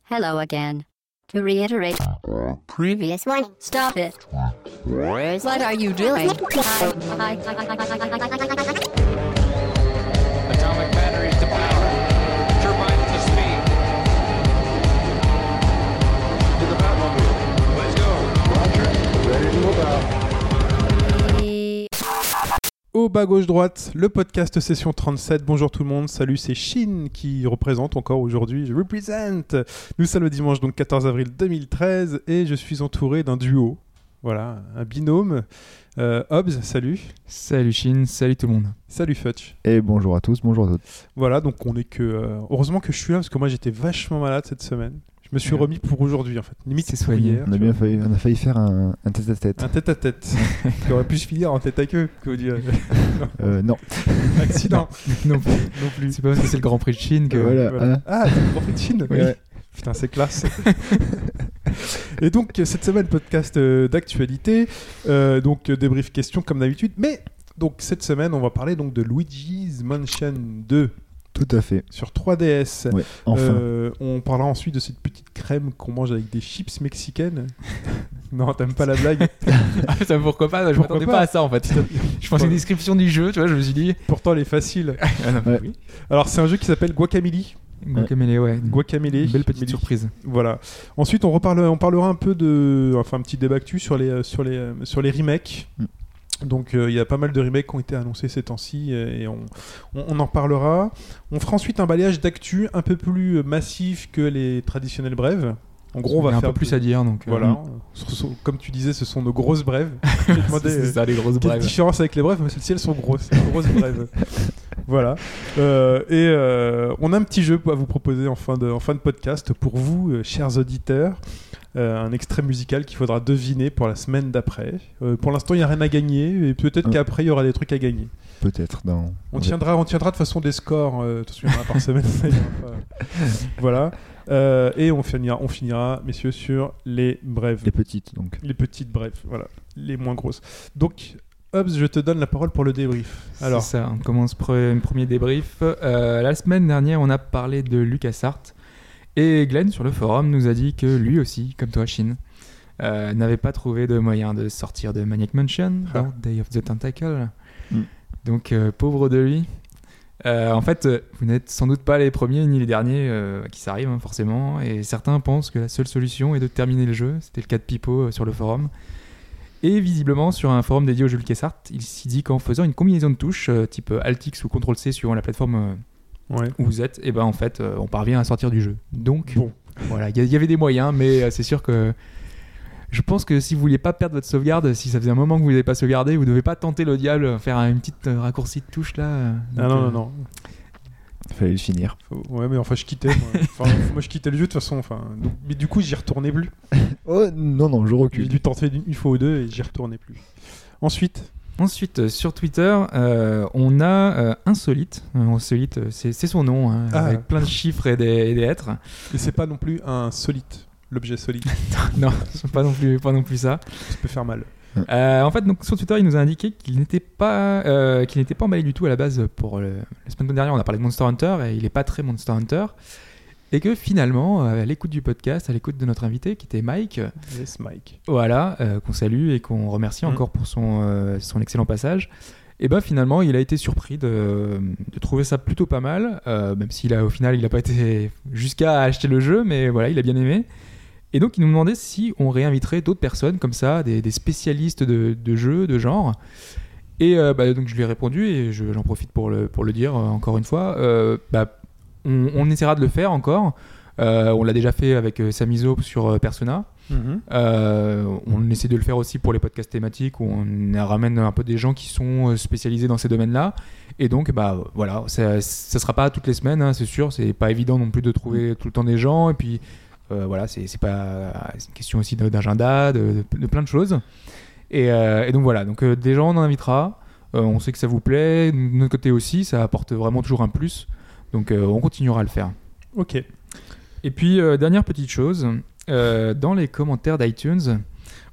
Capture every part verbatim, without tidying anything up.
Hello again. To reiterate, previous one, stop it. What are you doing? Atomic batteries to power. Turbines to speed. To the Batmobile. Let's go. Roger. Ready to move out. Au bas gauche droite, le podcast session trente-sept. Bonjour tout le monde, salut, c'est Shin qui représente encore aujourd'hui, je représente. Nous sommes le dimanche donc quatorze avril deux mille treize et je suis entouré d'un duo, voilà, un binôme. Euh, Hobbs, salut. Salut Shin, salut tout le monde. Salut Futch. Et bonjour à tous, bonjour à toutes. Voilà, donc on est que... Euh, heureusement que je suis là parce que moi j'étais vachement malade cette semaine. Je me suis remis pour aujourd'hui en fait. Limite c'est pour soigné. hier. On a bien failli, on a failli faire un, un tête-à-tête. Un tête-à-tête. Qui aurait pu se finir en tête à queue, que vous direz. Euh, non. Accident. non, plus. non plus. C'est pas parce que c'est le Grand Prix de Chine que... Voilà. Voilà. Ah, c'est le Grand Prix de Chine. Oui. Ouais. Putain, c'est classe. Et donc, cette semaine, podcast euh, d'actualité. Euh, donc, euh, débrief question comme d'habitude. Mais, donc, cette semaine, on va parler donc de Luigi's Mansion deux. Tout à fait. Sur trois D S. Ouais, enfin. Euh, on parlera ensuite de cette petite crème qu'on mange avec des chips mexicaines. Non, t'aimes pas la blague? Ah, ça, pourquoi pas? Je Pourquoi m'attendais pas, pas à ça en fait. Je pensais une description du jeu, tu vois, je me suis dit... Pourtant, elle est facile. Ah, non, Ouais. oui. Alors, c'est un jeu qui s'appelle Guacamelee. Guacamele, ouais. Guacamelee. Une belle petite Mélie. surprise. Voilà. Ensuite, on, reparle, on parlera un peu de... Enfin, un petit débat actu sur les, sur les, sur les remakes. Mm. Donc, il euh, y a pas mal de remakes qui ont été annoncés ces temps-ci euh, et on, on, on en parlera. On fera ensuite un balayage d'actu un peu plus massif que les traditionnels brèves. En gros, on va Il y a un faire peu plus à dire, donc... euh, Voilà. Ce sont- comme tu disais, ce sont nos grosses brèves. J'ai demandé c'est euh, ça, les grosses quelle brèves. différence avec les brèves, mais celles-ci, elles sont grosses. C'est une grosse brève. Voilà. Euh, et euh, on a un petit jeu à vous proposer en fin de, en fin de podcast pour vous, euh, chers auditeurs. Euh, un extrait musical qu'il faudra deviner pour la semaine d'après. Euh, pour l'instant, il n'y a rien à gagner et peut-être Ouais. qu'après, il y aura des trucs à gagner. Peut-être dans. On tiendra, on tiendra de façon des scores. Euh, de toute façon, il y en aura par semaine. Ça ira pas. Voilà. Euh, et on finira, on finira, messieurs, sur les brèves. Les petites, donc. Les petites brèves, voilà. Les moins grosses. Donc, Hobbs, je te donne la parole pour le débrief. Alors, C'est ça, on commence pre- un premier débrief. Euh, la semaine dernière, on a parlé de LucasArts. Et Glenn, sur le forum, nous a dit que lui aussi, comme toi, Shin, euh, n'avait pas trouvé de moyen de sortir de Maniac Mansion Ah. dans Day of the Tentacle. Mm. Donc, euh, pauvre de lui. Euh, en fait, euh, vous n'êtes sans doute pas les premiers ni les derniers euh, qui s'arrivent, hein, forcément. Et certains pensent que la seule solution est de terminer le jeu. C'était le cas de Pipo euh, sur le forum. Et visiblement, sur un forum dédié au jeu LucasArts, il s'y dit qu'en faisant une combinaison de touches, euh, type Alt-X ou contrôle C suivant la plateforme euh, ouais. où vous êtes, et ben en fait, euh, on parvient à sortir du jeu. Donc, Bon. voilà, il y, y avait des moyens, mais euh, c'est sûr que je pense que si vous vouliez pas perdre votre sauvegarde, si ça faisait un moment que vous n'avez pas sauvegardé, vous devez pas tenter le diable, euh, faire une petite euh, raccourci de touche là. euh, Ah donc, non, euh, non, non. Il fallait le finir. Faut- Ouais, mais enfin, je quittais. Moi, enfin, moi je quittais le jeu de toute façon. Enfin, donc- mais du coup, j'y retournais plus. Oh non, non, je J'ai recule. dû tenter une fois ou deux et j'y retournais plus. Ensuite, Ensuite, euh, sur Twitter, euh, on a euh, Insolite. Euh, Insolite, euh, c'est, c'est son nom, hein, Ah. avec plein de chiffres et des, et des lettres. et c'est pas non plus un solide, l'objet solide. non, c'est pas non plus, pas non plus ça. Ça peut faire mal. Euh, en fait, donc, sur Twitter, il nous a indiqué qu'il n'était pas, euh, qu'il n'était pas emballé du tout à la base pour le... la semaine dernière. On a parlé de Monster Hunter et il est pas très Monster Hunter. Et que finalement, euh, à l'écoute du podcast, à l'écoute de notre invité qui était Mike, Yes, Mike. voilà, euh, qu'on salue et qu'on remercie Mm. encore pour son, euh, son excellent passage. Et ben finalement, il a été surpris de, de trouver ça plutôt pas mal, euh, même s'il a au final, il n'a pas été jusqu'à acheter le jeu, mais voilà, il a bien aimé. Et donc, il nous demandait si on réinviterait d'autres personnes comme ça, des, des spécialistes de, de jeux, de genre. Et euh, bah, donc, je lui ai répondu, et je- j'en profite pour le, pour le dire euh, encore une fois. Euh, bah, on, on essaiera de le faire encore. Euh, on l'a déjà fait avec euh, Samizo sur euh, Persona. Mhm. Euh, on essaie de le faire aussi pour les podcasts thématiques où on ramène un peu des gens qui sont euh, spécialisés dans ces domaines-là. Et donc, bah voilà, ça, ça sera pas toutes les semaines, hein, c'est sûr. C'est pas évident non plus de trouver tout le temps des gens. Et puis, euh, voilà, c'est, c'est pas, c'est une question aussi de- d'agenda, de, de, de plein de choses. Et, euh, et donc voilà, donc euh, des gens on en invitera. Euh, on sait que ça vous plaît. De notre côté aussi, ça apporte vraiment toujours un plus. Donc, euh, on continuera à le faire. Ok. Et puis, euh, dernière petite chose, euh, dans les commentaires d'iTunes,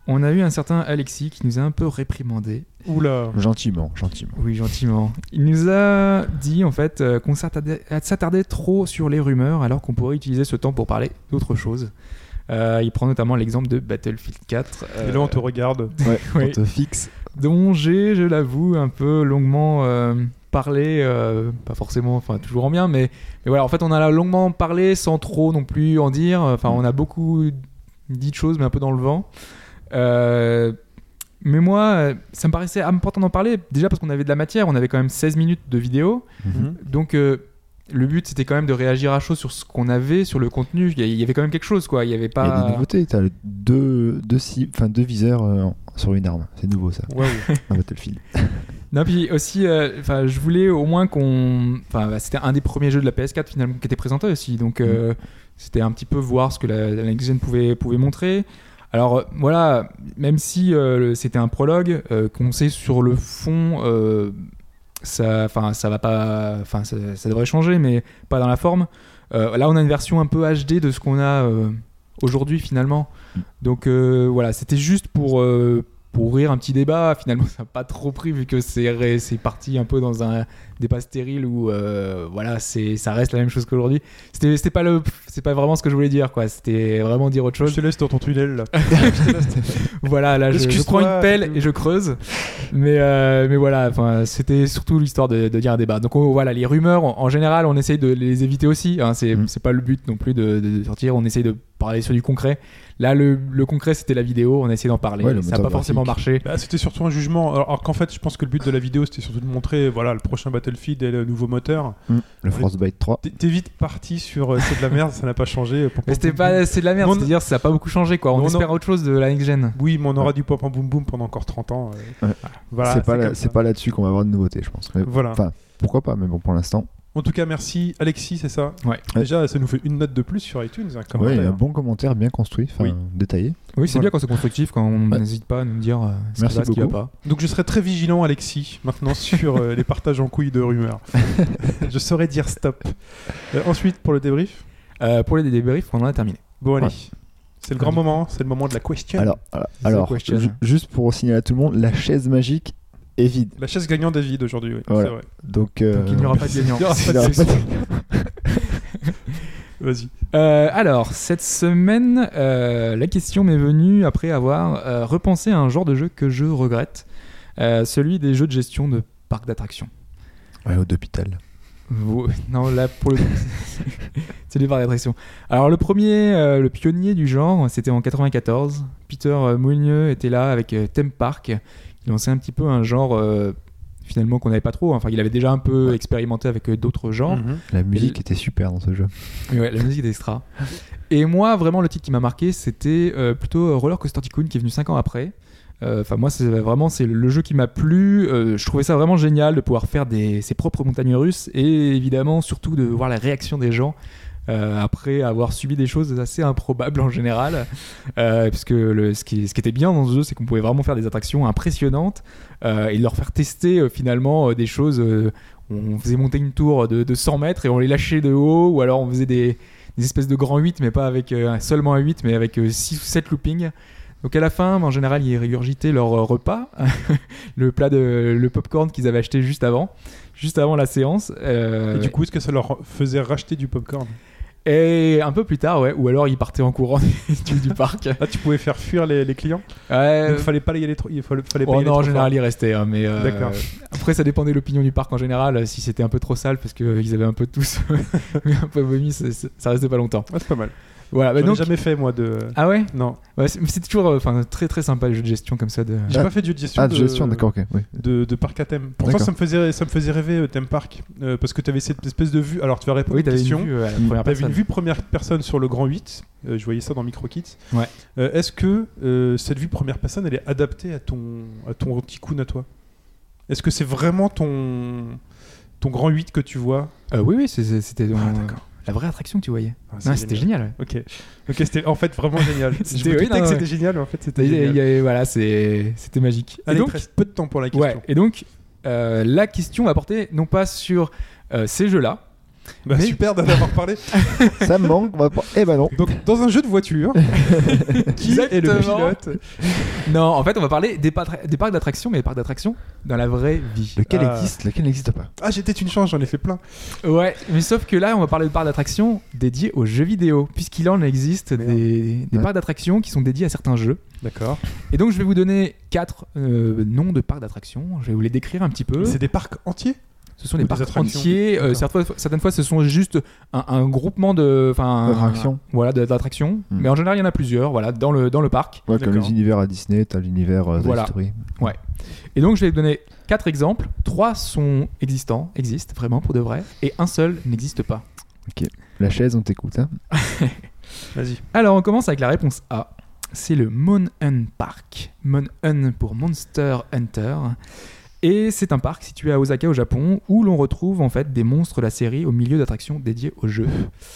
on a eu un certain Alexis qui nous a un peu réprimandé. Oula. Gentiment, gentiment. Oui, gentiment. Il nous a dit en fait euh, qu'on s'attardait, s'attardait trop sur les rumeurs alors qu'on pourrait utiliser ce temps pour parler d'autre chose. Euh, il prend notamment l'exemple de Battlefield quatre. Euh... Et là, on te regarde. Ouais, oui. on te fixe. Dont j'ai, je l'avoue, un peu longuement euh, parlé, euh, pas forcément, enfin toujours en bien, mais, mais voilà, en fait, on a longuement parlé sans trop non plus en dire. Enfin, on a beaucoup dit de choses, mais un peu dans le vent. Euh, mais moi, ça me paraissait important d'en parler, déjà parce qu'on avait de la matière, on avait quand même seize minutes de vidéo. Mm-hmm. Donc, euh, le but, c'était quand même de réagir à chaud sur ce qu'on avait, sur le contenu. Il y avait quand même quelque chose, quoi. Il y avait pas... Il y a des nouveautés. T'as deux, deux, enfin, deux viseurs euh, sur une arme. C'est nouveau, ça. Wow. Un Battlefield. Non, puis aussi, enfin, euh, je voulais au moins qu'on... Enfin, bah, c'était un des premiers jeux de la P S quatre, finalement, qui était présenté aussi. Donc, euh, mm. c'était un petit peu voir ce que la, la Next Gen pouvait, pouvait montrer. Alors, euh, voilà, même si euh, c'était un prologue, euh, qu'on sait sur le fond... Euh, ça enfin ça va pas enfin ça, ça devrait changer mais pas dans la forme. Euh, là on a une version un peu H D de ce qu'on a euh, aujourd'hui finalement. Donc euh, voilà, c'était juste pour euh, pour ouvrir un petit débat. Finalement ça n'a pas trop pris vu que c'est c'est parti un peu dans un débat stérile où euh, voilà, c'est ça reste la même chose qu'aujourd'hui. C'était c'était pas le c'est pas vraiment ce que je voulais dire, quoi. C'était vraiment dire autre chose. Je te laisse dans ton tunnel là. Voilà, là je, je prends une pelle et je creuse. Mais euh, mais voilà, enfin c'était surtout l'histoire de, de dire un débat. Donc on, voilà, les rumeurs en, en général, on essaye de les éviter aussi. Hein, c'est mm. c'est pas le but non plus de, de sortir. On essaye de parler sur du concret. Là, le, le concret, c'était la vidéo. On a essayé d'en parler. Ouais, ça n'a pas forcément marché. Bah, c'était surtout un jugement. Alors, alors qu'en fait, je pense que le but de la vidéo, c'était surtout de montrer, voilà, le prochain Battlefield et le nouveau moteur. Mmh. Le Frostbite trois. T'es, t'es vite parti sur euh, c'est de la merde, ça n'a pas changé. Pom, mais c'était pas, c'est de la merde. On... C'est-à-dire, ça n'a pas beaucoup changé, quoi. On, on espère a... autre chose de la next gen. Oui, mais on aura ouais. du pop en boom boom pendant encore trente ans. Euh... Ouais. Voilà, c'est c'est, pas, la, c'est pas là-dessus qu'on va avoir de nouveautés, je pense. Mais, voilà. Enfin, pourquoi pas, mais bon, pour l'instant. En tout cas, merci Alexis, c'est ça. Ouais. Déjà, ça nous fait une note de plus sur iTunes. Un ouais, un bon commentaire, bien construit, enfin oui. détaillé. Oui, c'est voilà. bien quand c'est constructif, quand on ouais. n'hésite pas à nous dire euh, ce merci qui va, ce qui va pas. Donc je serai très vigilant, Alexis, maintenant sur euh, les partages en couilles de rumeurs. Je saurai dire stop. Euh, ensuite, pour le débrief euh, Pour les débriefs, on en a terminé. Bon, allez. Ouais. C'est le grand moment, c'est le moment de la question. Alors, alors, alors question. Ju- juste pour signaler à tout le monde, la chaise magique est vide. La chaise gagnante est vide aujourd'hui, oui. Voilà. C'est vrai. Donc, euh... Donc il n'y aura pas de gagnant. Il n'y aura pas de Vas-y. Euh, alors, cette semaine, euh, la question m'est venue après avoir euh, repensé à un genre de jeu que je regrette, euh, celui des jeux de gestion de parcs d'attractions. Ouais, ou d'hôpital. Vous... Non, là, pour le coup, c'est des parcs d'attractions. Alors, le premier, euh, le pionnier du genre, c'était en quatre-vingt-quatorze. Peter Molyneux était là avec euh, Theme Park. Il lançait un petit peu un genre... Euh, finalement qu'on n'avait pas trop, enfin il avait déjà un peu ouais. expérimenté avec euh, d'autres genres. Mm-hmm. La musique Et... était super dans ce jeu. Ouais, la musique était extra. Et moi vraiment le titre qui m'a marqué c'était euh, plutôt Roller Coaster Tycoon qui est venu cinq ans après. Enfin euh, moi c'est vraiment c'est le jeu qui m'a plu. Euh, je trouvais ça vraiment génial de pouvoir faire des, ses propres montagnes russes et évidemment surtout de voir la réaction des gens. Euh, après avoir subi des choses assez improbables en général, euh, parce que le, ce, qui, ce qui était bien dans ce jeu, c'est qu'on pouvait vraiment faire des attractions impressionnantes euh, et leur faire tester euh, finalement euh, des choses. Euh, on faisait monter une tour de, de cent mètres et on les lâchait de haut, ou alors on faisait des, des espèces de grands huit, mais pas avec euh, seulement un huit, mais avec euh, six ou sept loopings. Donc à la fin, en général, ils régurgitaient leur euh, repas, le plat de le popcorn qu'ils avaient acheté juste avant, juste avant la séance. Euh, et du coup, est-ce que ça leur faisait racheter du popcorn ? Et un peu plus tard, ouais, ou alors ils partaient en courant du, du parc. Là, tu pouvais faire fuir les, les clients. Ouais. Donc, fallait pas y aller trop. Il fallait, fallait pas oh y aller non, trop en général, fort. ils restaient. Hein, mais euh, D'accord. Après, ça dépendait de l'opinion du parc en général. Si c'était un peu trop sale, parce qu'ils avaient un peu tous un peu vomi, ça, ça restait pas longtemps. Ah, c'est pas mal. Voilà, J'en bah donc... ai jamais fait moi de. Ah ouais. Non. Ouais, c'est, c'est toujours, enfin, euh, très très sympa les jeux de gestion comme ça. De... J'ai ah. pas fait de jeu de gestion. Ah, de, de gestion, d'accord, ok. Oui. De, de parc à thème. Pourtant, ça me faisait, ça me faisait rêver euh, Theme Park, euh, parce que tu avais cette espèce de vue. Alors, tu vas répondre oui, à une question. Une vue, euh, à la première t'avais personne. une vue première personne sur le grand huit. Euh, je voyais ça dans MicroKids. Ouais. Euh, est-ce que euh, cette vue première personne, elle est adaptée à ton, à ton Tycoon à toi ? Est-ce que c'est vraiment ton, ton grand huit que tu vois ? euh, Oui, oui, c'est, c'est, c'était. Ah, euh, d'accord. La vraie attraction que tu voyais. Ah, non, c'était génial. Ok. Ok, c'était en fait vraiment génial. C'était- Je me oui, doutais non, que ouais. c'était génial, mais en fait c'était Il y a- génial. il y a- voilà, c'est, c'était magique. Et Allez, donc, il te reste peu de temps pour la question. ouais, et donc, euh, la question va porter non pas sur euh, ces jeux-là, Bah, Mais- super d'en avoir parlé. Ça me manque. On va pas... Eh ben non. Donc, dans un jeu de voiture, qui est le Exactement. pilote? Non, en fait, on va parler des, par- des parcs d'attractions, mais des parcs d'attractions dans la vraie vie. Lequel Ah. existe, lequel n'existe pas. Ah, j'étais une chance, j'en ai fait plein. Ouais, mais sauf que là, on va parler de parcs d'attractions dédiés aux jeux vidéo, puisqu'il en existe Merde. des, des Ouais. parcs d'attractions qui sont dédiés à certains jeux. D'accord. Et donc, je vais vous donner quatre euh, noms de parcs d'attractions. Je vais vous les décrire un petit peu. C'est des parcs entiers? Ce sont ou des des parcs attractions. entiers. euh, D'accord. certaines, fois, certaines fois, ce sont juste un, un groupement de, enfin, D'attractions. Voilà, de- d'attractions. Hmm. Mais en général, il y en a plusieurs. Voilà, dans le dans le parc. Ouais, comme D'accord. les univers à Disney, t'as l'univers euh, Toy Voilà. Story. Et donc, je vais vous donner quatre exemples. Trois sont existants, existent vraiment pour de vrai, et un seul n'existe pas. La chaise, on t'écoute. Hein. Vas-y. Alors, on commence avec la réponse A. C'est le Mon-Un Park. Mon-Un pour Monster Hunter. Et c'est un parc situé à Osaka au Japon où l'on retrouve en fait des monstres de la série au milieu d'attractions dédiées au jeu.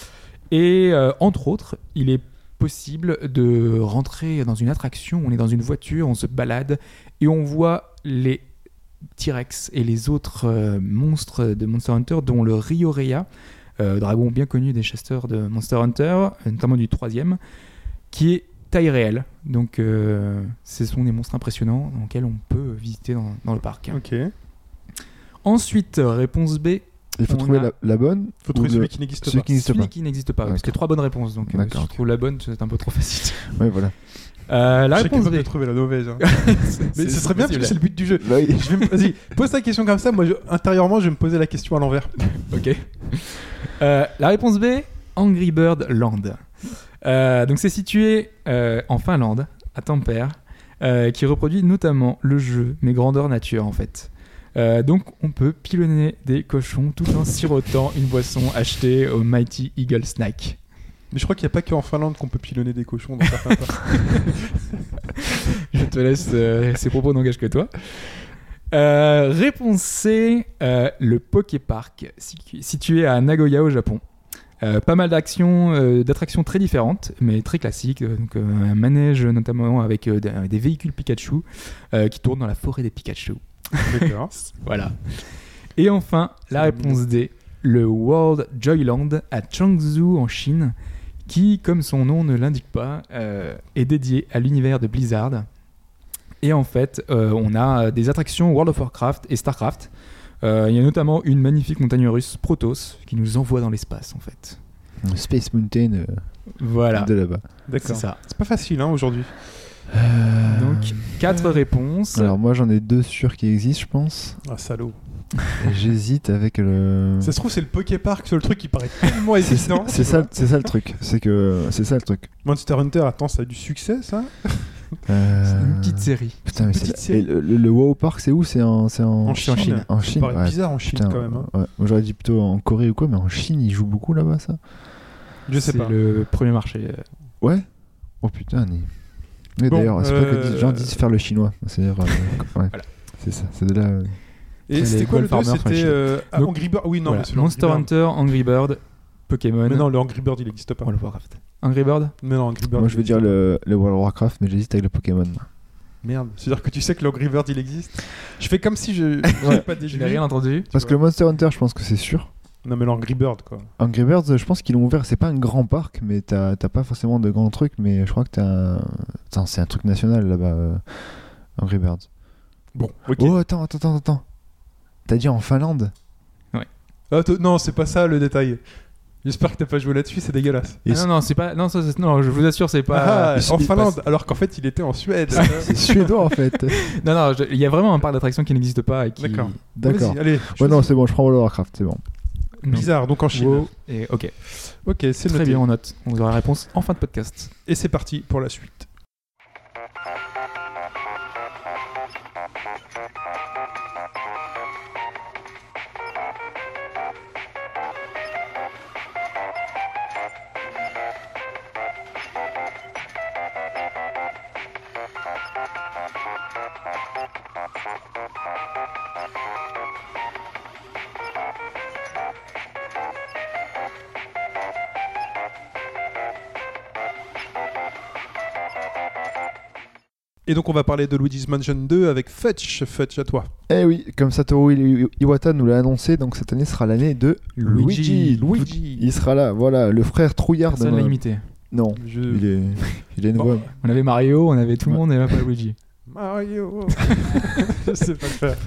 Et euh, entre autres, il est possible de rentrer dans une attraction, on est dans une voiture, on se balade et on voit les T-Rex et les autres euh, monstres de Monster Hunter, dont le Riorea, euh, dragon bien connu des chasseurs de Monster Hunter, notamment du troisième, qui est taille réelle. Donc, euh, ce sont des monstres impressionnants dans lesquels on peut visiter dans, dans le parc. Ok. Ensuite, réponse B, Il faut On trouver a- la, la bonne. Faut trouver ou celui le- qui n'existe celui pas. qui n'existe celui pas. qui n'existe pas. Parce qu'il y a D'accord. trois bonnes réponses. Donc, euh, D'accord, si je ok. trouve la bonne, c'est un peu trop facile. Ouais, voilà. Euh, la Je suis réponse capable B. de trouver la mauvaise. hein. C'est- Mais c'est ce serait bien parce que possible. c'est le but du jeu. Bah oui. Je vais me- Vas-y, pose ta question comme ça. Moi, je- intérieurement, je vais me poser la question à l'envers. Ok. Euh, la réponse B, Angry Bird Land. Euh, donc c'est situé euh, en Finlande, à Tampere, euh, qui reproduit notamment le jeu, mais grandeur nature en fait. Euh, donc on peut pilonner des cochons tout en sirotant une boisson achetée au Mighty Eagle Snack. Mais je crois qu'il n'y a pas qu'en Finlande qu'on peut pilonner des cochons dans certains parcs. Je te laisse, euh, ces propos n'engagent que toi. Euh, réponse C, euh, le Poké Park, situ- situé à Nagoya au Japon. Euh, pas mal d'actions, euh, d'attractions très différentes, mais très classiques. euh, Donc, euh, un manège notamment avec euh, des, des véhicules Pikachu euh, qui tournent dans la forêt des Pikachu. D'accord. Voilà. Et enfin, la C'est réponse D, le World Joyland à Changzhou en Chine, qui, comme son nom ne l'indique pas, euh, est dédié à l'univers de Blizzard. Et en fait, euh, on a des attractions World of Warcraft et Starcraft. Euh, Il y a notamment une magnifique montagne russe, Protoss, qui nous envoie dans l'espace, en fait. Space Mountain euh, Voilà, de là-bas. c'est D'accord. ça. C'est pas facile hein, aujourd'hui. Donc, quatre réponses. Alors moi j'en ai deux sûrs qui existent, je pense. Ah, salaud. Et j'hésite avec le. Ça se trouve, c'est le Poké Park, c'est le truc qui paraît tellement C'est évident. c'est ça, c'est ça le truc. C'est que c'est ça le truc. Monster Hunter, attends, ça a du succès ça? Euh, C'est une petite série. Putain, mais petite c'est et le, le, le WoW Park, c'est où? C'est en, c'est en, En c'est en Chine. Chine. En Ça Chine. paraît ouais. bizarre en Chine Putain, quand même. hein. ouais. Moi j'aurais dit plutôt en Corée ou quoi, mais en Chine ils jouent beaucoup là-bas, ça. Je sais C'est pas. le premier marché. euh, Ouais. Oh putain. Ni... Mais Bon, d'ailleurs, c'est pas que euh, les gens disent faire le chinois. C'est-à-dire, euh, ouais. Voilà. C'est ça. C'est de là. euh, Et les c'était quoi le deux? Gold Farmer C'était Friendship. euh, ah, Donc, Angry Bird. Oui, non, voilà. mais c'est le Monster Angry Bird. Hunter, Angry Bird, Pokémon. Mais non, le Angry Bird il n'existe pas. World of Warcraft. Angry Bird. Mais non, Angry Bird. Moi il je veux dire existe le, le World of Warcraft, mais j'hésite avec le Pokémon. pas. Merde. C'est-à-dire que tu sais que le Angry Bird il existe. Je fais comme si je je Ouais. n'ai pas Je déduit. n'ai rien entendu. Parce que le Monster Hunter, je pense que c'est sûr. Non, mais l'Angry Bird quoi. Angry Birds, je pense qu'ils l'ont ouvert. C'est pas un grand parc, mais t'as t'as pas forcément de grands trucs. Mais je crois que t'as un. Attends, c'est un truc national là-bas. euh, Angry Birds. Bon, ok. Oh, attends, attends, attends, attends. T'as dit en Finlande? Ah, t- non, c'est pas ça le détail. J'espère que t'as pas joué là-dessus, c'est dégueulasse. Et Ah non, non, c'est pas. Non, ça, c'est- non, je vous assure, c'est pas. Ah, il- en il Finlande, alors qu'en fait il était en Suède. C'est suédois en fait. Non, non, je- il y a vraiment un parc d'attractions qui n'existe pas et qui. D'accord. D'accord. Vas-y, allez. Ouais, choisis. non, c'est bon, je prends World of Warcraft, c'est bon. Non. Bizarre, donc en Chine. WoW et ok. Ok, c'est Très noté. bien, on note. On aura la réponse en fin de podcast. Et c'est parti pour la suite. Et donc on va parler de Luigi's Mansion deux avec Fetch. Fetch, à toi. Eh oui, comme Satoru I- Iwata nous l'a annoncé, donc cette année sera l'année de Luigi. Luigi. Luigi. Il sera là, voilà, le frère trouillard de... Personne l'a imité. Non, Je... il est, il a une Bon. voix... On avait Mario, on avait tout le Ouais. monde, et là pas Luigi. Mario. Je sais pas le faire.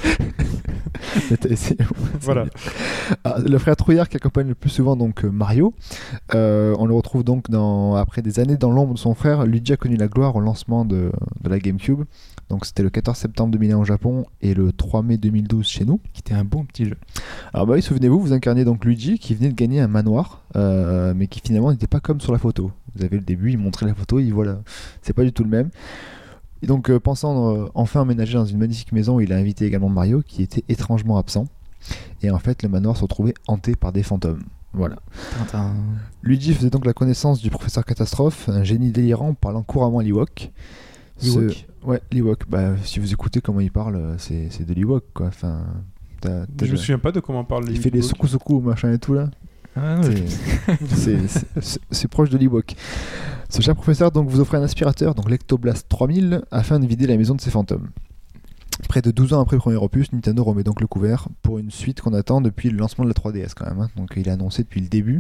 Mais t'as essayé. Voilà. Ah, le frère trouillard qui accompagne le plus souvent donc euh, Mario. Euh, on le retrouve donc dans, après des années dans l'ombre de son frère. Luigi a connu la gloire au lancement de, de la GameCube. Donc c'était le quatorze septembre deux mille un au Japon et le trois mai deux mille douze chez nous. Qui était un bon petit jeu. Alors bah oui, souvenez-vous, vous incarniez donc Luigi qui venait de gagner un manoir, euh, mais qui finalement n'était pas comme sur la photo. Vous avez le début, il montrait la photo, il voilà, c'est pas du tout le même. Et donc euh, pensant euh, enfin emménager dans une magnifique maison, il a invité également Mario qui était étrangement absent. Et en fait, le manoir se retrouvait hanté par des fantômes. Voilà. Tintin. Luigi faisait donc la connaissance du professeur Catastrophe, un génie délirant parlant couramment l'Ewok. Ce- Ewok. Ouais, l'Ewok. Bah, si vous écoutez comment il parle, euh, c'est, c'est de l'Ewok quoi. Enfin, t'as- t'as Je me le- souviens pas de comment parle il fait les Ewok. soukou-soukou machin et tout là. Ah, non, C'est- je- c'est, c'est- c'est- c'est proche de l'Ewok. Ce cher professeur donc vous offre un aspirateur, donc l'Ectoblast trois mille, afin de vider la maison de ses fantômes. Près de douze ans après le premier opus, Nintendo remet donc le couvert pour une suite qu'on attend depuis le lancement de la trois D S quand même. hein. Donc il est annoncé depuis le début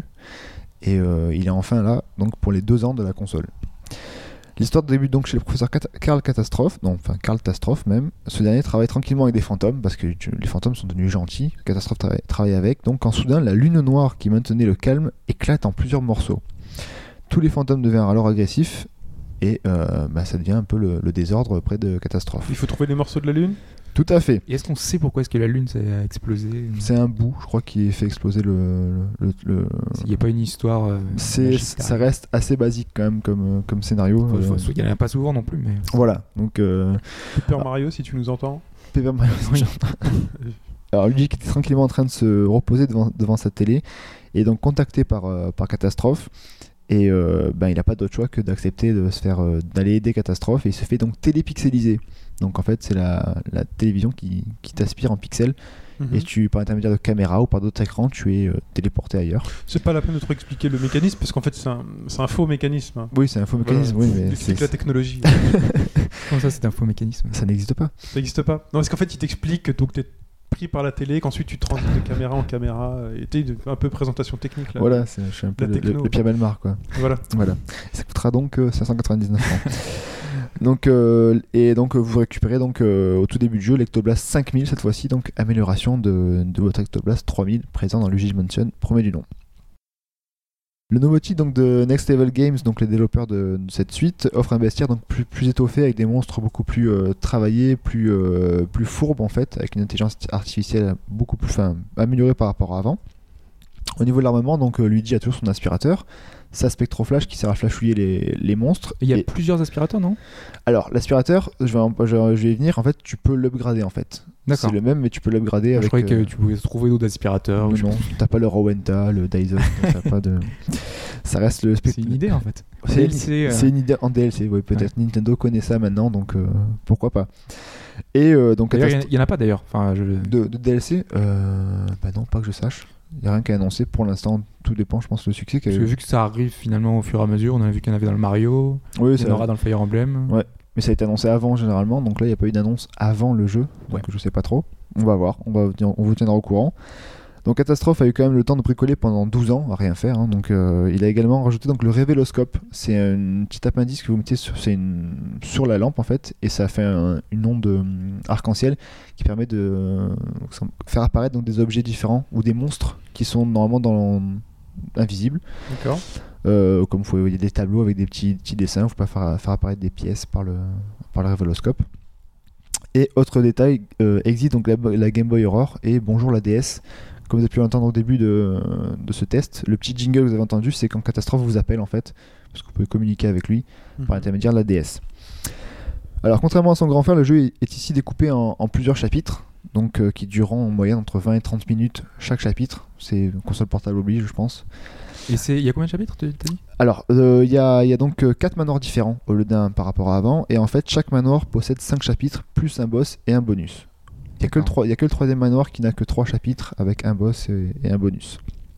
et euh, il est enfin là donc pour les deux ans de la console. L'histoire débute donc chez le professeur Cat- Karl Catastrophe, non, enfin Karl Tastrophe même. Ce dernier travaille tranquillement avec des fantômes parce que tu- les fantômes sont devenus gentils. Catastrophe tra- travaille avec. Donc quand soudain la lune noire qui maintenait le calme éclate en plusieurs morceaux. Tous les fantômes deviennent alors agressifs et euh, bah, ça devient un peu le, le désordre près de Catastrophe. Il faut trouver les morceaux de la lune. Tout à fait. Et est-ce qu'on sait pourquoi est-ce que la lune s'est explosée? C'est un bout, je crois, qui fait exploser le. le, le- Il n'y a pas une histoire. euh, C'est, magique ça derrière. reste assez basique quand même comme, comme scénario. Faut- faut- euh, faut- Il n'y en a pas souvent non plus, mais. Voilà, donc euh, Super Mario, si tu nous entends. Paper Mario. Oui. Alors lui qui était tranquillement en train de se reposer devant, devant sa télé est donc contacté par, euh, par Catastrophe et euh, ben, il n'a pas d'autre choix que d'accepter de se faire euh, d'aller aider Catastrophe et il se fait donc télépixeliser. Donc en fait c'est la, la télévision qui, qui t'aspire en pixels Mhm. et tu par intermédiaire de caméra ou par d'autres écrans tu es euh, téléporté ailleurs. C'est pas la peine de trop expliquer le mécanisme parce qu'en fait c'est un, c'est un faux mécanisme. hein. Oui c'est un faux mécanisme, Voilà. oui mais Explique c'est- la technologie. Comment ça, c'est un faux mécanisme? ça n'existe pas. Ça n'existe pas. Non, parce qu'en fait, il t'explique que donc t'es pris par la télé, qu'ensuite tu transites de caméra en caméra, et t'es de- un peu présentation technique là. Voilà, c'est, je suis un peu La le, techno, le, le Pierre Bellemare quoi. Voilà. Voilà. Ça coûtera donc euh, cinq cent quatre-vingt-dix-neuf francs. donc, euh, et donc euh, vous récupérez donc euh, au tout début du jeu l'Ectoblast cinq mille cette fois-ci, donc amélioration de, de votre Ectoblast trois mille présent dans Luigi's Mansion, premier du nom. Le nouveau titre donc de Next Level Games, donc les développeurs de, de cette suite, offre un bestiaire donc plus, plus étoffé avec des monstres beaucoup plus euh, travaillés, plus, euh, plus fourbes en fait, avec une intelligence artificielle beaucoup plus fin, améliorée par rapport à avant. Au niveau de l'armement, donc euh, Luigi a toujours son aspirateur, sa spectroflash qui sert à flashouiller les, les monstres. Il y a Et- plusieurs aspirateurs, non? Alors l'aspirateur, je vais, en- je, je vais y venir, en fait tu peux l'upgrader en fait. D'accord. C'est le même mais tu peux l'upgrader Je avec... croyais que euh, tu pouvais trouver d'autres aspirateurs. non, ou je- non, t'as pas le Rowenta, le Dyson, t'as pas de... Ça reste le C'est spect- une idée en fait. C'est D une, L C, euh, c'est une idée en D L C, oui, peut-être. Nintendo connaît ça maintenant, donc euh, pourquoi pas. Et euh, donc, D'ailleurs, il y en a- catast- il y en a pas d'ailleurs. Enfin, je... de, de D L C, euh, bah non, pas que je sache. Il n'y a rien qui est annoncé pour l'instant. Tout dépend, je pense, du succès. qu'il y a Parce que eu. vu que ça arrive finalement au fur et à mesure, on a vu qu'il y en avait dans le Mario, Oui, il y ça- en aura dans le Fire Emblem. Ouais. Mais ça a été annoncé avant généralement, donc là il n'y a pas eu d'annonce avant le jeu, donc Ouais. je sais pas trop. On va voir, on, va, on vous tiendra au courant. Donc Catastrophe a eu quand même le temps de bricoler pendant douze ans, à rien faire. hein. Donc euh, il a également rajouté donc le révéloscope. C'est un petit appendice que vous mettez sur, c'est une, sur la lampe en fait, et ça fait un- une onde euh, arc-en-ciel qui permet de euh, faire apparaître donc des objets différents ou des monstres qui sont normalement dans invisibles. D'accord. Euh, comme vous pouvez, il y a des tableaux avec des petits, petits dessins, vous pouvez faire, faire apparaître des pièces par le, par le révéloscope. Et autre détail, euh, existe donc la, la Game Boy Aurore et bonjour la D S. Comme vous avez pu l'entendre au début de, de ce test, le petit jingle que vous avez entendu, c'est quand Catastrophe vous appelle en fait, parce que vous pouvez communiquer avec lui par l'intermédiaire de la D S. Alors contrairement à son grand frère, le jeu est, est ici découpé en, en plusieurs chapitres, donc euh, qui dureront en moyenne entre vingt et trente minutes chaque chapitre. C'est une console portable oblige, je pense. Et c'est, il y a combien de chapitres, tu t'as dit? Alors, il euh, y, a, y a donc quatre manoirs différents au lieu d'un par rapport à avant, et en fait, chaque manoir possède cinq chapitres, plus un boss et un bonus. Il n'y a, que le D'accord. troi- y a que le troisième manoir qui n'a que trois chapitres avec un boss et, et un bonus.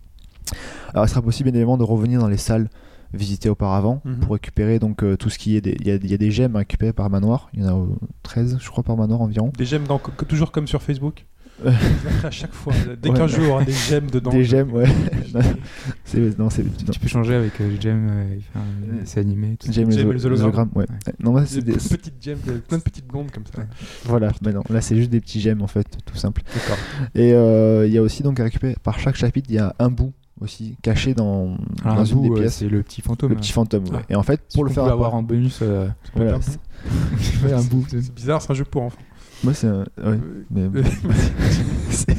Alors il sera possible bien évidemment de revenir dans les salles visitées auparavant Mhm. pour récupérer donc euh, tout ce qui est des... Il y a, il y a des gemmes à récupérer par manoir, il y en a euh, treize je crois par manoir environ. Des gemmes, dans, que- toujours comme sur Facebook. Après, à chaque fois, dès Ouais. qu'un jeu aura des gemmes dedans. Des je- gemmes, ouais. c'est, non, c'est... non. Tu peux changer avec euh, Jem, euh, enfin, c'est animé. Tout ça. Gemmes, Gemmes, les les hologrammes. hologrammes, ouais. Ouais. Non, moi, Des c'est des... petites gemmes, plein de petites blondes comme ça. Ouais. Voilà, mais non, là c'est juste des petits gemmes en fait, tout simple. D'accord. Et euh, il y a aussi donc à récupérer, par chaque chapitre, il y a un bout aussi caché dans, Alors, dans un une des bout, euh, pièces. c'est le petit fantôme. Le petit fantôme, ouais. Ah. Et en fait, pour le faire avoir avoir en bonus, euh, voilà, Un bout. c'est- ouais, un bout. C'est bizarre, c'est un jeu pour enfants. moi c'est un... ouais, mais- Euh, c'est-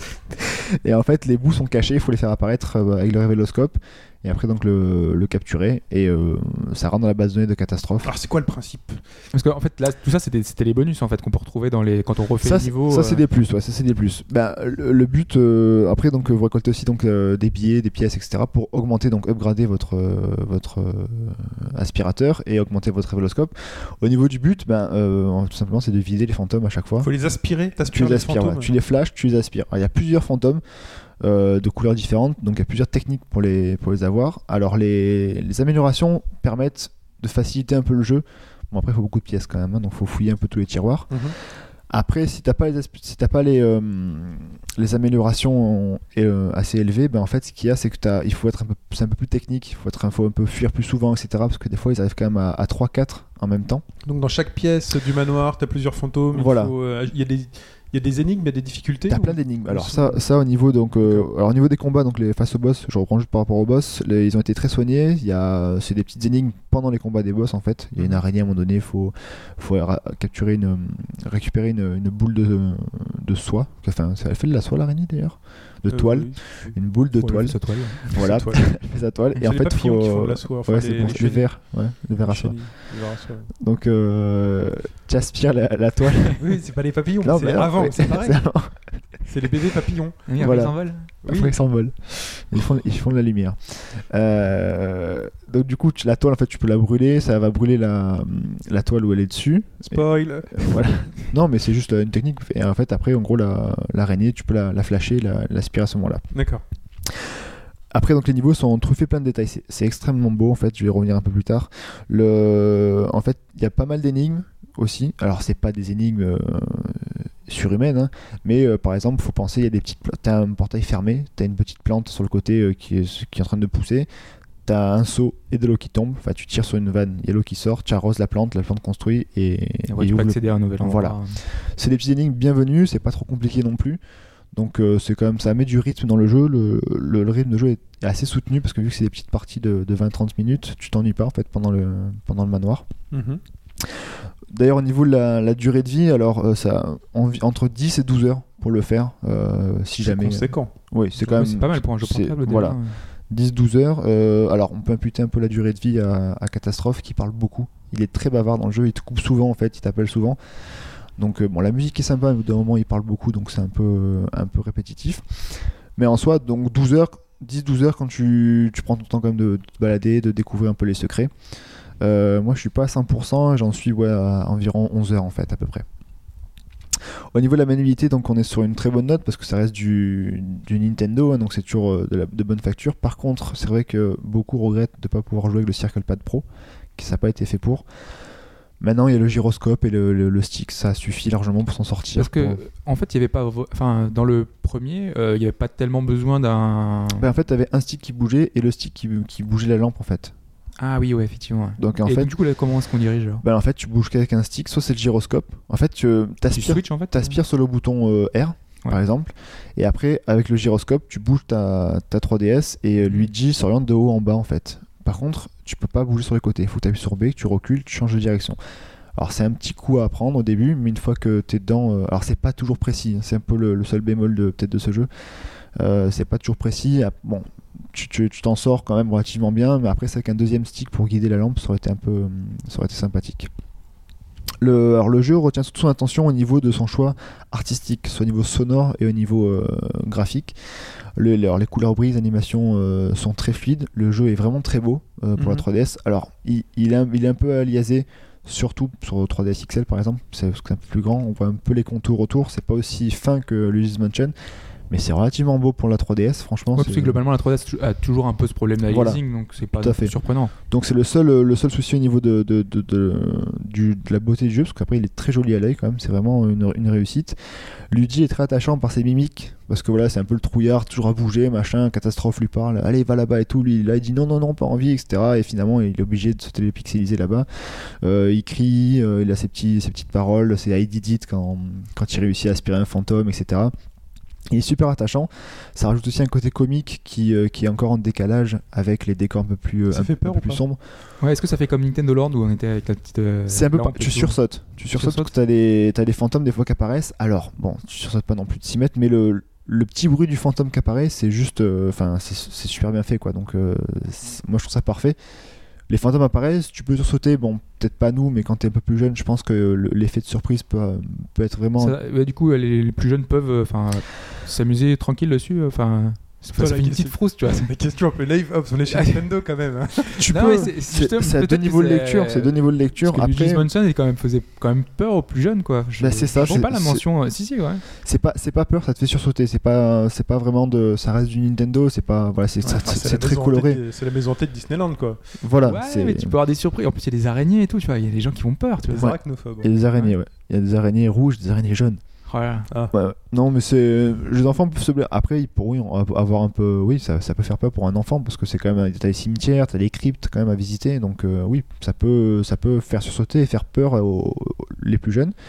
Et en fait, les bouts sont cachés, il faut les faire apparaître euh, avec le révéloscope et après donc le, le capturer et euh, ça rentre dans la base de données de catastrophe. Alors, c'est quoi le principe? Parce qu'en fait, là, tout ça, c'était, c'était les bonus en fait qu'on peut retrouver dans les quand on refait Ça, le c'est- niveau. ça euh, c'est des plus, ouais, ça c'est des plus. Ben, le, le but euh, après donc vous récoltez aussi donc euh, des billets, des pièces, et cetera pour augmenter donc upgrader votre euh, votre euh, aspirateur et augmenter votre révéloscope. Au niveau du but, ben euh, tout simplement c'est de vider les fantômes à chaque fois. Faut les aspirer, Tu t'aspires les les aspires, fantômes. ouais. Tu les flashes, tu les aspires. Alors, il y a plusieurs fantômes euh, de couleurs différentes, donc il y a plusieurs techniques pour les, pour les avoir. Alors les, les améliorations permettent de faciliter un peu le jeu. Bon après il faut beaucoup de pièces quand même, hein, donc il faut fouiller un peu tous les tiroirs. Mhm. Après si t'as pas les, asp- si t'as pas les, euh, les améliorations euh, assez élevées, ben en fait ce qu'il y a c'est que t'as, il faut être un peu, c'est un peu plus technique, il faut, être, faut un peu fuir plus souvent, et cetera. Parce que des fois ils arrivent quand même à, à trois quatre en même temps. Donc, dans chaque pièce du manoir, t'as plusieurs fantômes. il Voilà. faut, euh, Il y a des. Il y a des énigmes, il y a des difficultés. T'as ou- plein d'énigmes. Alors ou- ça, ça au niveau donc, euh, alors au niveau des combats donc les face aux boss, je reprends juste par rapport aux boss, les- ils ont été très soignés. Il y a, c'est des petites énigmes pendant les combats des boss en fait. Il y a une araignée à un moment donné, faut, faut ra- capturer une, récupérer une, une boule de, de soie. Enfin, elle fait de la soie l'araignée d'ailleurs, de Euh, toile, oui. une boule de ouais, toile. sa toile. Voilà, Sa toile. elle fait sa toile. C'est Et en les fait, papillons faut, qui font de la soie, enfin, ouais, les- c'est bon, les le chenilles. verre, ouais, le verre à soie. Chenilles, les verres à soie. Donc euh, tu aspires la, la toile. Oui, c'est pas les papillons, Non, c'est mais non, avant, ouais, c'est pareil. avant. C'est les bébés papillons. Ah oui, Voilà. après, ils s'envolent. Après, Oui. ils s'envolent. Ils font, ils font de la lumière. Euh, donc, du coup, tu- la toile, en fait, tu peux la brûler. Ça va brûler la, la toile où elle est dessus. Spoil. Euh, voilà. Non, mais c'est juste euh, une technique. Et en fait, après, en gros, la, l'araignée, tu peux la, la flasher, la, l'aspirer à ce moment-là. D'accord. Après, donc, les niveaux sont truffés plein de détails. C'est, c'est extrêmement beau, en fait. Je vais y revenir un peu plus tard. Le, en fait, il y a pas mal d'énigmes aussi. Alors, c'est pas des énigmes euh, surhumaines, hein, mais euh, par exemple, faut penser, il y a des petites. pla- T'as un portail fermé, t'as une petite plante sur le côté euh, qui, est, qui est en train de pousser. T'as un seau et de l'eau qui tombe. Enfin, tu tires sur une vanne, il y a l'eau qui sort, tu arroses la plante, la plante construit et, Et après, et tu ouvre peux le- accéder à un nouvel endroit. Voilà. C'est des petites énigmes bienvenues, c'est pas trop compliqué non plus. Donc euh, c'est quand même, ça met du rythme dans le jeu. Le, le, le rythme de jeu est assez soutenu parce que vu que c'est des petites parties de, de vingt à trente minutes, tu t'ennuies pas en fait pendant le, pendant le manoir. Mhm. D'ailleurs au niveau de la, la durée de vie, alors euh, ça envi- entre dix et douze heures pour le faire, euh, si C'est jamais. conséquent. Oui, c'est quand Oui, même. c'est pas mal pour un jeu c'est- portable. déjà. Voilà, dix douze heures. Euh, alors on peut imputer un peu la durée de vie à, à Catastrophe qui parle beaucoup. Il est très bavard dans le jeu, il te coupe souvent en fait, il t'appelle souvent. Donc euh, bon, la musique est sympa, mais au bout d'un moment il parle beaucoup, donc c'est un peu, un peu répétitif. Mais en soi, donc douze heures, dix douze heures quand tu, tu prends ton temps quand même de, de te balader, de découvrir un peu les secrets. Euh, moi je suis pas à cent pour cent, j'en suis ouais, à environ onze heures en fait à peu près. Au niveau de la maniabilité, donc on est sur une très bonne note parce que ça reste du, du Nintendo, hein, donc c'est toujours euh, de, la, de bonne facture. Par contre, c'est vrai que beaucoup regrettent de ne pas pouvoir jouer avec le Circle Pad Pro, qui ça n'a pas été fait pour. Maintenant, il y a le gyroscope et le, le, le stick, ça suffit largement pour s'en sortir. Parce que, pour- en fait, il y avait pas. Enfin, dans le premier, euh, il n'y avait pas tellement besoin d'un. Ben, en fait, tu avais un stick qui bougeait et le stick qui, qui bougeait la lampe en fait. Ah oui, ouais, effectivement. Donc en Et fait, du coup, là, comment est-ce qu'on dirige alors ben, en fait, tu bouges qu'avec un stick, soit c'est le gyroscope. En fait, tu Tu t'aspires, switches en fait t'aspires sur le bouton euh, R. Ouais. Par exemple, et après avec le gyroscope, tu bouges ta, ta trois D S et euh, Luigi s'oriente de haut en bas en fait. Par contre, tu peux pas bouger sur les côtés. Il faut que tu appuies sur B, que tu recules, tu changes de direction. Alors c'est un petit coup à apprendre au début, mais une fois que tu es dedans, euh, alors c'est pas toujours précis, hein, c'est un peu le, le seul bémol de peut-être de ce jeu. Euh, c'est pas toujours précis. Ah, bon, tu, tu, tu t'en sors quand même relativement bien, mais après c'est avec un deuxième stick pour guider la lampe, ça aurait été un peu, ça aurait été sympathique. Le, alors le jeu retient toute son attention au niveau de son choix artistique, soit au niveau sonore et au niveau euh, graphique. Le, alors, les couleurs brises, animations euh, sont très fluides. Le jeu est vraiment très beau euh, pour Mhm. la trois D S. Alors il, il, est, un- il est un peu aliasé, surtout sur trois D S X L par exemple, c'est, parce que c'est un peu plus grand, on voit un peu les contours autour, c'est pas aussi fin que Luigi's Mansion, mais c'est relativement beau pour la trois D S, franchement. Ouais, c'est... parce que globalement la trois D S a toujours un peu ce problème d'aliasing, Voilà. donc c'est pas Tout à fait. surprenant. Donc c'est le seul, le seul souci au niveau de, de, de, de, du, de la beauté du jeu, parce qu'après il est très joli à l'œil quand même, c'est vraiment une, une réussite. Luigi est très attachant par ses mimiques, parce que voilà, c'est un peu le trouillard, toujours à bouger, machin, Catastrophe lui parle, allez va là-bas et tout, lui là il dit non non non pas envie, et cetera. Et finalement il est obligé de se télépixeliser là-bas. Euh, il crie, euh, il a ses, petits, ses petites paroles, c'est I did it quand, quand il réussit à aspirer un fantôme, et cetera. Il est super attachant. Ça rajoute aussi un côté comique qui, euh, qui est encore en décalage avec les décors un peu plus, Ça un fait peu peur ou plus pas sombres. Ouais, est-ce que ça fait comme Nintendo Land où on était avec la petite. euh, C'est un peu lampe pas- et tu tout sursautes. Tu sursautes sursautes parce que t'as des, t'as des fantômes des fois qui apparaissent. Alors, bon, tu sursautes pas non plus de six mètres, mais le, le petit bruit du fantôme qui apparaît, c'est juste. Enfin, c'est, c'est super bien fait quoi. Donc, euh, c'est- moi je trouve ça parfait. Les fantômes apparaissent, tu peux sursauter, bon, peut-être pas nous, mais quand t'es un peu plus jeune, je pense que le- l'effet de surprise peut, euh, peut être vraiment. Ça, ouais, du coup, les, les plus jeunes peuvent euh, enfin s'amuser tranquille dessus. Enfin, ça Voilà, fait une c'est- petite frousse, tu vois. Mais question un peu live, hop, on est chez Nintendo quand même. hein. Tu Non, peux. mais c'est- C'est, justement, c'est à deux peut-être que niveaux de c'est- lecture. C'est deux niveaux de lecture. Parce que Après, Luigi's Mansion il quand même, faisait quand même peur aux plus jeunes, quoi. Je Bah, c'est ça, je c'est- pas la c'est- mention. euh, Si, si, ouais. c'est pas, c'est pas peur, ça te fait sursauter. C'est pas, c'est pas vraiment de. Ça reste du Nintendo. C'est pas. Voilà, c'est, ça- Enfin, c'est, la c'est très maison coloré. hantée- C'est la maison hantée de Disneyland quoi. Voilà. Ouais, c'est... mais tu peux avoir des surprises. En plus, il y a des araignées et tout, tu vois. Il y a des gens qui vont peur, tu Des vois. arachnophobes. Il y a des araignées, ouais. Il y a des araignées rouges, des araignées jaunes. Voilà. Ouais, ouais. Non, mais c'est. Les enfants peuvent se blesser. Après, ils pourront avoir un peu. Oui, ça, ça peut faire peur pour un enfant parce que c'est quand même. T'as les cimetières, t'as les cryptes quand même à visiter. Donc, euh, oui, ça peut, ça peut faire sursauter et faire peur aux, aux- les plus jeunes.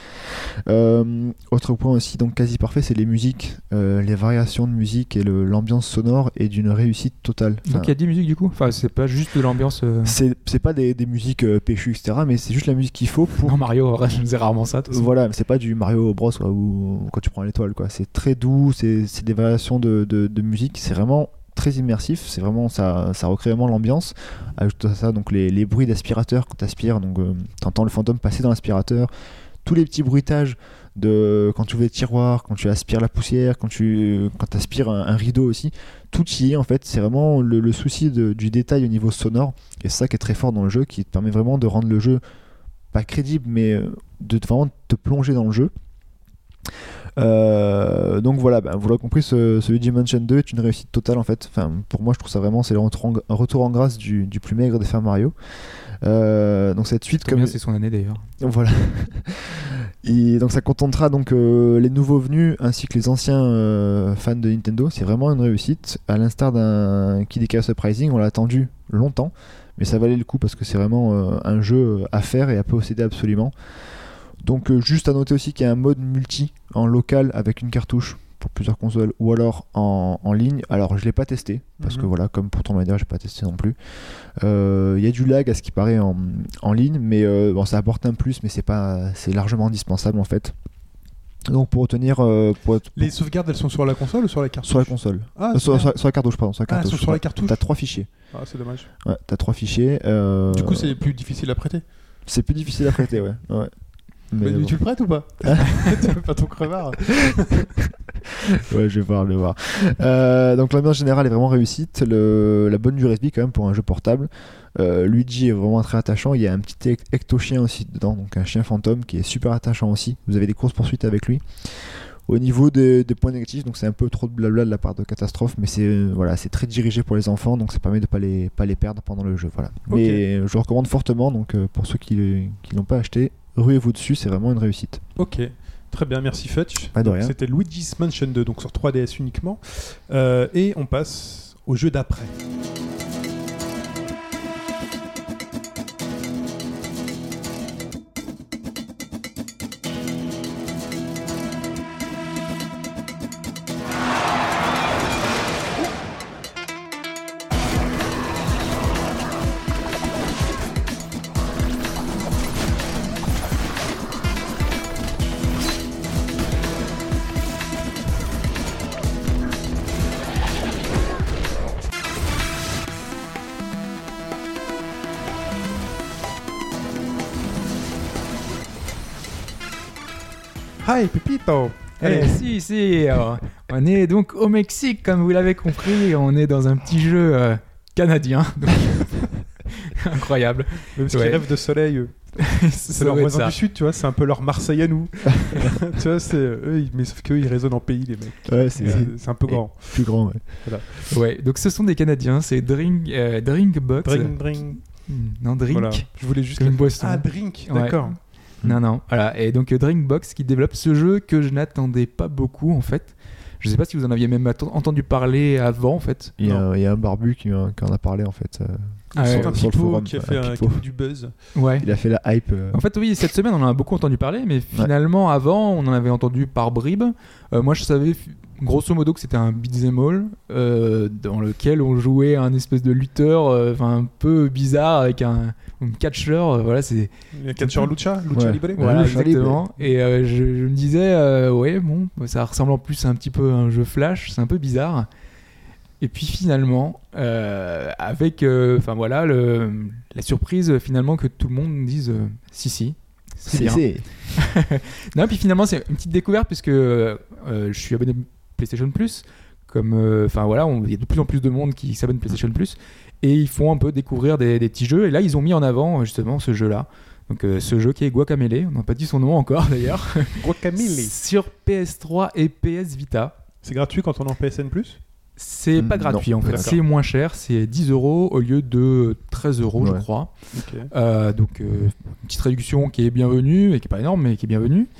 Euh, autre point aussi, donc quasi parfait, c'est les musiques. Euh, les variations de musique et le, l'ambiance sonore est d'une réussite totale. Enfin, Donc il y a dix musiques du coup. Enfin, c'est pas juste de l'ambiance. euh, c'est, c'est pas des, des musiques euh, péchues, et cetera. Mais c'est juste la musique qu'il faut pour. Non, Mario, je faisais rarement ça. de toute façon. Voilà, mais c'est pas du Mario Bros quoi, où quand tu prends l'étoile quoi. C'est très doux, c'est, c'est des variations de, de, de musique, c'est vraiment très immersif, c'est vraiment ça, ça recrée vraiment l'ambiance. Ajoute à ça donc les, les bruits d'aspirateur quand t'aspires, donc euh, t'entends le fantôme passer dans l'aspirateur, tous les petits bruitages de quand tu ouvres les tiroirs, quand tu aspires la poussière, quand tu quand aspires un, un rideau aussi, tout y est en fait. C'est vraiment le, le souci de, du détail au niveau sonore, et c'est ça qui est très fort dans le jeu, qui te permet vraiment de rendre le jeu pas crédible, mais euh, de vraiment te plonger dans le jeu. Euh, donc voilà, bah, vous l'avez compris, ce, ce Luigi Mansion deux est une réussite totale en fait. Enfin, pour moi, je trouve ça vraiment, c'est le retour en, un retour en grâce du, du plus maigre des frères Mario. Euh, donc cette suite, Combien comme c'est son année d'ailleurs. voilà. Et donc ça contentera donc euh, les nouveaux venus ainsi que les anciens euh, fans de Nintendo. C'est vraiment une réussite. À l'instar d'un Kid Icarus Uprising, on l'a attendu longtemps, mais ça valait le coup parce que c'est vraiment euh, un jeu à faire et à posséder absolument. Donc euh, juste à noter aussi qu'il y a un mode multi en local avec une cartouche pour plusieurs consoles ou alors en, en ligne. Alors je l'ai pas testé parce Mhm. que voilà, comme pour Tomb Raider, j'ai pas testé non plus. Euh, Il y a du lag à ce qui paraît en, en ligne, mais euh, bon, ça apporte un plus, mais c'est pas, c'est largement indispensable en fait. Donc pour retenir, euh, pour, pour- Les sauvegardes elles sont sur la console ou sur la cartouche? sur la console, Ah, Euh, c'est sur, bien. sur- sur la cartouche pardon, sur la Ah, elles cartouche. sont sur la Ouais. cartouche. T'as trois fichiers. Ah, c'est dommage. Ouais, t'as trois fichiers. euh, Du coup, c'est plus difficile à prêter. c'est plus difficile à prêter, ouais. ouais. Mais Mais bon. tu le prêtes ou pas? Tu veux pas ton crevard? Ouais, je vais voir, je vais voir. Euh, donc l'ambiance générale est vraiment réussite. Le, la bonne durée de vie quand même pour un jeu portable. Euh, Luigi est vraiment très attachant. Il y a un petit ec- ecto-chien aussi dedans, donc un chien fantôme qui est super attachant aussi. Vous avez des courses poursuites avec lui. Au niveau des, des points négatifs, donc c'est un peu trop de blabla de la part de Catastrophe, mais c'est euh, voilà, c'est très dirigé pour les enfants, donc ça permet de pas les pas les perdre pendant le jeu. Voilà. Ok. Mais je recommande fortement. Donc euh, pour ceux qui qui l'ont pas acheté, ruez-vous dessus, c'est vraiment une réussite. Ok. Très bien, merci Fetch. Pas de rien. C'était Luigi's Mansion deux, donc sur trois D S uniquement. Euh, et on passe au jeu d'après. Hi Pepito. Eh, si, si, euh, on est donc au Mexique, comme vous l'avez compris, on est dans un petit jeu euh, canadien. donc- Incroyable. Même Ouais. qui rêve de soleil. eux. C'est leur voisin du Sud, tu vois, c'est un peu leur Marseille à nous. Tu vois, c'est eux, ils- mais sauf qu'eux, ils résonnent en pays, les mecs. Ouais, c'est C'est c'est un peu grand. plus grand. Ouais. Ouais, donc ce sont des Canadiens, c'est Drink, euh, Drinkbox. Drink, drink. Hmm, Non, Drink. Voilà. Je voulais juste. Comme une boisson. Ah, drink, Ouais. d'accord. Non, non, voilà. Et donc euh, Drinkbox qui développe ce jeu que je n'attendais pas beaucoup en fait. Je sais pas si vous en aviez même atten- entendu parler avant en fait. Il y, a Non. un, il y a un barbu qui, en- qui en a parlé en fait. euh, Ah C'est ouais, un sur le typo forum, qui a ouais, fait un un, typo. qui a fait du buzz. Ouais. Il a fait la hype. euh, En fait, oui, cette semaine, on en a beaucoup entendu parler, mais finalement, avant, on en avait entendu par bribes. Euh, moi, je savais, f- grosso modo, que c'était un beat'em all euh, dans lequel on jouait un espèce de lutteur euh, enfin, un peu bizarre avec un, un catcheur. euh, voilà, c'est Il y a catcheur Lucha, Lucha Ouais. Libre. voilà, Lucha Libre. exactement. Et euh, je, je me disais, euh, ouais, bon, ça ressemble en plus un petit peu à un jeu Flash, c'est un peu bizarre. Et puis finalement, euh, avec, enfin voilà, le, la surprise finalement que tout le monde dise, euh, si si, c'est C'est bien. c'est- Non, puis finalement, c'est une petite découverte puisque euh, je suis abonné PlayStation Plus. Comme, enfin voilà, on- il y a de plus en plus de monde qui s'abonne PlayStation Plus et ils font un peu découvrir des, des petits jeux. Et là, ils ont mis en avant justement ce jeu-là. Donc, euh, ce jeu qui est Guacamelee, on n'a pas dit son nom encore d'ailleurs, Guacamelee. sur P S trois et P S Vita. C'est gratuit quand on est en P S N plus. C'est pas Mm, gratuit non, en fait, d'accord. c'est moins cher, c'est dix euros au lieu de treize euros, je Ouais. crois. Ok. Euh, donc, euh, une petite réduction qui est bienvenue, et qui est pas énorme, mais qui est bienvenue.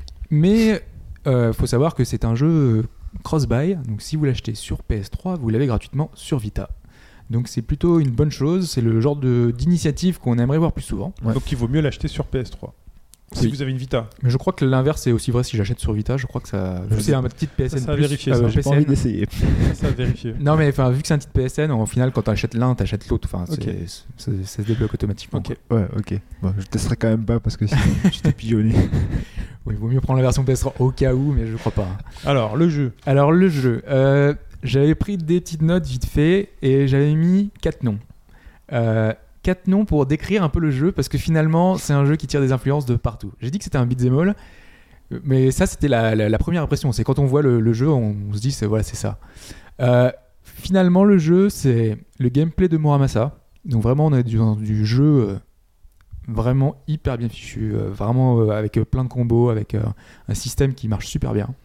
Mais il euh, faut savoir que c'est un jeu euh, cross-buy, donc si vous l'achetez sur P S trois, vous l'avez gratuitement sur Vita. Donc c'est plutôt une bonne chose, c'est le genre de- d'initiative qu'on aimerait voir plus souvent. Ouais. Donc il vaut mieux l'acheter sur P S trois. Si Oui. vous avez une Vita. Mais je crois que l'inverse est aussi vrai si j'achète sur Vita, je crois que ça... Vu que c'est un petite P S N Ça, ça a plus, vérifié, euh, ça. J'ai P C pas N. envie d'essayer. Ça à vérifier. Non mais enfin vu que c'est un titre P S N, au final quand t'achètes l'un, t'achètes l'autre, enfin c'est- Ok. c'est- ça se débloque automatiquement. Ok. Ouais, ok. Bon, je testerai quand même pas parce que sinon je t'ai pigeonné. Oui, il vaut mieux prendre la version P S trois au cas où, mais je crois pas. Alors, le jeu. Alors le jeu, euh, j'avais pris des petites notes vite fait et j'avais mis quatre noms. Euh, quatre noms pour décrire un peu le jeu parce que finalement c'est un jeu qui tire des influences de partout. J'ai dit que c'était un beat'em all, mais ça c'était la, la- la première impression. C'est quand on voit le, le jeu, on, on se dit c'est voilà c'est ça. Euh, finalement le jeu c'est le gameplay de Muramasa. Donc vraiment on a du, du jeu euh, vraiment hyper bien fichu, euh, vraiment euh, avec euh, plein de combos, avec euh, un système qui marche super bien.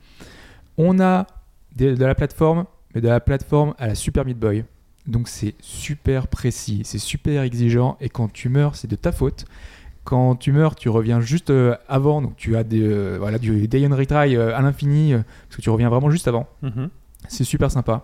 On a de, de la plateforme, mais de la plateforme à la Super Meat Boy. Donc c'est super précis, c'est super exigeant et quand tu meurs, c'est de ta faute. Quand tu meurs, tu reviens juste euh, avant, donc tu as des, euh, voilà, du day and retry euh, à l'infini, euh, parce que tu reviens vraiment juste avant. Mhm. C'est super sympa.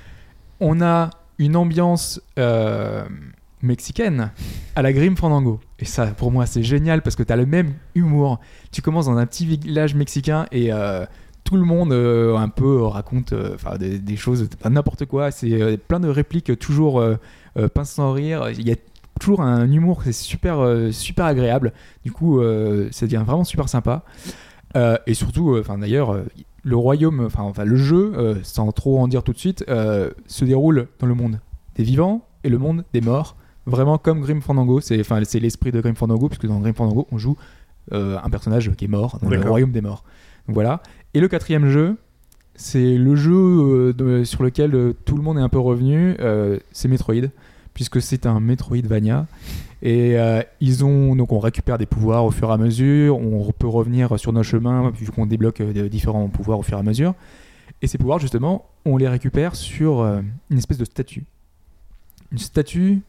On a une ambiance euh, mexicaine à la Grim Fandango. Et ça, pour moi, c'est génial parce que tu as le même humour. Tu commences dans un petit village mexicain et euh, tout le monde euh, un peu raconte euh, enfin, des, des choses, enfin, n'importe quoi. C'est euh, plein de répliques toujours euh, euh, pince sans rire. Il y a toujours un humour, c'est super, euh, super agréable. Du coup, euh, ça devient vraiment super sympa. Euh, et surtout, euh, enfin d'ailleurs, euh, le royaume, enfin enfin, le jeu, euh, sans trop en dire tout de suite, euh, se déroule dans le monde des vivants et le monde des morts. Vraiment comme Grim Fandango, c'est enfin c'est l'esprit de Grim Fandango, puisque dans Grim Fandango, on joue euh, un personnage qui est mort dans le D'accord. royaume des morts. Donc voilà. Et le quatrième jeu, c'est le jeu euh, de- sur lequel euh, tout le monde est un peu revenu, euh, c'est Metroid, puisque c'est un Metroidvania. Et euh, ils ont donc on récupère des pouvoirs au fur et à mesure, on peut revenir sur nos chemins vu qu'on débloque euh, de différents pouvoirs au fur et à mesure. Et ces pouvoirs justement, on les récupère sur euh, une espèce de statue, une statue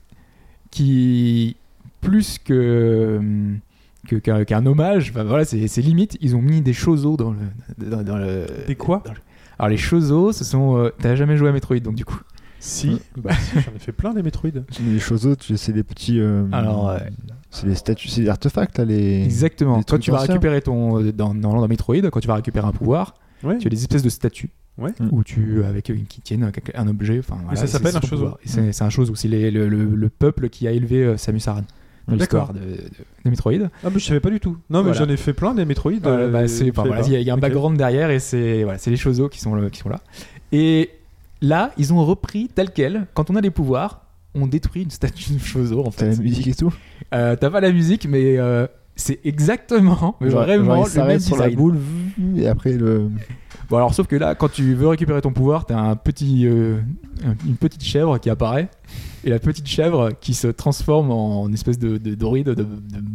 qui plus que que- qu'un, qu'un hommage, enfin voilà, c'est, c'est limite. Ils ont mis des choses dans le dans, dans le. Des quoi dans le- Alors les choses, ce sont. euh, t'as jamais joué à Metroid donc du coup. Si. Bah, si, j'en ai fait plein des Metroid. Les choses autres, c'est des petits. euh, Alors. euh, C'est des statues, c'est des artefacts là, les. Exactement. des Quand trucs tu vas anciens. récupérer ton dans, dans, dans Metroid, quand tu vas récupérer un pouvoir, Ouais. tu as des espèces de statues Ouais. où tu avec qui tiennent un, un objet. Enfin, voilà, ça c'est- s'appelle c'est un ton chose pouvoir. Et C'est, c'est un chose aussi les- le, le, le peuple qui a élevé euh, Samus Aran dans D'accord. l'histoire de, de, de Metroid. Ah, mais je savais pas du tout. Non, mais Voilà. j'en ai fait plein des Metroid. Voilà, euh, bah, c'est, je enfin, savais voilà, pas. il y a- il y a un Ok. background derrière et c'est voilà, c'est les choses qui sont le- qui sont là. Et là, ils ont repris tel quel. Quand on a des pouvoirs, on détruit une statue de Chozo en T'as fait. la musique et tout. Euh, t'as pas la musique, mais euh, c'est exactement, mais Genre- vraiment genre, il le même s'arrête sur la design. boule et après le. Bon alors sauf que là, quand tu veux récupérer ton pouvoir, t'as un petit, euh, un- une petite chèvre qui apparaît et la petite chèvre qui se transforme en espèce de, de droïde, de, de,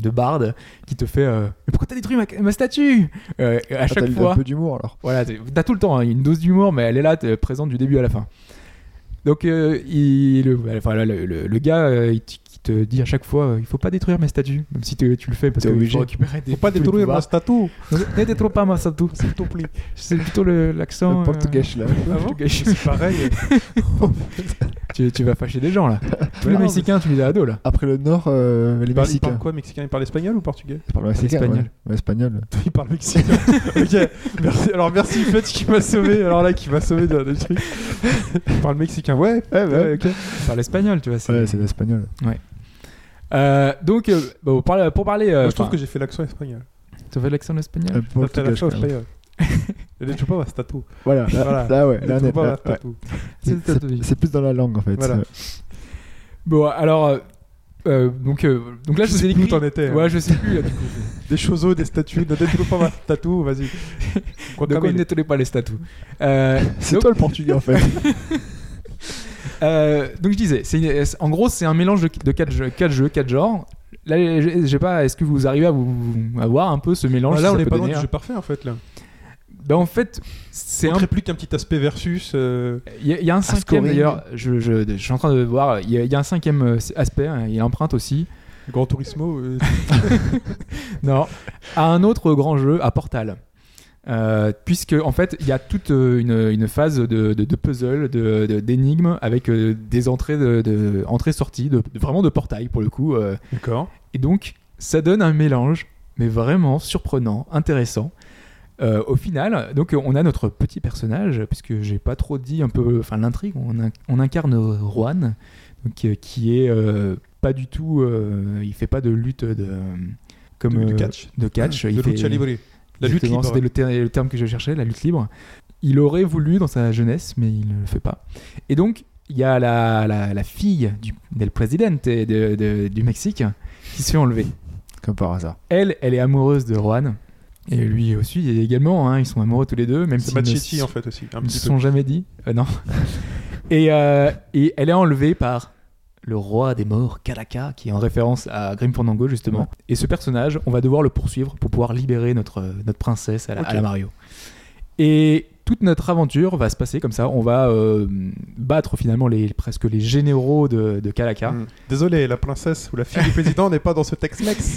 de barde qui te fait euh, mais pourquoi t'as détruit ma, ma statue euh, à Ah, chaque t'as fois un peu d'humour alors. voilà t'es- t'as tout le temps hein, une dose d'humour mais elle est là t'es présente du début à la fin donc euh, il, le, enfin, là, le, le, le gars euh, il, t- qui te dit à chaque fois euh, il faut pas détruire mes statues même si tu tu le fais parce T'es qu'il obligé. faut récupérer des Faut pas tous les détruire pouvoirs. ma statue, Ne détruis pas ma statue s'il te plaît. c'est plutôt le- l'accent Le portugais là. Ah bon portugais. C'est pareil. tu, tu vas fâcher des gens là tous les non, Mexicains tu les as à dos là Après le Nord, euh, les Il parle, il Mexicains. parle quoi, mexicain? Il parle espagnol ou portugais? Il parle mexicain, Espagnol. ouais. Ouais, espagnol. Il parle mexicain. Ok, merci. Alors merci Fetch qui m'a sauvé. Alors là, qui m'a sauvé de- des trucs. Il parle mexicain, ouais. Ouais, ouais. ok. tu parles espagnol tu vois c'est- Ouais, c'est l'espagnol. Euh, donc euh, bon, pour, parler- pour parler euh, Moi, je trouve enfin, que j'ai fait l'accent espagnol. tu fais l'accent espagnol Euh, T'as fait portugais, l'accent quand même. espagnol. Il ne pas ma statue. Voilà, là, Voilà. là, ouais, là, on Il est pas ma là, ouais. statue. C'est- C'est- c'est- C'est plus dans la langue en fait. Voilà. Ouais. Bon, alors, euh, euh, donc, euh, donc là, je, Je vous ai sais plus décrit. où t'en étais, hein. Ouais, je sais plus. Là, du coup. Des choses, des statues. Ne détruis pas ma statue, vas-y. Quoi Donc, comme on il est. n'étonnait pas les statues. Euh, C'est donc, toi le portugais en fait. euh, donc, je disais, c'est une- en gros, c'est un mélange de, de quatre, jeux, quatre jeux, quatre genres. Là, j'ai j'ai pas. Est-ce que vous arrivez à, vous, à voir un peu ce mélange Ah, si là, ça on est peut pas loin donner du un- jeu parfait en fait. Là. Ben, en fait, c'est On un. crée plus qu'un petit aspect versus. euh, Il y, a- il y a un cinquième scoring. d'ailleurs. Je, je, je suis en train de voir. Il y a, il y a un cinquième euh, aspect. Hein, il emprunte aussi. Gran Turismo. euh, Non, à un autre grand jeu, à Portal. Euh, puisque en fait il y a toute euh, une, une phase de, de, de puzzle, de, de- d'énigmes avec euh, des entrées, de, de, entrées-sorties, de, de- vraiment de portail pour le coup. euh. D'accord. Et donc ça donne un mélange, mais vraiment surprenant, intéressant. Euh, au final, donc on a notre petit personnage, puisque j'ai pas trop dit un peu, enfin l'intrigue, on, in- on incarne Juan, donc, euh, qui est euh, pas du tout, euh, il fait pas de lutte de comme De- de euh, catch. de catch, il De fait- lucha libre. La lutte Exactement, libre. c'était le, ter- le terme que je cherchais, la lutte libre. Il aurait voulu dans sa jeunesse, mais il ne le fait pas. Et donc, il y a la, la, la fille du, del presidente de, de- du Mexique qui se fait enlever. Comme par hasard. Elle, elle est amoureuse de Juan. Et lui aussi, et également, hein, ils sont amoureux tous les deux, même C'est s'ils ne Machetti s- en fait aussi. Un ils ne petit se peu. sont jamais dit. Euh, non. et, euh, et elle est enlevée par le roi des morts, Calaca, qui est en référence à Grim Fandango, justement. Ouais. Et ce personnage, on va devoir le poursuivre pour pouvoir libérer notre, notre princesse à la, Ok. à la Mario. Et toute notre aventure va se passer comme ça. On va euh, battre finalement les, presque les généraux de, de Calaca. Mm. Désolé, la princesse ou la fille du président n'est pas dans ce Tex-Mex.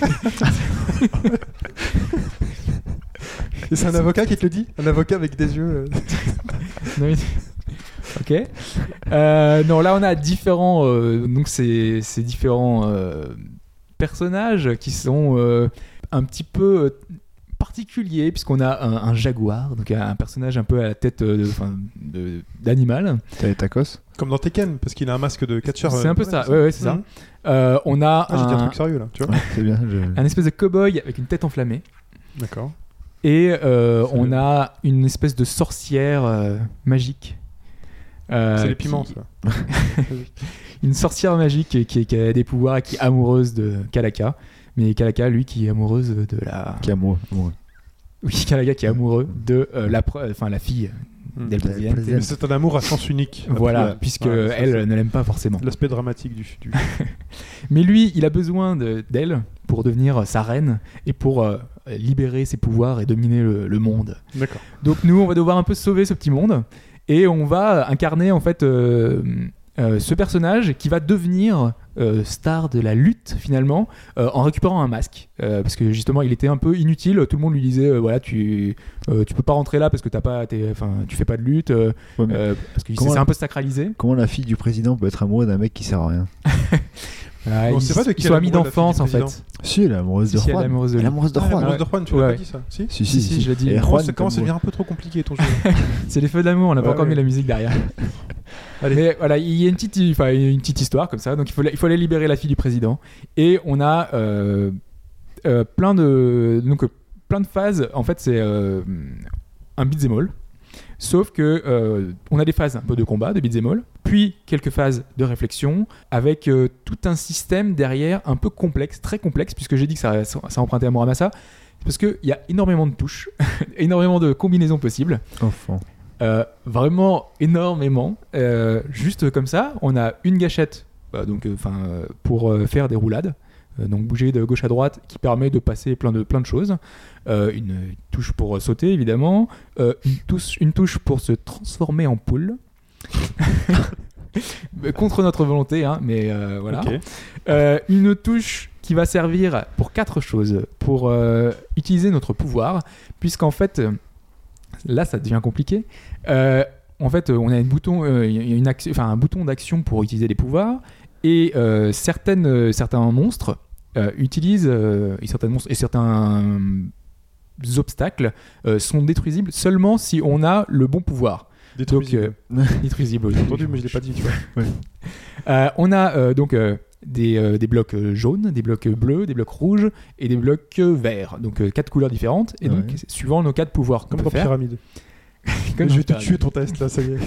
Et c'est un avocat qui te le dit? Un avocat avec des yeux. euh. Non, mais- ok. Euh, non, là on a différents, euh, donc c'est c'est différents euh, personnages qui sont euh, un petit peu euh, particuliers puisqu'on a un, un jaguar, donc un personnage un peu à la tête euh, de- enfin, de- d'animal. T'as les tacos. Comme dans Tekken, parce qu'il a un masque de catcheur. C'est euh, un peu ouais, ça. Ouais, ouais, c'est ça. Mhm. Euh, on a Ah, j'ai dit un un, truc sérieux là, tu vois. Ouais, c'est bien. je- un espèce de cow-boy avec une tête enflammée. D'accord. Et euh, C'est on le- a une espèce de sorcière euh, magique. Euh, C'est les qui- piments, ça. Une sorcière magique qui, qui- qui a des pouvoirs et qui est amoureuse de Calaca. Mais Calaca, lui, qui est amoureuse de la. Qui est amoureux. amoureux. Oui, Calaca qui est amoureux de euh, la, pre- enfin, la fille Mm. d'El Del Presidente. Presidente. Mais c'est un amour à sens unique. Voilà, Après, puisque ouais, ça, elle c'est ne l'aime pas forcément. L'aspect dramatique du. du... Mais lui, il a besoin de- d'elle pour devenir sa reine et pour euh, libérer ses pouvoirs et dominer le, le monde. D'accord. Donc nous, on va devoir un peu sauver ce petit monde et on va incarner en fait euh, euh, ce personnage qui va devenir euh, star de la lutte finalement euh, en récupérant un masque Euh, parce que justement il était un peu inutile. Tout le monde lui disait euh, voilà tu euh, tu peux pas rentrer là parce que t'as pas t'es- enfin tu fais pas de lutte euh, Ouais, mais euh, parce que c'est comment- c'est un peu sacralisé. Comment la fille du président peut être amoureuse d'un mec qui sert à rien? Voilà, On ils, sait pas de ils quel sont amis amoureux la fille d'enfance du en fait. président. Si, elle est amoureuse de Si, elle est Juan. amoureuse de Elle est lui. amoureuse de Ah, Juan. l'amoureuse de Juan, tu l'as Ouais. pas dit ça? Si. Si, Si, si, si, je l'ai dit. Et Comment Juan ça est commence à amoureux. devenir un peu trop compliqué ton jeu. C'est les feux d'amour, on n'a pas Ouais, encore ouais. mis la musique derrière. Allez. Mais voilà, il y a une petite, enfin, une petite histoire comme ça. Donc il faut, il faut aller libérer la fille du président. Et on a euh, euh, plein de, donc euh, plein de phases. En fait, c'est euh, un beat'em all. Sauf que euh, on a des phases un peu de combat, de beat'em all, puis quelques phases de réflexion, avec euh, tout un système derrière un peu complexe, très complexe, puisque j'ai dit que ça, ça, ça empruntait à Muramasa, parce qu'il y a énormément de touches, énormément de combinaisons possibles. Enfant. Euh, vraiment énormément. Euh, juste comme ça, on a une gâchette, bah, donc, euh, 'fin, euh, pour euh, faire des roulades. euh, donc bouger de gauche à droite, qui permet de passer plein de, plein de choses. Euh, une touche pour sauter, évidemment. Euh, une, touche, une touche pour se transformer en poule. Contre notre volonté, hein, mais euh, voilà. Ok. Euh, une touche qui va servir pour quatre choses. Pour euh, utiliser notre pouvoir, puisqu'en fait, euh, là, ça devient compliqué. Euh, en fait, on a une bouton, euh, une action, enfin, un bouton d'action pour utiliser les pouvoirs, et euh, certaines, euh, certains monstres euh, utilisent, euh, et certains monstres et certains euh, obstacles euh, sont détruisibles seulement si on a le bon pouvoir. Détruisible. Donc, euh, détruisible. J'ai entendu, mais je l'ai pas dit, tu vois. Euh, on a euh, donc euh, des, euh, des blocs euh, jaunes, des blocs bleus, des blocs rouges et des blocs euh, verts. Donc euh, quatre couleurs différentes. Et donc, Ouais. suivant nos quatre pouvoirs qu'on Comme peut dans faire. Pyramide. Comme je dans vais te Pyramide. tuer ton test, là, ça y est.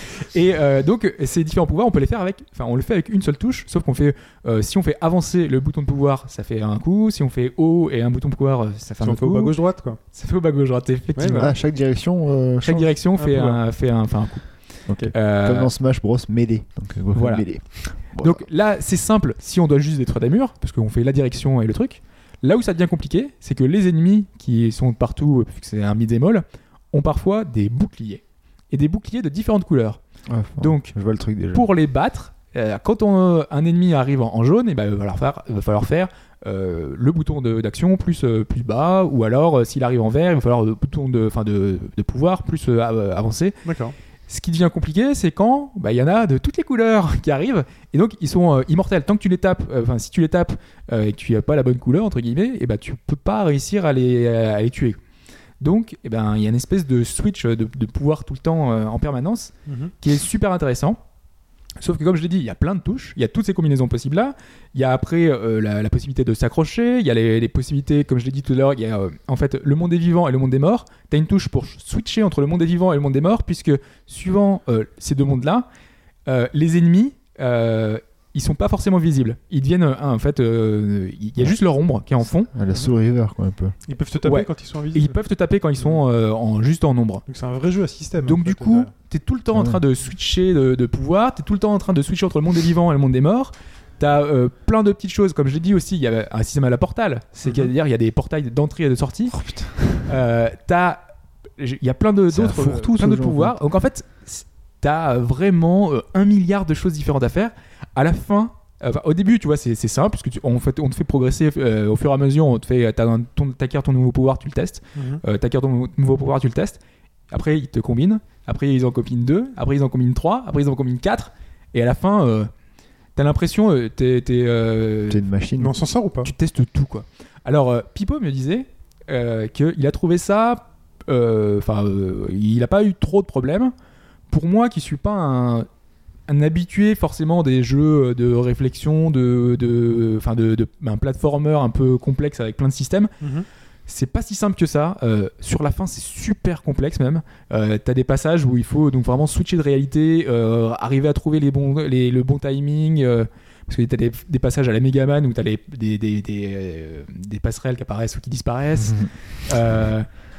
Et euh, donc, ces différents pouvoirs, on peut les faire avec. Enfin, on le fait avec une seule touche. Sauf qu'on fait. Euh, si on fait avancer le bouton de pouvoir, ça fait un coup. Si on fait haut et un bouton de pouvoir, ça fait Si un on autre fait au coup. bas gauche-droite, quoi. Ça fait au bas gauche droite, effectivement. Ouais, Ah, chaque direction. euh, Chaque change. direction Un fait pouvoir. un, fait, un, fait un coup. Ok. Euh, Comme dans Smash Bros. Melee. Donc, euh, vous faites voilà. Melee. Bon, Donc là, c'est simple si on doit juste détruire des murs, parce qu'on fait la direction et le truc. Là où ça devient compliqué, c'est que les ennemis qui sont partout, vu que c'est un beat'em all, ont parfois des boucliers. Et des boucliers de différentes couleurs. ouais, enfin, Donc, je vois le truc déjà. pour les battre, euh, quand on, un ennemi arrive en, en jaune, et ben, il va falloir faire, il va falloir faire euh, le bouton de- d'action plus, euh, plus bas, ou alors euh, s'il arrive en vert, il va falloir le bouton de, enfin, de, de pouvoir plus euh, av- avancer. D'accord. Ce qui devient compliqué, c'est quand bah, il y en a de toutes les couleurs qui arrivent, et donc ils sont euh, immortels. Tant que tu les tapes, enfin si tu les tapes euh, et que tu n'as pas la bonne couleur, entre guillemets, et bah, tu peux pas réussir à les, à les tuer. Donc eh ben, il y a une espèce de switch de, de pouvoir tout le temps euh, en permanence Mhm. qui est super intéressant. Sauf que comme je l'ai dit, il y a plein de touches, il y a toutes ces combinaisons possibles là. Il y a après euh, la, la possibilité de s'accrocher, il y a les, les possibilités, comme je l'ai dit tout à l'heure, il y a euh, en fait le monde des vivants et le monde des morts. Tu as une touche pour switcher entre le monde des vivants et le monde des morts, puisque suivant euh, ces deux mondes-là, euh, les ennemis, euh, ils sont pas forcément visibles. Ils deviennent, euh, en fait, euh, il y a juste leur ombre qui est en fond, Ah, la Soul River, quoi, un peu. Ils peuvent te taper Ouais. quand ils sont et invisibles. ils peuvent te taper quand ils sont euh, en, juste en ombre. Donc c'est un vrai jeu à système. Donc en du fait, coup, euh, t'es tout le temps Ah en train de switcher de, de pouvoir, t'es tout le temps en train de switcher entre le monde des vivants et le monde des morts. T'as euh, plein de petites choses, comme je l'ai dit aussi, il y a un système à la portal, Mhm. c'est-à-dire il y a des portails d'entrée et de sortie. Oh putain. Euh, t'as, il y a plein de C'est un d'autres, fourre-tout, plein ce d'autres jeu, en pouvoirs. Donc en fait, c- t'as vraiment euh, un milliard de choses différentes à faire. À la fin. Enfin, au début, tu vois, c'est, c'est simple, parce que tu, on, fait, on te fait progresser euh, au fur et à mesure. On te fait, t'as un- ton, t'acquiers ton nouveau pouvoir, tu le testes. mhm. Euh, t'acquiers ton nou- nouveau pouvoir, tu le testes. Après, ils te combinent. Après, ils en combinent deux. Après, ils en combinent trois. Après, ils en combinent quatre. Et à la fin, euh, t'as l'impression, euh, t'es, t'es, euh, T'es une machine. Mais on s'en sort ou pas? tu testes tout, quoi. Alors, euh, Pipo me disait euh, qu'il a trouvé ça. Enfin, euh, il n'a pas eu trop de problèmes. Pour moi, qui suis pas un, un habitué forcément des jeux de réflexion, de, de, enfin de, de, un platformer un peu complexe avec plein de systèmes. Mhm. C'est pas si simple que ça. Euh, sur la fin, c'est super complexe même. Euh, t'as des passages où il faut donc vraiment switcher de réalité, euh, arriver à trouver les bons, les, le bon timing. Euh, parce que t'as des, des passages à la Megaman où t'as les, des, des, des, euh, des passerelles qui apparaissent ou qui disparaissent. Mhm. Euh,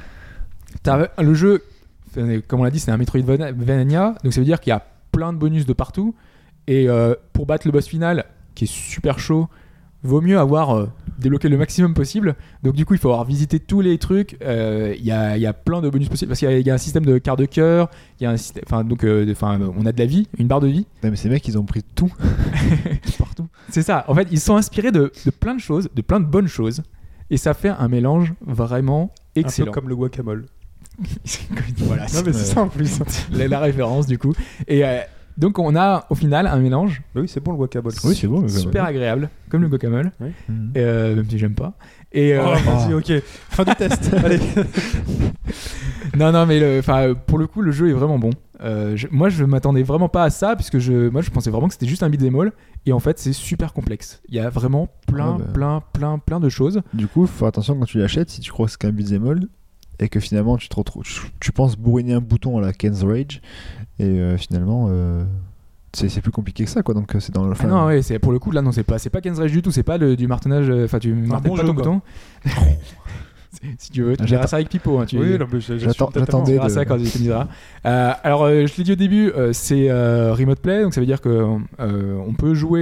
t'as le jeu, comme on l'a dit, c'est un Metroidvania, donc ça veut dire qu'il y a plein de bonus de partout. Et euh, pour battre le boss final, qui est super chaud, vaut mieux avoir euh, débloqué le maximum possible. Donc du coup, il faut avoir visité tous les trucs. Il euh, y, a, y a plein de bonus possibles parce qu'il y, y a un système de quart de cœur. Il y a un système, enfin donc, euh, enfin, on a de la vie, une barre de vie. Non, mais ces mecs, ils ont pris tout. Partout. C'est ça. En fait, ils sont inspirés de, de plein de choses, de plein de bonnes choses, et ça fait un mélange vraiment excellent. Un peu comme le guacamole. Voilà. Non mais c'est ça en plus. la, la référence du coup. Et euh, donc on a au final un mélange Bah oui, c'est bon le guacamole. Oui, c'est bon. le super agréable, comme le guacamole, Mhm. euh, même si j'aime pas. Et euh, Oh, vas-y, ok. Fin du test. Allez. non, non, mais le- enfin, pour le coup, le jeu est vraiment bon. Euh, je- moi, je m'attendais vraiment pas à ça, puisque je, moi, je pensais vraiment que c'était juste un beat'em all, et en fait, c'est super complexe. Il y a vraiment plein, Ouais, bah. plein, plein, plein de choses. Du coup, faut faire attention quand tu l'achètes, si tu crois que c'est qu'un beat'em all et que finalement tu te retrouves, tu, tu penses bourriner un bouton à la Ken's Rage et euh, finalement euh, c'est, c'est plus compliqué que ça quoi. Donc euh, c'est dans le. Ah enfin, non, ouais, c'est pour le coup là, non, c'est pas, c'est pas Ken's Rage du tout, c'est pas le, du martonnage, euh, enfin, tu martèles bon pas jeu, ton quoi. bouton. si tu veux, tu Ah, verras j'attends. ça avec Pipo. Hein, tu Oui, non, mais j'ai- j'ai J'attends- su totalement. j'attendais. Tu verras de- ça quand il te dira. Euh, alors, euh, je l'ai dit au début, euh, c'est euh, Remote Play, donc ça veut dire que euh, on peut jouer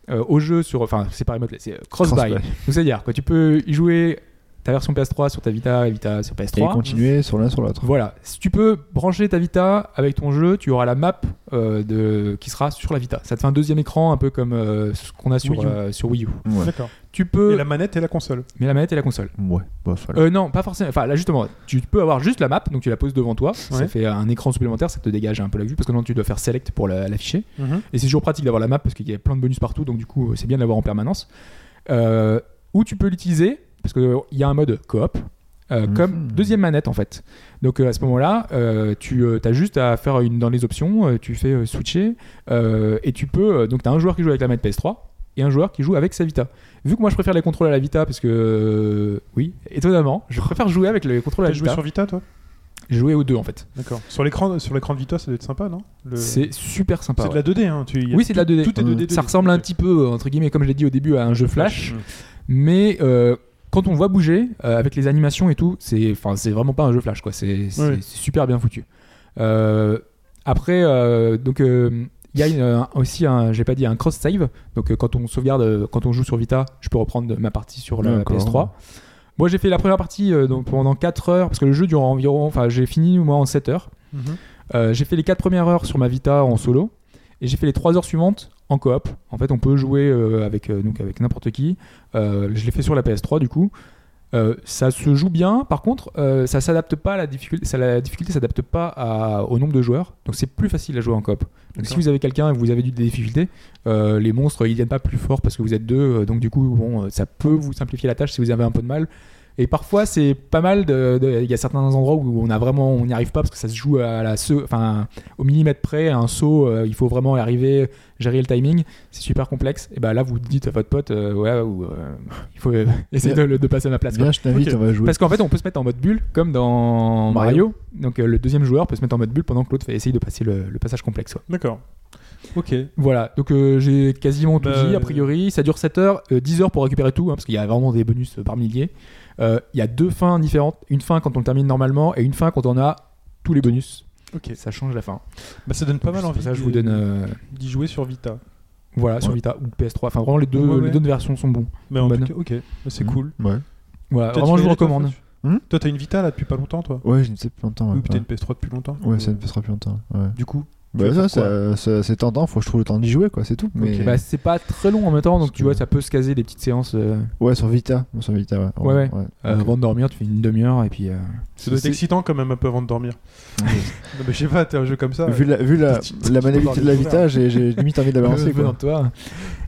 euh, au jeu sur, enfin c'est pas remote, c'est euh, cross-buy. Cross-buy. Donc c'est-à-dire que tu peux y jouer ta version P S trois sur ta Vita et Vita sur P S Et trois. continuer sur l'un sur l'autre. Voilà, si tu peux brancher ta Vita avec ton jeu, tu auras la map euh, de... qui sera sur la Vita. Ça te fait un deuxième écran, un peu comme euh, ce qu'on a sur Wii U. euh, sur Wii U. Ouais. D'accord. Tu peux, Et la manette et la console. mais la manette et la console. Ouais, bof. voilà. Euh, non, pas forcément. Enfin, là justement, tu peux avoir juste la map, donc tu la poses devant toi. Ouais. Ça fait un écran supplémentaire, ça te dégage un peu la vue parce que non, tu dois faire select pour la- l'afficher. Mhm. Et c'est toujours pratique d'avoir la map parce qu'il y a plein de bonus partout, donc du coup, c'est bien de l'avoir en permanence. Euh, ou tu peux l'utiliser parce qu'il y a un mode coop. Euh, Mhm. Comme deuxième manette en fait. Donc euh, à ce moment-là, euh, tu euh, as juste à faire une dans les options, euh, tu fais euh, switcher euh, et tu peux. Euh, donc tu as un joueur qui joue avec la manette P S trois et un joueur qui joue avec sa Vita. Vu que moi je préfère les contrôles à la Vita parce que euh, oui, étonnamment, je préfère jouer avec les contrôles à T'as la joué Vita. sur Vita, toi? J'ai joué aux deux en fait. D'accord. Sur l'écran, sur l'écran de Vita, ça doit être sympa, non? Le- C'est super sympa. C'est de ouais. la deux D, hein. Tu... y a Oui, c'est de la deux D. Tout est deux D. Ça ressemble un petit peu, entre guillemets, comme je l'ai dit au début, à un jeu Flash. Mmh. Mais euh, quand on le voit bouger, euh, avec les animations et tout, c'est, enfin, c'est vraiment pas un jeu Flash, quoi. C'est, c'est, Ouais. c'est super bien foutu. Euh, après, euh, donc, euh, il y a une- un- aussi un, j'ai pas dit, un cross save. Donc, euh, quand on sauvegarde, euh, quand on joue sur Vita, je peux reprendre ma partie sur la D'accord. P S trois. Moi, j'ai fait la première partie euh, donc, pendant quatre heures, parce que le jeu dure environ, enfin, j'ai fini moi en sept heures. Mhm. Euh, j'ai fait les quatre premières heures sur ma Vita en solo et j'ai fait les trois heures suivantes en coop. En fait, on peut jouer euh, avec, euh, donc avec n'importe qui. Euh, je l'ai fait sur la P S trois du coup. Euh, ça se joue bien. Par contre, euh, ça s'adapte pas à la difficulté. Ça, la difficulté s'adapte pas à- au nombre de joueurs. Donc c'est plus facile à jouer en coop. Donc D'accord. si vous avez quelqu'un et que vous avez du- des difficultés, euh, les monstres ils viennent pas plus forts parce que vous êtes deux. euh, donc du coup, bon, euh, ça peut vous simplifier la tâche si vous avez un peu de mal. Et parfois, c'est pas mal. de- de- Il y a certains endroits où on a vraiment, on n'y arrive pas parce que ça se joue à la, se- enfin, au millimètre près. Un saut, euh, il faut vraiment y arriver, gérer le timing. C'est super complexe. Et ben là, vous dites à votre pote, euh, ouais, ou, euh, il faut euh, essayer de, le- de passer à ma place. quoi. Viens, je t'invite, Ok. on va jouer. Parce qu'en fait, on peut se mettre en mode bulle, comme dans Mario. Mario. Donc euh, le deuxième joueur peut se mettre en mode bulle pendant que l'autre fait essayer de passer le, le passage complexe. quoi. D'accord. Ok. Voilà, donc euh, j'ai quasiment tout Bah, dit, a priori. Ça dure sept heures, euh, dix heures pour récupérer tout, hein, parce qu'il y a vraiment des bonus euh, par milliers. Euh, Il y a deux fins différentes, une fin quand on le termine normalement, et une fin quand on a tous les bonus. Ok. Ça change la fin. Bah, ça donne pas mal C'est pour envie ça que je d'y- vous donne, euh, d'y jouer sur Vita. voilà, sur Ouais. Vita ou P S trois. Enfin, vraiment, les deux, Ouais, ouais. les deux versions sont bons. Mais en Bonne. tout cas, ok. Bah, c'est Mhm. cool. Ouais. Voilà, Toi, vraiment, tu je vous l'as, toi, recommande. Fauch Hmm Toi, t'as une Vita là depuis pas longtemps, toi? Ouais, je ne sais plus longtemps. Oui, Ouais, puis t'as une P S trois depuis longtemps. ouais, ça ne passera plus longtemps. Ouais. Du coup, Bah, vas ça, faire ça, ça- c'est tentant, faut que je trouve le temps d'y jouer, quoi, c'est tout. Mais... Ok. Bah, c'est pas très long en même temps, donc Parce tu vois, que- ça peut se caser des petites séances. euh, Ouais, sur Vita. Sur Vita, ouais. Ouais, ouais. Euh, Ok. Avant de dormir, tu fais une demi-heure et puis. euh, ça doit être C'est- excitant quand même un peu avant de dormir. Non, mais je sais pas, t'as un jeu comme ça. Vu la, vu la, Tu- tu- la tu maniabilité peux de la voir les Vita, j'ai j'ai limite envie de la balancer, venant quoi. de toi.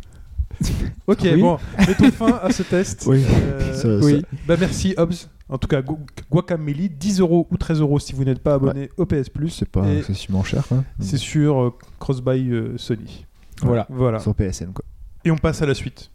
Ok, Oui. bon, mettons fin à ce test. Oui. Euh, Ça- Oui. Bah merci Hobbs. En tout cas, Gu- Guacamelee, dix euros ou treize euros si vous n'êtes pas abonné au P S Plus. C'est pas Et excessivement cher, quoi. c'est sur euh, Cross-Buy euh, Sony. Voilà. Voilà. Sur P S N, quoi. Et on passe à la suite.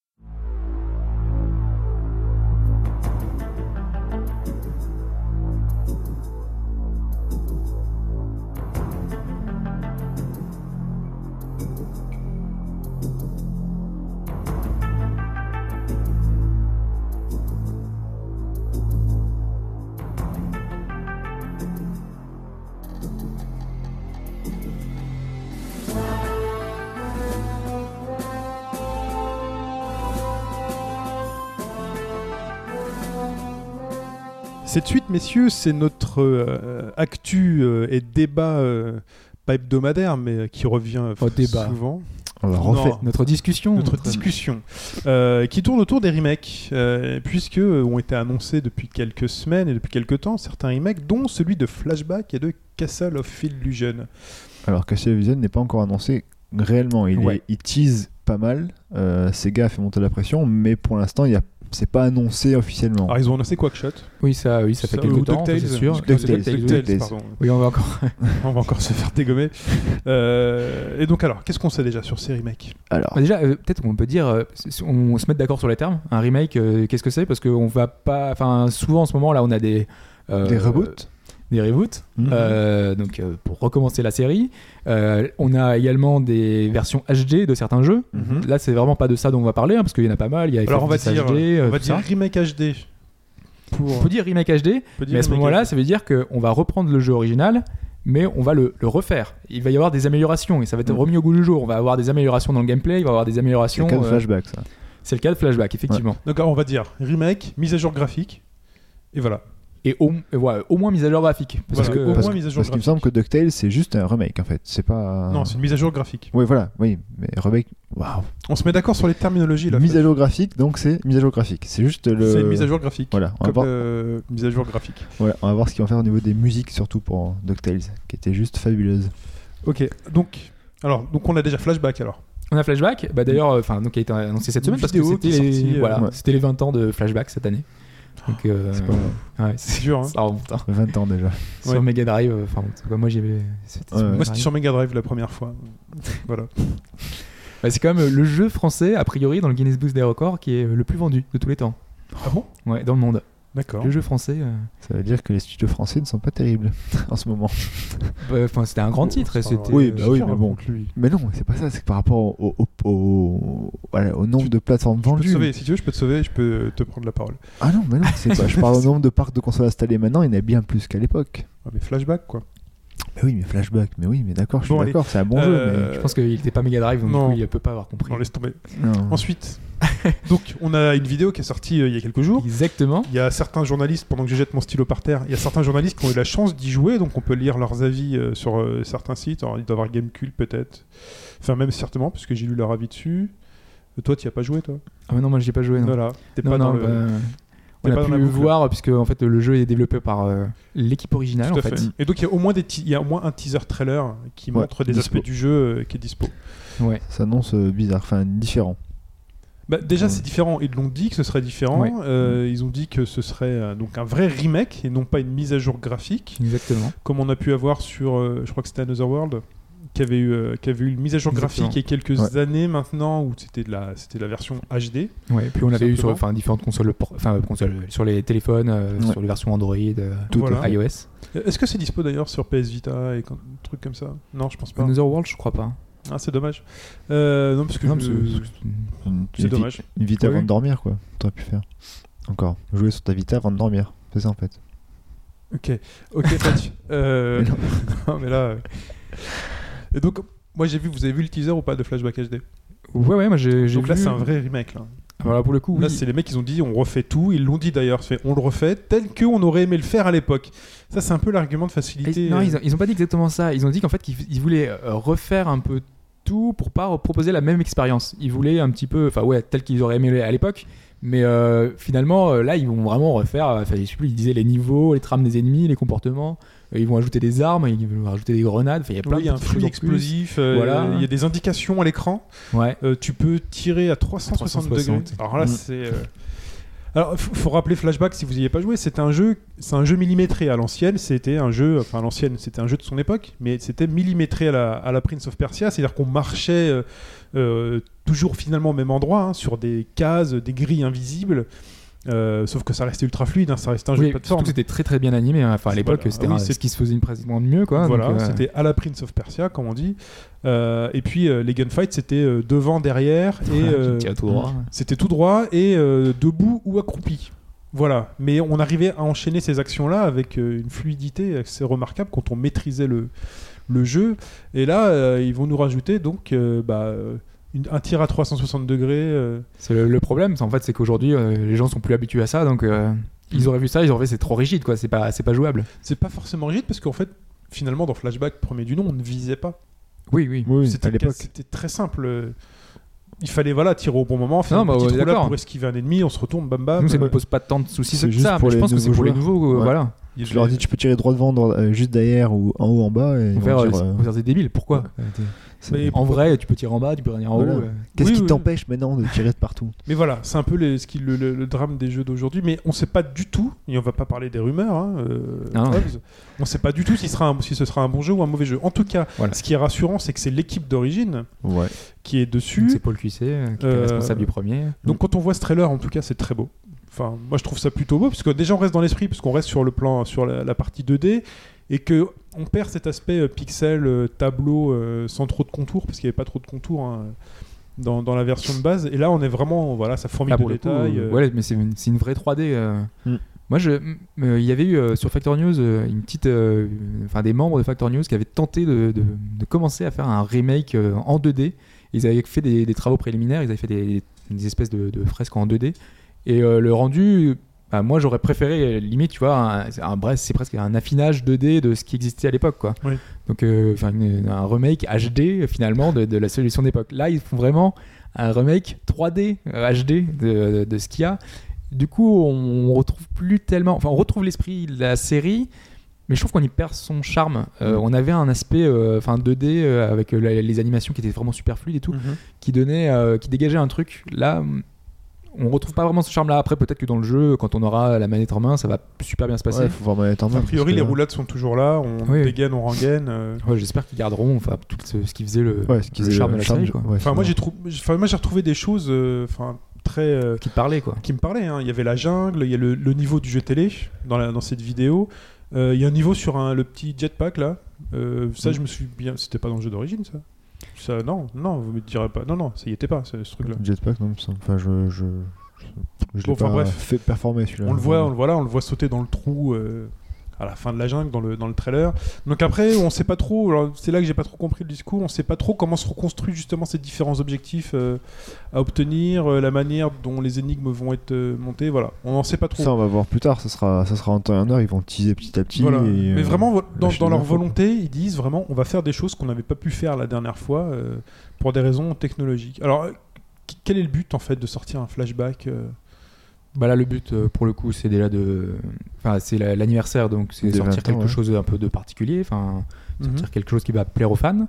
Cette suite, messieurs, c'est notre euh, actu euh, et débat, euh, pas hebdomadaire, mais euh, qui revient euh, Oh, débat. souvent. On va Non. refaire. Notre discussion. Notre discussion, euh, qui tourne autour des remakes, euh, puisque euh, ont été annoncés depuis quelques semaines et depuis quelques temps certains remakes, dont celui de Flashback et de Castle of Illusion. Alors, Castle of Illusion n'est pas encore annoncé réellement. Il, Ouais. est, il tease pas mal. Euh, Sega a fait monter la pression, mais pour l'instant, il y a... c'est pas annoncé officiellement. Alors ils ont annoncé Quackshot. Oui, ça, oui, ça fait ou quelques temps, DuckTales. c'est sûr. DuckTales, DuckTales, oui. DuckTales. DuckTales, pardon. Oui, on va encore. On va encore se faire dégommer. Euh, et donc alors, qu'est-ce qu'on sait déjà sur ces remakes? Alors, Bah, déjà, euh, peut-être qu'on peut dire, euh, si on, on se met d'accord sur les termes. Un remake, euh, qu'est-ce que c'est? Parce qu'on va pas. Enfin, souvent en ce moment, là, on a des. euh, des reboots Des reboots. Mhm. Euh, donc, euh, pour recommencer la série. Euh, on a également des versions H D de certains jeux. Mhm. Là, c'est vraiment pas de ça dont on va parler, hein, parce qu'il y en a pas mal. Il y a Alors on va F F dix dire, H D, euh, on va tout dire ça. remake H D. Pour... On peut dire remake H D, on peut dire mais à ce remake moment-là, H D. ça veut dire qu'on va reprendre le jeu original, mais on va le, le refaire. Il va y avoir des améliorations et ça va être Mm. remis au goût du jour. On va avoir des améliorations dans le gameplay, il va y avoir des C'est améliorations. le cas de euh, Flashback, ça. c'est le cas de Flashback, effectivement. Donc on va dire remake, mise à jour graphique, et voilà. Et au, et voilà, au moins mise à jour graphique. Parce Voilà, que, au parce moins que- mise à jour Parce qu'il me graphique. semble que DuckTales, c'est juste un remake, en fait. C'est pas... Non, c'est une mise à jour graphique. Oui, voilà, oui, mais remake... Waouh. On se met d'accord sur les terminologies là. Mise à jour graphique, donc c'est mise à jour graphique. C'est juste le... C'est une mise à jour graphique. Voilà, on va, Comme voir... euh, mise à jour graphique. voilà, on va voir ce qu'ils vont faire au niveau des musiques, surtout pour DuckTales, qui était juste fabuleuse. Ok, donc, alors, donc on a déjà Flashback alors. On a Flashback, bah d'ailleurs, enfin, donc qui a été annoncé cette Une semaine parce que vidéo c'était qui est les, sortie, euh, voilà, ouais. c'était les vingt ans de Flashback cette année. Donc, euh, C'est pas ouais, C'est dur, hein. ça remonte. hein. vingt ans déjà. Sur Ouais. Mega Drive, euh, enfin, en tout cas, moi j'y avais. C'était Ouais, sur ouais. Mega Moi c'était Drive. sur Mega Drive la première fois. Voilà. Bah, c'est quand même le jeu français, a priori, dans le Guinness Book des records, qui est le plus vendu de tous les temps. Ah bon? Ouais, dans le monde. D'accord. Le jeu français, euh, Ça veut dire que les studios français ne sont pas terribles en ce moment. bah, enfin, c'était un grand titre. et c'est c'était, Oui, euh, bah oui, Qui mais bon. raconte, lui Mais non, c'est pas ça, c'est que par rapport au, au, au, voilà, au nombre Tu- de plateformes Je peux te vendues. sauver, si tu veux, je peux te sauver, je peux te prendre la parole. Ah non, mais non, c'est pas. Je parle au nombre de parcs de consoles installés maintenant, il y en a bien plus qu'à l'époque. Ah, mais Flashback quoi. Mais oui, mais Flashback, mais oui, mais d'accord, je suis Bon, allez. d'accord, c'est un bon Euh, Je pense qu'il n'était pas Mega Drive, donc non. du coup, il peut pas avoir compris. Non, laisse tomber. mais. Non. Ensuite, donc on a une vidéo qui est sortie euh, il y a quelques jours. Exactement. Il y a certains journalistes, pendant que je jette mon stylo par terre, il y a certains journalistes qui ont eu la chance d'y jouer, donc on peut lire leurs avis euh, sur euh, certains sites. Alors, il doit y avoir Gamecube peut-être. Enfin, même certainement, parce que j'ai lu leur avis dessus. Euh, toi, tu n'y as pas joué, toi? Ah, mais non, moi j'y ai pas joué. Non. Voilà. T'es Non, pas non, dans le. bah, t'es on pas a dans pu la le boucle. voir puisque en fait le jeu est développé par euh, l'équipe originale Tout à en fait. fait. Et donc, il y a au moins, des ti- il y a au moins un teaser trailer qui Ouais, montre des dispo. aspects du jeu euh, qui est dispo. Ouais. Ça s'annonce euh, bizarre, enfin différent. Bah, déjà, Ouais. c'est différent. Ils l'ont dit que ce serait différent. Ouais. Euh, ils ont dit que ce serait euh, donc un vrai remake et non pas une mise à jour graphique, Exactement. comme on a pu avoir sur, euh, je crois que c'était Another World, qui avait eu, euh, qui avait eu une mise à jour Exactement. graphique il y a quelques Ouais. années maintenant, où c'était de la, c'était de la version H D. Ouais. Puis on l'avait eu sur Simplement. enfin différentes consoles, por- enfin consoles, sur les téléphones, euh, Ouais. sur les versions Android, euh, Tout Voilà. à fait. iOS. Est-ce que c'est dispo d'ailleurs sur P S Vita et quand- trucs comme ça? Non, je pense pas. Another World, je crois pas. Ah, c'est dommage. Euh, non, parce que Non, je- mais c'est- Une, c'est une dommage. vi- Une Vita Ouais. avant de dormir, quoi. T'aurais pu faire. Encore. Jouer sur ta Vita avant de dormir. C'est ça en fait. Ok, ok, Patch. Euh, Mais non. non, mais là. euh, Et donc, moi j'ai vu, vous avez vu le teaser ou pas de Flashback H D? Ouais, ouais, moi j'ai j'ai Donc là, vu- c'est un vrai remake. Là, Voilà, pour le coup, là oui. c'est les mecs, ils ont dit, on refait tout. Ils l'ont dit d'ailleurs, c'est, on le refait tel qu'on aurait aimé le faire à l'époque. Ça, c'est un peu l'argument de facilité. Et- non, euh, ils ont, ils ont pas dit exactement ça. Ils ont dit qu'en fait, qu'ils ils voulaient euh, refaire un peu tout pour pas proposer la même expérience. Ils voulaient un petit peu, enfin ouais, tel qu'ils auraient aimé à l'époque. Mais euh, finalement, euh, là, ils vont vraiment refaire. euh, Enfin, je sais plus, ils disaient les niveaux, les trames des ennemis, les comportements. Euh, ils vont ajouter des armes, ils vont rajouter des grenades. Enfin, il y a plein oui, il y de a un petits flux trucs en plus. explosif, euh, Voilà. il y a des indications à l'écran. Ouais. Euh, tu peux tirer à trois cent soixante trois cent soixante. degrés. Alors là, Mm. c'est. euh, Alors, faut, faut rappeler Flashback si vous n'y avez pas joué. C'était un jeu, c'est un jeu millimétré à l'ancienne. C'était un jeu, enfin à l'ancienne, c'était un jeu de son époque, mais c'était millimétré à la, à la Prince of Persia. C'est-à-dire qu'on marchait euh, euh, toujours finalement au même endroit, hein, sur des cases, des grilles invisibles. Euh, sauf que ça restait ultra fluide, hein, ça restait un jeu Oui, de surtout plateforme. que c'était très très bien animé. hein. Enfin, à l'époque, Voilà. c'était Ah oui, un- c'est- ce qui se faisait pratiquement de mieux, quoi. Voilà, Donc, euh, c'était à la Prince of Persia, comme on dit. Euh, et puis euh, les gunfights, c'était euh, devant, derrière, et tu euh, tirais tout droit. c'était tout droit et euh, debout ou accroupi. Voilà. Mais on arrivait à enchaîner ces actions-là avec euh, une fluidité assez remarquable quand on maîtrisait le, le jeu. Et là, euh, ils vont nous rajouter donc euh, bah, euh, une- un tir à trois cent soixante degrés. euh, C'est le, le problème, c'est- en fait, c'est qu'aujourd'hui, euh, les gens sont plus habitués à ça, donc euh, ils auraient vu ça, ils auraient fait c'est trop rigide, quoi. C'est pas, c'est pas jouable. C'est pas forcément rigide parce qu'en fait, finalement, dans Flashback, premier du nom, on ne visait pas. Oui, oui. Oui, C'était à l'époque. c'était très simple. Il fallait voilà, tirer au bon moment, faire Non, une bah, petite on est roulade d'accord. pour esquiver un ennemi, on se retourne, bam bam. Nous, ça ne Euh, nous pose pas tant de soucis c'est que juste ça, pour mais je les pense que c'est nouveaux pour les joueurs. nouveaux, euh, Ouais. voilà. il y a Tu leur des- dis tu peux tirer droit devant, droit- euh, juste derrière ou en haut, en bas. Et ils On vont va faire, dire, euh, euh, on va faire des débiles, pourquoi ouais. Euh, t'es- c'est- Mais- En vrai, tu peux tirer en bas, tu peux venir en Voilà. haut. euh. Qu'est-ce Oui, qui oui. t'empêche maintenant de tirer de partout? Mais voilà, c'est un peu les- ce qui, le, le- le drame des jeux d'aujourd'hui. Mais on ne sait pas du tout, et on va pas parler des rumeurs, hein, euh, Ah non. Hobbs. On ne sait pas du tout si, sera un- si ce sera un bon jeu ou un mauvais jeu. En tout cas, Voilà. ce qui est rassurant, c'est que c'est l'équipe d'origine Ouais. qui est Donc, dessus. c'est Paul Cuisset euh, qui est Euh, responsable du premier. Donc quand on voit ce trailer, en tout cas, c'est très beau. Enfin, moi, je trouve ça plutôt beau, parce que déjà, on reste dans l'esprit, parce qu'on reste sur le plan, sur la, la partie deux D, et que on perd cet aspect euh, pixel, euh, tableau, euh, sans trop de contours, parce qu'il n'y avait pas trop de contours hein, dans, dans la version de base. Et là, on est vraiment, voilà, ça fourmille Là, de pour le coup, détails. euh, euh, ouais, mais c'est une, c'est une vraie trois D. euh. Mm. Moi, je, euh, il y avait eu euh, sur Factor News euh, une petite, euh, enfin des membres de Factor News qui avaient tenté de, de, de commencer à faire un remake euh, en deux D. Ils avaient fait des, des travaux préliminaires, ils avaient fait des, des espèces de, de fresques en deux D. Et euh, le rendu, bah, moi j'aurais préféré, limite, tu vois, un, un, bref, c'est presque un affinage deux D de ce qui existait à l'époque, quoi. Oui. Donc, euh, une, un remake H D finalement de, de la solution d'époque. Là, ils font vraiment un remake trois D euh, H D de, de, de ce qu'il y a. Du coup, on retrouve plus tellement, enfin, on retrouve l'esprit de la série. Mais je trouve qu'on y perd son charme. Euh, on avait un aspect euh, deux D euh, avec euh, les animations qui étaient vraiment super fluides et tout, mm-hmm. qui, donnait, euh, qui dégageait un truc. Là, on retrouve pas vraiment ce charme-là. Après, peut-être que dans le jeu, quand on aura la manette en main, ça va super bien se passer. Ouais, faut voir manette en main. A priori, les que... roulades sont toujours là. On oui, dégaine, on rengaine. Euh... Ouais, j'espère qu'ils garderont enfin, tout ce, ce qui faisait le, ouais, ce qui le faisait charme le de la charme série. Du... Quoi. Ouais, enfin, moi, j'ai trou... enfin, moi, j'ai retrouvé des choses... Enfin, très euh, qui te parlaient, quoi. Qui me parlaient. Hein. Il y avait la jungle, il y a le, le niveau du jeu télé dans, la, dans cette vidéo. Il euh, y a un niveau sur un, le petit jetpack là. Euh, ça, mmh. je me suis bien. C'était pas dans le jeu d'origine, ça. Ça, non, non, vous me direz pas. Non, non, ça y était pas, ce, ce truc-là. Jetpack, non, enfin, je, je, je, je bon, l'ai pas bref, fait performer celui-là. On le voit, on le voit là, on le voit sauter dans le trou. Euh, à la fin de la jungle dans le, dans le trailer. Donc après, on sait pas trop, alors c'est là que j'ai pas trop compris le discours, on sait pas trop comment se reconstruit justement ces différents objectifs euh, à obtenir, euh, la manière dont les énigmes vont être euh, montées, voilà. On en sait pas trop. Ça, on va voir plus tard, ça sera, ça sera en temps et en heure, ils vont teaser petit à petit. Voilà. Et, Mais euh, vraiment, dans, dans leur fois, volonté, ils disent vraiment, on va faire des choses qu'on n'avait pas pu faire la dernière fois euh, pour des raisons technologiques. Alors, quel est le but en fait de sortir un flashback euh... Bah là, le but, euh, pour le coup, c'est déjà de... Enfin, c'est la, l'anniversaire, donc c'est de sortir quelque ouais. chose un peu de particulier, enfin, mm-hmm. sortir quelque chose qui va plaire aux fans.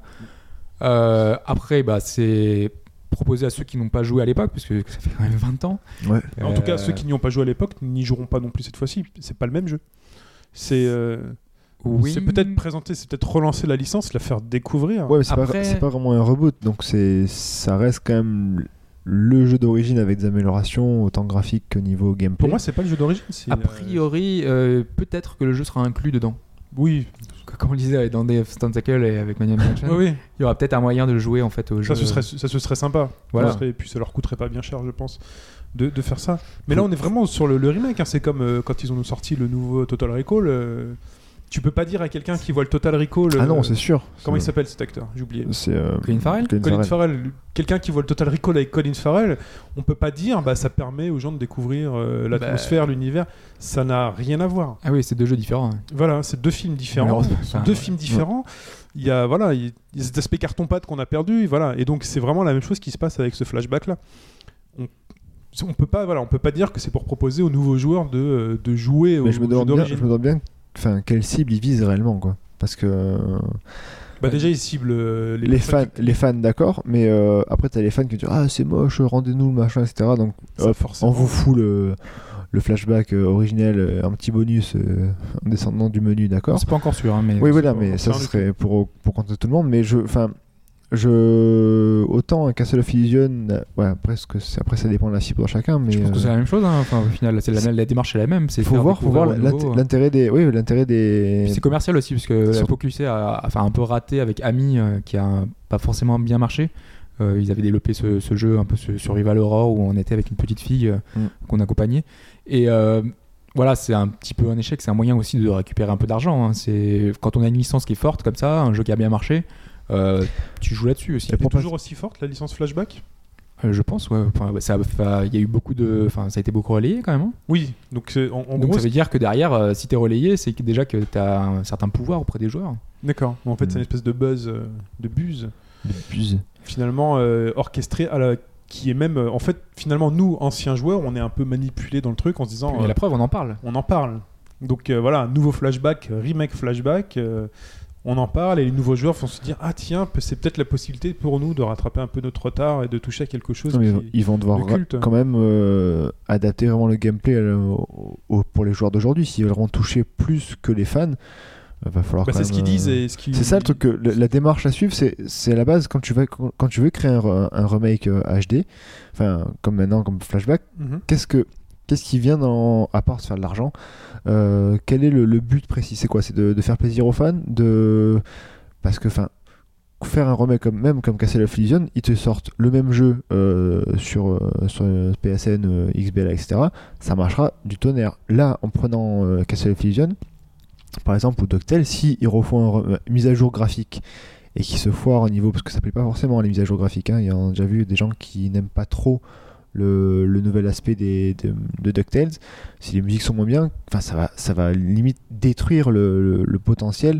Euh, après, bah, c'est proposer à ceux qui n'ont pas joué à l'époque, parce que ça fait quand même vingt ans. Ouais. Euh... En tout cas, ceux qui n'y ont pas joué à l'époque n'y joueront pas non plus cette fois-ci. C'est pas le même jeu. C'est... Euh... Oui. C'est peut-être présenter, c'est peut-être relancer la licence, la faire découvrir. Ouais, mais c'est, après... pas, c'est pas vraiment un reboot, donc c'est, ça reste quand même... le jeu d'origine avec des améliorations autant graphiques que niveau gameplay. Pour moi, c'est pas le jeu d'origine. C'est a priori, euh, peut-être que le jeu sera inclus dedans. Oui. Comme on le disait dans Day of Tentacle et avec Maniac Mansion, oui, oui. il y aura peut-être un moyen de jouer en fait au jeu. Ça, ce serait, ça se serait sympa. Voilà. Ça serait, et puis ça leur coûterait pas bien cher, je pense, de, de faire ça. Mais là, on est vraiment sur le, le remake. Hein. C'est comme euh, quand ils ont sorti le nouveau Total Recall. Euh... Tu peux pas dire à quelqu'un qui voit le Total Recall. Ah non, c'est sûr. Comment c'est... il s'appelle cet acteur ? J'ai oublié. C'est euh... Colin Farrell. Colin, Colin Farrell. Farrell. Quelqu'un qui voit le Total Recall avec Colin Farrell, on peut pas dire bah ça permet aux gens de découvrir euh, l'atmosphère, bah... l'univers. Ça n'a rien à voir. Ah oui, c'est deux jeux différents. Hein. Voilà, c'est deux films différents. Enfin, deux ouais. films différents. Il y a voilà, il y a cet aspect carton-pâte qu'on a perdu. Et voilà, et donc c'est vraiment la même chose qui se passe avec ce flashback là. On... On peut pas, voilà, on peut pas dire que c'est pour proposer aux nouveaux joueurs de, de jouer au Mais je me demande jeu bien, je me demande bien, enfin, quelle cible ils visent réellement, quoi. Parce que. Euh... Bah déjà ils ciblent euh, les, les fans, qui... les fans, d'accord, mais euh, après t'as les fans qui disent ah c'est moche, rendez-nous le machin, et cetera. Donc ça, hop, on vous fout le, le flashback euh, originel, euh, un petit bonus euh, en descendant du menu, d'accord. C'est pas encore sûr, hein, mais. Oui voilà, mais ça serait pour pour contenter tout le monde, mais je, enfin. Je... Autant un Castle of Illusion, ouais, après, c'est... après ça dépend de la cible de chacun, mais je pense que c'est la même chose. Hein. Enfin, au final, c'est la... la démarche est la même. C'est faut voir, faut voir l'int... l'intérêt des, oui, l'intérêt des. Puis c'est commercial aussi parce que Sur... Focus a, enfin, un peu raté avec Ami, euh, qui a pas forcément bien marché. Euh, ils avaient développé ce, ce jeu un peu ce Survival Horror où on était avec une petite fille euh, mm. qu'on accompagnait. Et euh, voilà, c'est un petit peu un échec. C'est un moyen aussi de récupérer un peu d'argent. Hein. C'est quand on a une licence qui est forte comme ça, un jeu qui a bien marché. Euh, tu joues là-dessus aussi. Elle est toujours aussi forte la licence Flashback ? euh, Je pense, ouais. Enfin, ça, il y a eu beaucoup de, enfin, ça a été beaucoup relayé quand même. Hein. Oui, donc c'est, en, en donc gros, ça veut dire que derrière, euh, si t'es relayé, c'est que déjà que t'as un certain pouvoir auprès des joueurs. D'accord. En fait, mmh. c'est une espèce de buzz, euh, de buzz, de buzz. Finalement euh, orchestré à la. Qui est même, euh, en fait, finalement, nous, anciens joueurs, on est un peu manipulés dans le truc en se disant. Et euh, la preuve, on en parle. On en parle. Donc euh, voilà, nouveau flashback, remake flashback. Euh, On en parle et les nouveaux joueurs vont se dire ah tiens c'est peut-être la possibilité pour nous de rattraper un peu notre retard et de toucher à quelque chose. Non, qui, ils vont devoir ra- quand même euh, adapter vraiment le gameplay euh, au, au, pour les joueurs d'aujourd'hui. S'ils veulent toucher plus que les fans, il va falloir. Bah, quand c'est même, ce qu'ils disent et ce qu'ils... C'est ça le truc que le, la démarche à suivre, c'est, c'est à la base quand tu veux quand, quand tu veux créer un, un remake euh, H D, enfin comme maintenant comme Flashback, mm-hmm. qu'est-ce que Qu'est-ce qui vient dans, à part se faire de l'argent, euh, quel est le, le but précis ? C'est quoi ? C'est de, de faire plaisir aux fans, de parce que enfin faire un remake comme, même comme Castle of Illusion, ils te sortent le même jeu euh, sur, euh, sur P S N, euh, X B L A, et cetera. Ça marchera du tonnerre. Là, en prenant euh, Castle of Illusion, par exemple, ou DuckTales, si ils refont une mise à jour graphique et qui se foire au niveau, parce que ça plaît pas forcément les mises à jour graphiques, hein. Il y a déjà vu des gens qui n'aiment pas trop le, le nouvel aspect des, de, de DuckTales. Si les musiques sont moins bien, enfin ça va, ça va limite détruire le, le, le potentiel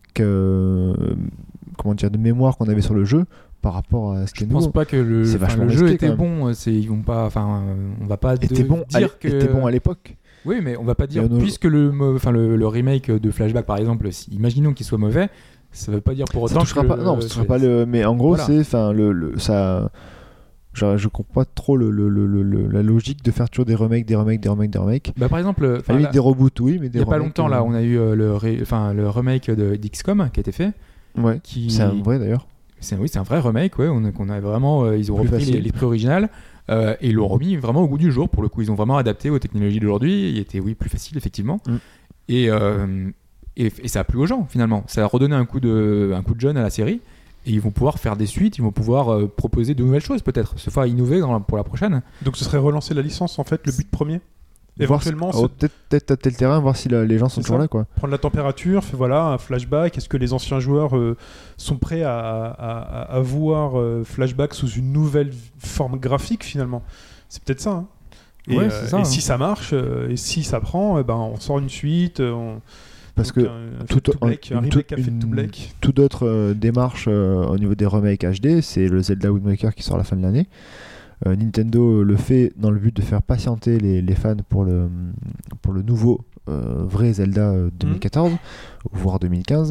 que, comment dire, de mémoire qu'on avait sur le jeu par rapport à ce qui est Je nouveau. pense pas que le, C'est enfin, vachement le jeu risqué, était quand même. bon. C'est, ils vont pas, enfin, on va pas de- était bon, à, dire que. était bon à l'époque. Oui, mais on va pas dire, Et on- puisque le, mo- enfin, le, le remake de Flashback par exemple, si- imaginons qu'il soit mauvais, ça veut pas dire pour Ça autant touchera que pas, le- non, ça touchera c'est- pas le. Mais en gros, Voilà. c'est, enfin, le, le, ça. Genre, je comprends pas trop le, le, le, le- la logique de faire toujours des remakes, des remakes, des remakes, des remakes. Bah, par exemple, À la enfin, limite, là, des reboots, oui, mais des il y a pas remakes, longtemps euh, là, on a eu euh, le, ré- enfin, le remake de d'X COM qui a été fait. Ouais, Qui... c'est un vrai d'ailleurs. C'est, oui, c'est un vrai remake, ouais, on a, qu'on a vraiment, euh, ils ont Plus repris facile. les- l'esprit original euh, et ils l'ont remis vraiment au goût du jour. Pour le coup, ils ont vraiment adapté aux technologies d'aujourd'hui. Il était, oui, plus facile effectivement. Mm. Et, euh, et, et ça a plu aux gens finalement. Ça a redonné un coup de, un coup de jeune à la série. Et ils vont pouvoir faire des suites, ils vont pouvoir euh, proposer de nouvelles choses peut-être, se faire innover dans la- pour la prochaine. Donc ce serait relancer la licence en fait, le but premier. Voir si- Éventuellement, oh, se peut-être, peut-être tâter le terrain, voir si la- les gens sont C'est toujours ça. là, quoi. prendre la température, fait voilà un flashback. Est-ce que les anciens joueurs euh, sont prêts à, à, à- à voir euh, flashback sous une nouvelle forme graphique finalement? C'est peut-être ça. Hein. Et, Ouais, euh, c'est ça, et hein. si ça marche, euh, et si ça prend, eh ben, on sort une suite. euh, On... Parce donc que un, un tout- Fade to Black, une- un remake à une- Fade to Black. toute autre euh, démarche euh, au niveau des remakes H D, c'est le Zelda Wind Waker qui sort à la fin de l'année. Euh, Nintendo le fait dans le but de faire patienter les, les fans pour le, pour le nouveau euh, vrai Zelda euh, deux mille quatorze, voire deux mille quinze.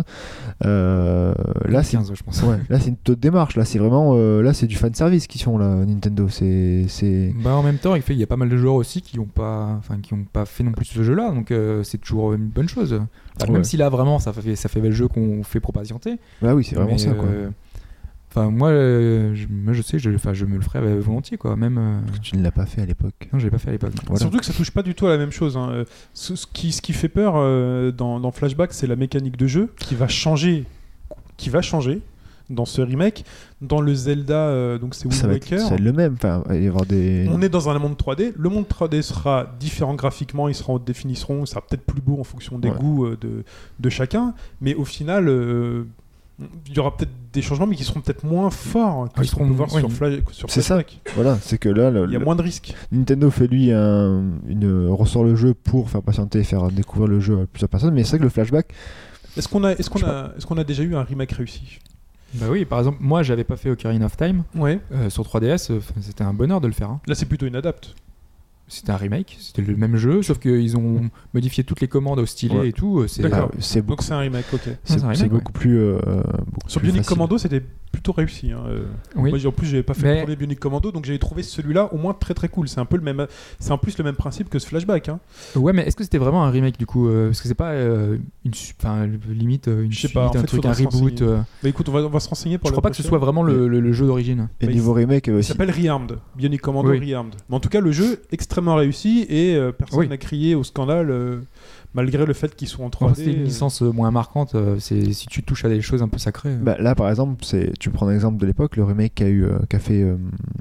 Euh, là, c'est quinze, je pense. ouais, là c'est une autre démarche. Là, c'est vraiment euh, là c'est du fan service qu'ils font là, Nintendo. C'est c'est Bah, en même temps, il fait, il y a pas mal de joueurs aussi qui n'ont pas, enfin, qui ont pas fait non plus ce jeu-là, donc euh, c'est toujours une bonne chose. Enfin, Ouais. Même si là vraiment, ça fait, ça fait le jeu qu'on fait pour patienter. bah oui, c'est vraiment Mais, ça quoi. euh, Enfin, moi, euh, je, moi, je sais, je, enfin, je me le ferais euh, volontiers, quoi. Même. euh, Parce que tu ne l'as pas fait à l'époque. Non, je l'ai pas fait à l'époque. Voilà. Surtout que ça touche pas du tout à la même chose. Hein. Euh, Ce, ce qui, ce qui fait peur euh, dans, dans Flashback, c'est la mécanique de jeu qui va changer, qui va changer dans ce remake. Dans le Zelda, euh, donc c'est Ça Wind va être, Waker. ça va être le même. Enfin, il va y avoir des. On est dans un monde trois D. Le monde trois D sera différent graphiquement, il sera en haute définition, ça sera peut-être plus beau en fonction des Ouais. goûts euh, de, de chacun. Mais au final, euh, il y aura peut-être des changements, mais qui seront peut-être moins forts que Ah, ils ce qu'on seront- peut voir oui. sur, Flash, sur C'est ça. Flashback. Voilà, c'est que là, le- Il y a le- moins de risques. Nintendo fait lui un, une, ressort le jeu pour faire patienter et faire découvrir le jeu à plusieurs personnes, mais c'est vrai que le flashback, Est-ce qu'on a, est-ce qu'on Je sais a, est-ce qu'on a déjà eu un remake réussi? Bah oui, par exemple, moi, j'avais pas fait Ocarina of Time Ouais. euh, sur trois D S. euh, C'était un bonheur de le faire. hein. Là, c'est plutôt une adapte. C'était un remake, c'était le même jeu, sauf qu'ils ont modifié toutes les commandes au stylet Ouais. et tout. euh, C'est D'accord. ah, c'est Donc beaucoup, c'est un remake, ok. c'est, c'est un c'est remake, beaucoup plus. euh, beaucoup Sur plus Bionic facile. Commando, c'était plutôt réussi. Hein. euh. Oui. Moi, j'ai- en plus, j'avais pas fait Mais- le premier Bionic Commando, donc j'avais trouvé celui-là au moins très très cool. C'est un peu le même, c'est en plus le même principe que ce Flashback. Hein. Ouais, mais est-ce que c'était vraiment un remake du coup euh, Parce que c'est pas euh, une, su- enfin, limite euh, une Je sais suite, pas, en un fait, truc, faudra un se reboot. renseigner. euh. Bah écoute, on va, on va se renseigner pour Je la crois pas que ce prochaine. soit vraiment le, le- le jeu d'origine. Et Bah, niveau remake Il aussi. s'appelle Rearmed, Bionic Commando Oui. Rearmed. Mais en tout cas, le jeu extrêmement réussi et euh, personne Oui. n'a crié au scandale euh, malgré le fait qu'ils sont en trois Bon, D. c'était une euh. licence euh, moins marquante. euh, c'est si tu touches à des choses un peu sacrées. euh. Bah, là, par exemple, c'est, tu prends un exemple de l'époque, le remake qu'a, eu, euh, qu'a fait euh,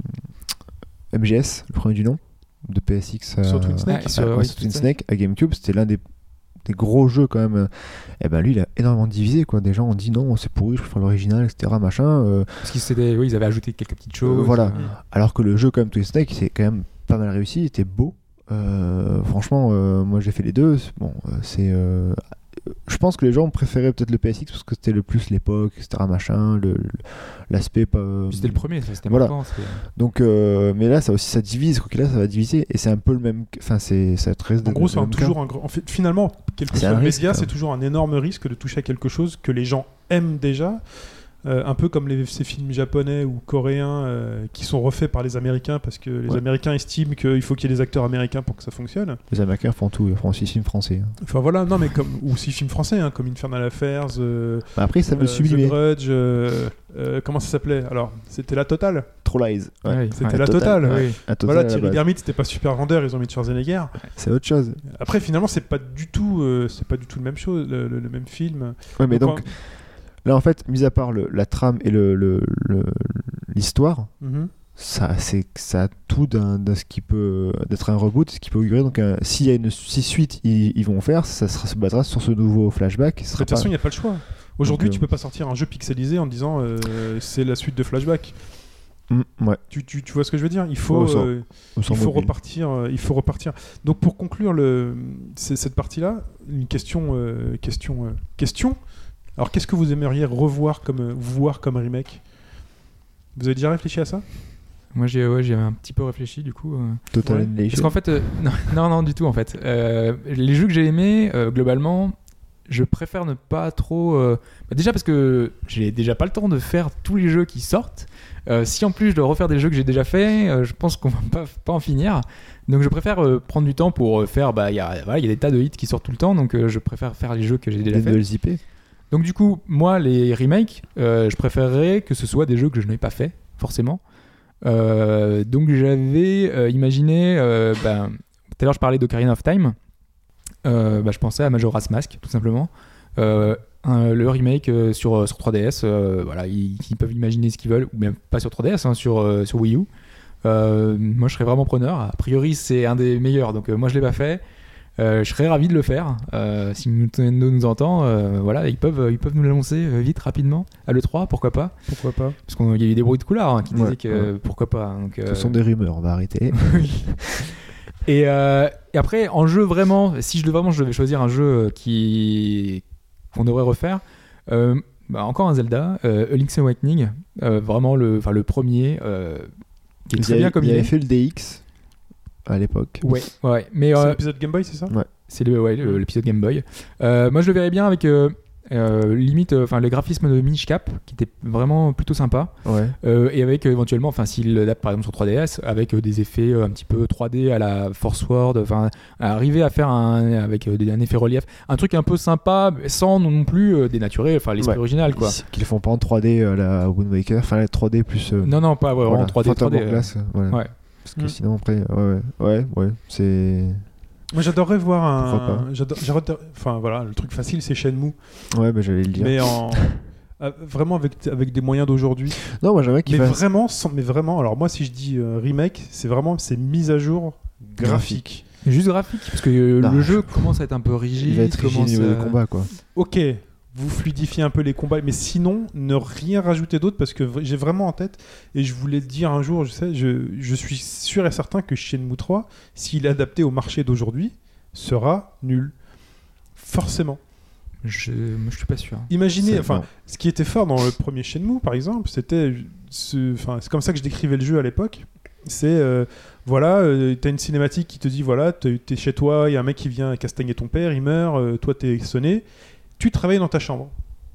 M G S, le premier du nom, de P S X à, Sur Twin Snake. à- Sur- ouais, oui, sur Twin Twin Snake, à GameCube, c'était l'un des, des gros jeux quand même. Et ben lui, il a énormément divisé, quoi. Des gens ont dit non, c'est pourri, je préfère l'original, et cetera. Machin. euh, Parce qu'ils s'étaient- oui, ils avaient ajouté quelques petites choses. Euh, voilà. euh. Alors que le jeu, quand même, Twin Snake, c'est quand même pas mal réussi, il était beau. Euh, franchement, euh, moi j'ai fait les deux. C'est- Bon, euh, c'est. euh, je pense que les gens préféraient peut-être le P S X parce que c'était le plus l'époque, et cetera. Machin, le, le- l'aspect pas. Puis C'était le premier, ça, c'était Voilà. marquant. c'était- Donc, euh, mais là, ça aussi, ça divise. Quoi qu'il a, ça va diviser, et c'est un peu le même. Enfin, c'est ça reste En gros, le c'est un- même toujours cas. un grand. En fait, finalement, quel que C'est soit un le risque, média, quand c'est même. toujours un énorme risque de toucher à quelque chose que les gens aiment déjà. Euh, un peu comme les, ces films japonais ou coréens euh, qui sont refaits par les Américains parce que les Ouais. Américains estiment qu'il faut qu'il y ait des acteurs américains pour que ça fonctionne. Les Américains font tout, ils font aussi films français. hein. Enfin voilà, non mais comme ou aussi films français, hein, comme Infernal Affairs, euh, Bah, après, ça veut euh, le sublimer. The Grudge, euh, euh, comment ça s'appelait? Alors, c'était La Totale. True Lies. Ouais. Ouais, C'était ouais. La Total, Totale. Oui. À total, Voilà, à la Thierry base. Lhermitte, c'était pas super vendeur, ils ont mis Schwarzenegger. C'est autre chose. Après, finalement, c'est pas du tout, euh, c'est pas du tout le même chose, le, le- le même film. Ouais, mais donc, Donc, Là, en fait, mis à part le, la trame et le, le, le- l'histoire, Mhm. ça, c'est, ça a tout d'un, d'un ce qui peut d'être un reboot, ce qui peut augurer. Donc, un- s'il y a une si suite, ils, ils vont faire, ça sera, se basera sur ce nouveau flashback. Ce De sera toute façon, il pas- n'y a pas le choix. Aujourd'hui, Donc, euh, tu peux pas sortir un jeu pixelisé en disant euh, c'est la suite de Flashback. Mm, ouais, Tu, tu, tu vois ce que je veux dire? Il faut, Ouais, ça- euh, on s'en il faut mobile. repartir. euh, il faut repartir. Donc pour conclure le, c'est- cette partie-là, une question, euh, question, euh, question. Alors qu'est-ce que vous aimeriez revoir comme, euh, voir comme remake? Vous avez déjà réfléchi à ça? Moi, j'ai ouais, j'ai un petit peu réfléchi du coup. euh, Total Ouais. Annihilation. Parce qu'en fait, euh, non, non, non, du tout en fait. Euh, les jeux que j'ai aimés, euh, globalement, je préfère ne pas trop. euh, bah, déjà parce que j'ai déjà pas le temps de faire tous les jeux qui sortent. Euh, si en plus je dois refaire des jeux que j'ai déjà fait, euh, je pense qu'on va pas, pas en finir. Donc je préfère euh, prendre du temps pour euh, faire. Bah, il y a voilà, il y a des tas de hits qui sortent tout le temps, donc euh, je préfère faire les jeux que j'ai déjà des fait. nouvelles I P. Donc du coup, moi, les remakes, euh, je préférerais que ce soit des jeux que je n'ai pas fait, forcément. Euh, donc j'avais euh, imaginé, euh, ben, tout à l'heure je parlais d'Ocarina of Time, euh, bah, je pensais à Majora's Mask, tout simplement. Euh, un- le remake euh, sur, sur trois D S, euh, voilà, ils, ils peuvent imaginer ce qu'ils veulent, ou même pas sur trois D S, hein, sur, euh, sur Wii U. Euh, moi je serais vraiment preneur, a priori c'est un des meilleurs, donc euh, moi je l'ai pas fait. Euh, je serais ravi de le faire. Euh, si Nintendo nous entend, euh, voilà, ils peuvent, ils peuvent nous l'annoncer euh, vite, rapidement, à l'E trois, pourquoi pas. Pourquoi pas? Parce qu'il y a eu des bruits de couloir hein, qui disaient Ouais, que ouais. euh, pourquoi pas. Donc, euh, Ce sont des rumeurs, on va arrêter. oui. et, euh, et après, en jeu vraiment, si je, vraiment je devais choisir un jeu qui qu'on devrait refaire, euh, bah, encore un Zelda, euh, A Link's Awakening, euh, vraiment le, enfin, le premier, euh, qui est Il très y bien avait- comme il il avait est. fait le D X à l'époque. Ouais, ouais. Mais C'est euh, l'épisode Game Boy, c'est ça? Ouais. c'est le, ouais, le- l'épisode Game Boy. Euh, moi, je le verrais bien avec euh, euh, limite, enfin, les graphismes de Minish Cap, qui étaient vraiment plutôt sympas. Ouais. Euh, et avec euh, éventuellement, enfin s'il l'adapte par exemple sur trois D S, avec euh, des effets euh, un petit peu trois D à la Force Word, enfin arriver à faire un, avec euh, des, un effet relief, un truc un peu sympa, mais sans non plus euh, dénaturer, enfin l'esprit Ouais. original quoi. Ils- Qu'ils font pas en trois D à la Wind Waker, enfin la trois D plus. euh, Non non pas ouais, vraiment voilà, trois D, Phantom trois D. euh, Hourglass, voilà. ouais. Parce que Mm. sinon après, ouais, ouais, ouais, ouais, c'est. Moi j'adorerais voir Pourquoi un. j'adore- j'adore- Enfin voilà, le truc facile c'est Shenmue. Ouais, bah j'allais le dire. Mais en. euh, Vraiment avec, avec des moyens d'aujourd'hui. Non, moi j'aimerais qu'il Mais fasse. vraiment, sans- mais vraiment, alors moi si je dis euh, remake, c'est vraiment c'est mise à jour graphique. Juste graphique, parce que euh, Non, le je- jeu commence à être un peu rigide. Il va être rigide au commence niveau à- de combat, quoi. Ok, vous fluidifiez un peu les combats, mais sinon ne rien rajouter d'autre parce que v- j'ai vraiment en tête et je voulais te dire un jour, je sais, je, je suis sûr et certain que Shenmue trois, s'il est adapté au marché d'aujourd'hui, sera nul. Forcément. Je, moi, je suis pas sûr. Imaginez, C'est- enfin, non. ce qui était fort dans le premier Shenmue, par exemple, c'était, ce- enfin, c'est comme ça que je décrivais le jeu à l'époque. C'est, euh, voilà, euh, t'as une cinématique qui te dit, voilà, t'es t'es chez toi, il y a un mec qui vient castagner ton père, il meurt, euh, toi t'es sonné, tu travailles dans ta chambre.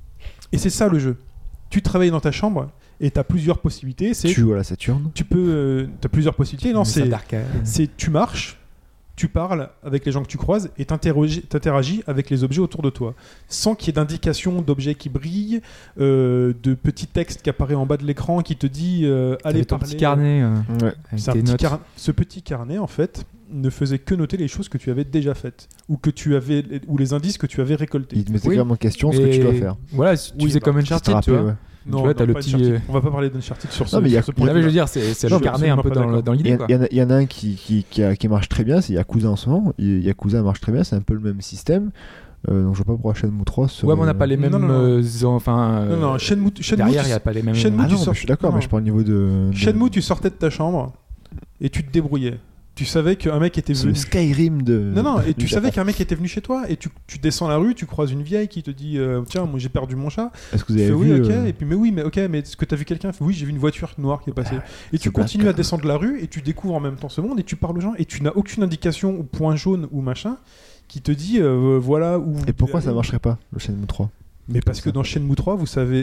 Et c'est ça le jeu. Tu travailles dans ta chambre et t'as plusieurs possibilités. C'est, Tu joues à la Saturne. tu peux, euh, t'as plusieurs possibilités. Non, Mais ça c'est, d'arcade. c'est tu marches, tu parles avec les gens que tu croises et t'interrogi- t'interagis avec les objets autour de toi, sans qu'il y ait d'indication d'objets qui brillent, euh, de petits textes qui apparaissent en bas de l'écran qui te dit euh, allez Avec ton parler. petit carnet euh, Ouais. avec C'est un tes petit notes. car- Ce petit carnet en fait ne faisait que noter les choses que tu avais déjà faites ou que tu avais ou les indices que tu avais récoltés. Il te mettait Oui. quand même en question ce que Et tu dois faire. Voilà, tu Oui, faisais bah, comme Si tu te Uncharted, tu rappelles, vois. ouais. Non, vois, t'as non, le pas petit, Uncharted. euh, On va pas parler d'Uncharted sur ce. Non, mais il y a- sur ce il y Là, mais je veux point-là. dire, c'est c'est Non, le mais carnet un peu absolument pas dans, le- d'accord. dans Il y, l'idée. a- quoi. il y en a- il y en a un qui, qui, qui, a- qui marche très bien, c'est Yakuza en ce moment. Il- Yakuza marche très bien, c'est un peu le même système. Euh, donc je vois pas pourquoi Shenmue trois serait... Ouais, mais on n'a pas les mêmes. Non, non, non. euh, enfin, Non, non, euh, Shenmue, Shenmue, derrière, tu- il n'y a pas les mêmes. Shenmue, Ah tu non, sors- mais je suis d'accord, non. mais je parle au niveau de... de- Shenmue, tu sortais de ta chambre et tu te débrouillais. Tu savais qu'un mec était C'est le venu. Skyrim de... Non, non, et du tu savais Japon. qu'un mec était venu chez toi et tu, tu descends la rue, tu croises une vieille qui te dit euh, tiens, moi j'ai perdu mon chat. Est-ce que vous Tu avez fais vu... oui, ok, euh, et puis mais oui, mais ok, mais est-ce que t'as vu quelqu'un? Oui, j'ai vu une voiture noire qui est passée. Et tu c'est continues pas- à descendre la rue et tu découvres en même temps ce monde et tu parles aux gens et tu n'as aucune indication ou point jaune ou machin qui te dit euh, voilà où. vous Et pourquoi devez ça aller. marcherait pas, le Shenmue trois? Mais parce que dans Shenmue trois, vous savez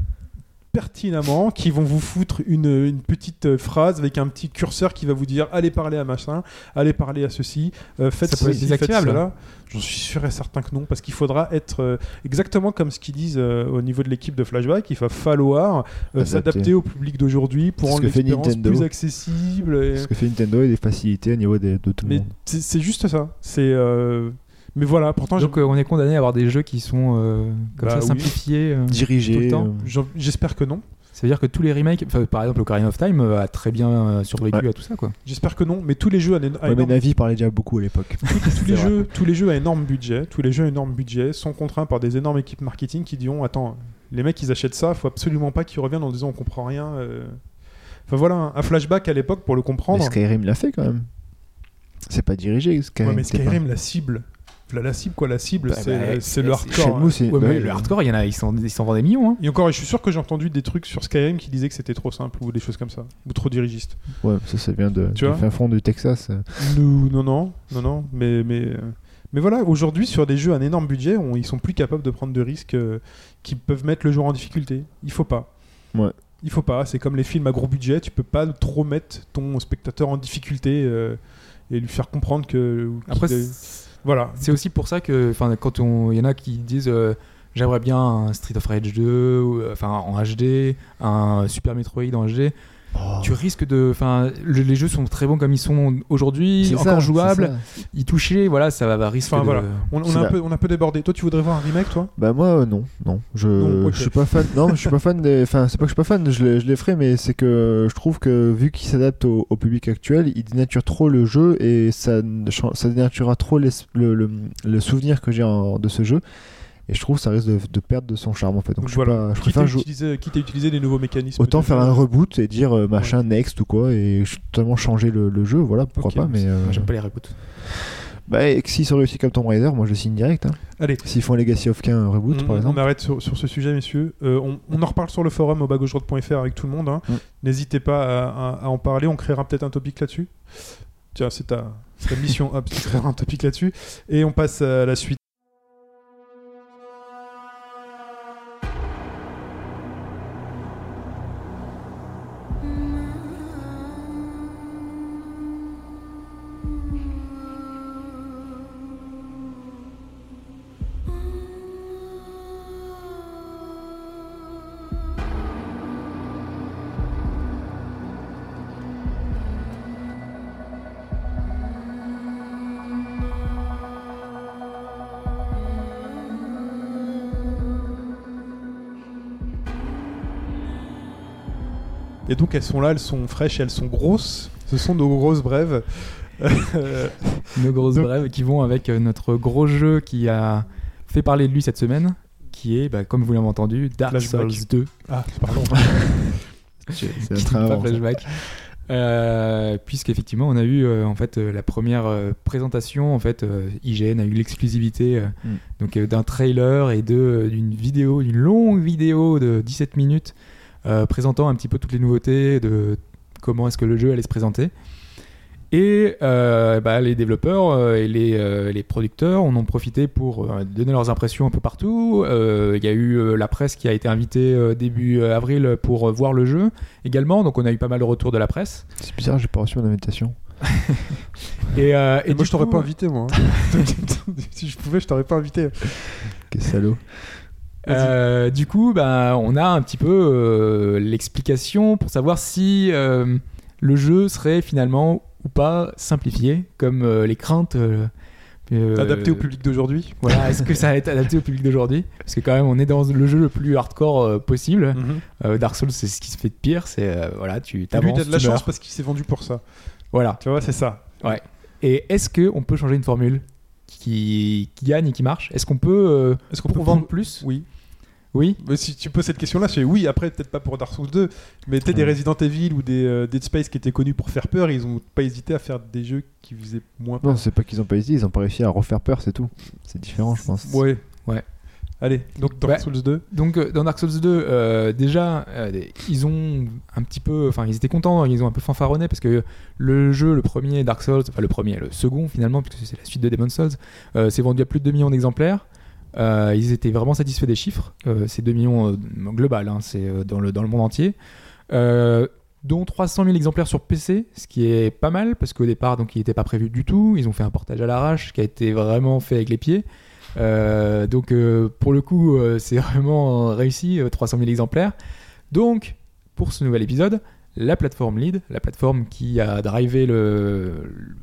pertinemment qu'ils vont vous foutre une, une petite euh, phrase avec un petit curseur qui va vous dire allez parler à machin, allez parler à ceci, euh, faites Ça peut être ceci, faites désactivable. cela. J'en suis sûr et certain que non, parce qu'il faudra être euh, exactement comme ce qu'ils disent euh, au niveau de l'équipe de Flashback, il va falloir euh, Adapter. s'adapter au public d'aujourd'hui pour C'est ce rendre que fait l'expérience Nintendo. plus accessible. et- Ce que fait Nintendo et des facilités au niveau des- de tout le Mais monde. c'est c'est juste ça. C'est euh, mais voilà, pourtant Donc euh, on est condamné à avoir des jeux qui sont euh, comme Bah ça oui. simplifiés. euh, Dirigé. tout le temps. euh, j'en- j'espère que non. Ça veut dire que tous les remakes, enfin, par exemple Ocarina of Time euh, a très bien euh, survécu Ouais. à tout ça, quoi. J'espère que non, mais tous les jeux à, à Ouais, mais énorme- Navi parlait déjà beaucoup à l'époque. tous les vrai. jeux, tous les jeux à énorme budget, tous les jeux à énorme budget sont contraints par des énormes équipes marketing qui diront attends, les mecs ils achètent ça, faut absolument pas qu'ils reviennent en disant on comprend rien. euh. Enfin voilà, un- un flashback à l'époque pour le Mais comprendre. Skyrim l'a fait quand même. C'est pas dirigé, Skyrim. Ouais, mais c'est Skyrim la cible, la, la cible quoi, la cible Bah, c'est bah, c'est c'est- le c'est- hardcore. Shenmue, hein. c'est. Ouais, bah, mais ouais, le hardcore, il y en a, ils s'en, ils s'en vendent des millions. Hein. Et encore, je suis sûr que j'ai entendu des trucs sur Skyrim qui disaient que c'était trop simple ou des choses comme ça, ou trop dirigiste. Ouais, ça, ça vient de, Tu du vois fin fond du Texas. euh. Nous, non, non, non, non, mais, mais, euh, mais voilà, aujourd'hui, sur des jeux à un énorme budget, on- ils sont plus capables de prendre de risques euh, qui peuvent mettre le joueur en difficulté. Il faut pas. Ouais. Il faut pas. C'est comme les films à gros budget, tu peux pas trop mettre ton spectateur en difficulté euh, et lui faire comprendre que. Après, qu'il est- c'est voilà. c'est aussi pour ça que, enfin, quand on, il y en a qui disent, euh, j'aimerais bien un Street of Rage deux, ou, euh, enfin en H D, un Super Metroid en H D. Tu risques de, enfin, le- les jeux sont très bons comme ils sont aujourd'hui, C'est encore ça, jouables. c'est ça. Y toucher, voilà, ça va, va risquer Enfin, de. voilà. On, on C'est a un la- peu, on a un peu débordé. Toi, tu voudrais voir un remake, toi Bah moi euh, non, non, je, Non, ok. je suis pas fan. Non, je suis pas fan des. Enfin, c'est pas que je suis pas fan, je les, je les ferai, mais c'est que je trouve que vu qu'il s'adapte au, au public actuel, il dénature trop le jeu et ça, ne chan- ça dénaturera trop les- le, le, le souvenir que j'ai en- de ce jeu. Et je trouve que ça risque de, de perdre de son charme en fait. Donc, je, suis voilà. pas, je Quitte préfère à jouer. utiliser, quitte à utiliser des nouveaux mécanismes. Autant de faire jeu. un reboot et dire euh, machin next ou quoi et ch- totalement changer le, le jeu, voilà, pourquoi Ok. pas. Mais euh, Moi, j'aime pas les reboots. bah, et que s'ils sont réussis comme Tomb Raider, moi je signe direct. Hein. Allez. S'ils font Legacy of Kain reboot On, par on exemple. arrête sur, sur ce sujet, messieurs. Euh, on, on en reparle sur le forum au bas gauche droite point f r avec tout le monde. hein. Mm. N'hésitez pas à, à- à en parler. On créera peut-être un topic là-dessus. Tiens, c'est ta, c'est ta mission. Hop, tu créeras un topic là-dessus. Et on passe à la suite. Et donc elles sont là, elles sont fraîches, elles sont grosses. Ce sont nos grosses brèves. Euh, Nos grosses Donc- brèves qui vont avec euh, notre gros jeu qui a fait parler de lui cette semaine, qui est, bah, comme vous l'avez entendu, Dark Flashback. Souls deux. Ah, pardon. C'est un Qui train n'est pas avant, ça. Flashback. Euh, puisqu'effectivement on a eu euh, en fait euh, la première euh, présentation en fait euh, I G N a eu l'exclusivité euh, Mm. donc euh, d'un trailer et de euh, d'une vidéo, d'une longue vidéo de dix-sept minutes euh, présentant un petit peu toutes les nouveautés de comment est-ce que le jeu allait se présenter. Et euh, bah, les développeurs euh, et les, euh, les producteurs en ont profité pour euh, donner leurs impressions un peu partout. Euh, Il y a eu euh, la presse qui a été invitée euh, début euh, avril pour euh, voir le jeu également. Donc on a eu pas mal de retours de la presse. C'est bizarre, j'ai pas reçu mon invitation. Et, euh, et Et moi, du je t'aurais coup, pas invité, moi. hein. Si je pouvais, je t'aurais pas invité. Quel salaud. Euh, du coup, bah, on a un petit peu euh, l'explication pour savoir si euh, le jeu serait finalement ou pas simplifié, comme euh, les craintes. euh, euh, Adapté au public d'aujourd'hui. Voilà, est-ce que ça va être adapté au public d'aujourd'hui? Parce que quand même, on est dans le jeu le plus hardcore euh, possible. Mhm. Euh, Dark Souls, c'est ce qui se fait de pire. C'est euh, voilà, tu Et lui, t'avances, il a de la tu chance meurs. parce qu'il s'est vendu pour ça. Voilà. Tu vois, c'est ça. Et est-ce que on peut changer une formule qui, qui gagne et qui marche? Est-ce qu'on peut euh, Est-ce qu'on pour peut vendre plus? Oui. Oui. Mais si tu poses cette question-là, c'est oui. Après, peut-être pas pour Dark Souls deux, mais peut-être des Ouais. Resident Evil ou des euh, Dead Space qui étaient connus pour faire peur, ils ont pas hésité à faire des jeux qui faisaient moins peur. Non, c'est pas qu'ils ont pas hésité, ils ont pas réussi à refaire peur, c'est tout. C'est différent, je pense. Ouais. Ouais. Allez, donc Dark Ouais. Souls deux. Donc euh, dans Dark Souls deux, euh, déjà, euh, des- ils ont un petit peu, enfin ils étaient contents, ils ont un peu fanfaronné parce que le jeu, le premier Dark Souls, enfin le premier, le second finalement, puisque c'est la suite de Demon's Souls, euh, s'est vendu à plus de deux millions d'exemplaires. Euh, ils étaient vraiment satisfaits des chiffres, euh, c'est deux millions euh, global, hein, c'est euh, dans, le, dans le monde entier, euh, dont trois cent mille exemplaires sur P C, ce qui est pas mal parce qu'au départ, donc il n'était pas prévu du tout. Ils ont fait un portage à l'arrache qui a été vraiment fait avec les pieds. Euh, donc euh, pour le coup euh, c'est vraiment réussi, euh, trois cent mille exemplaires. Donc pour ce nouvel épisode, la plateforme lead, la plateforme qui a drivé le,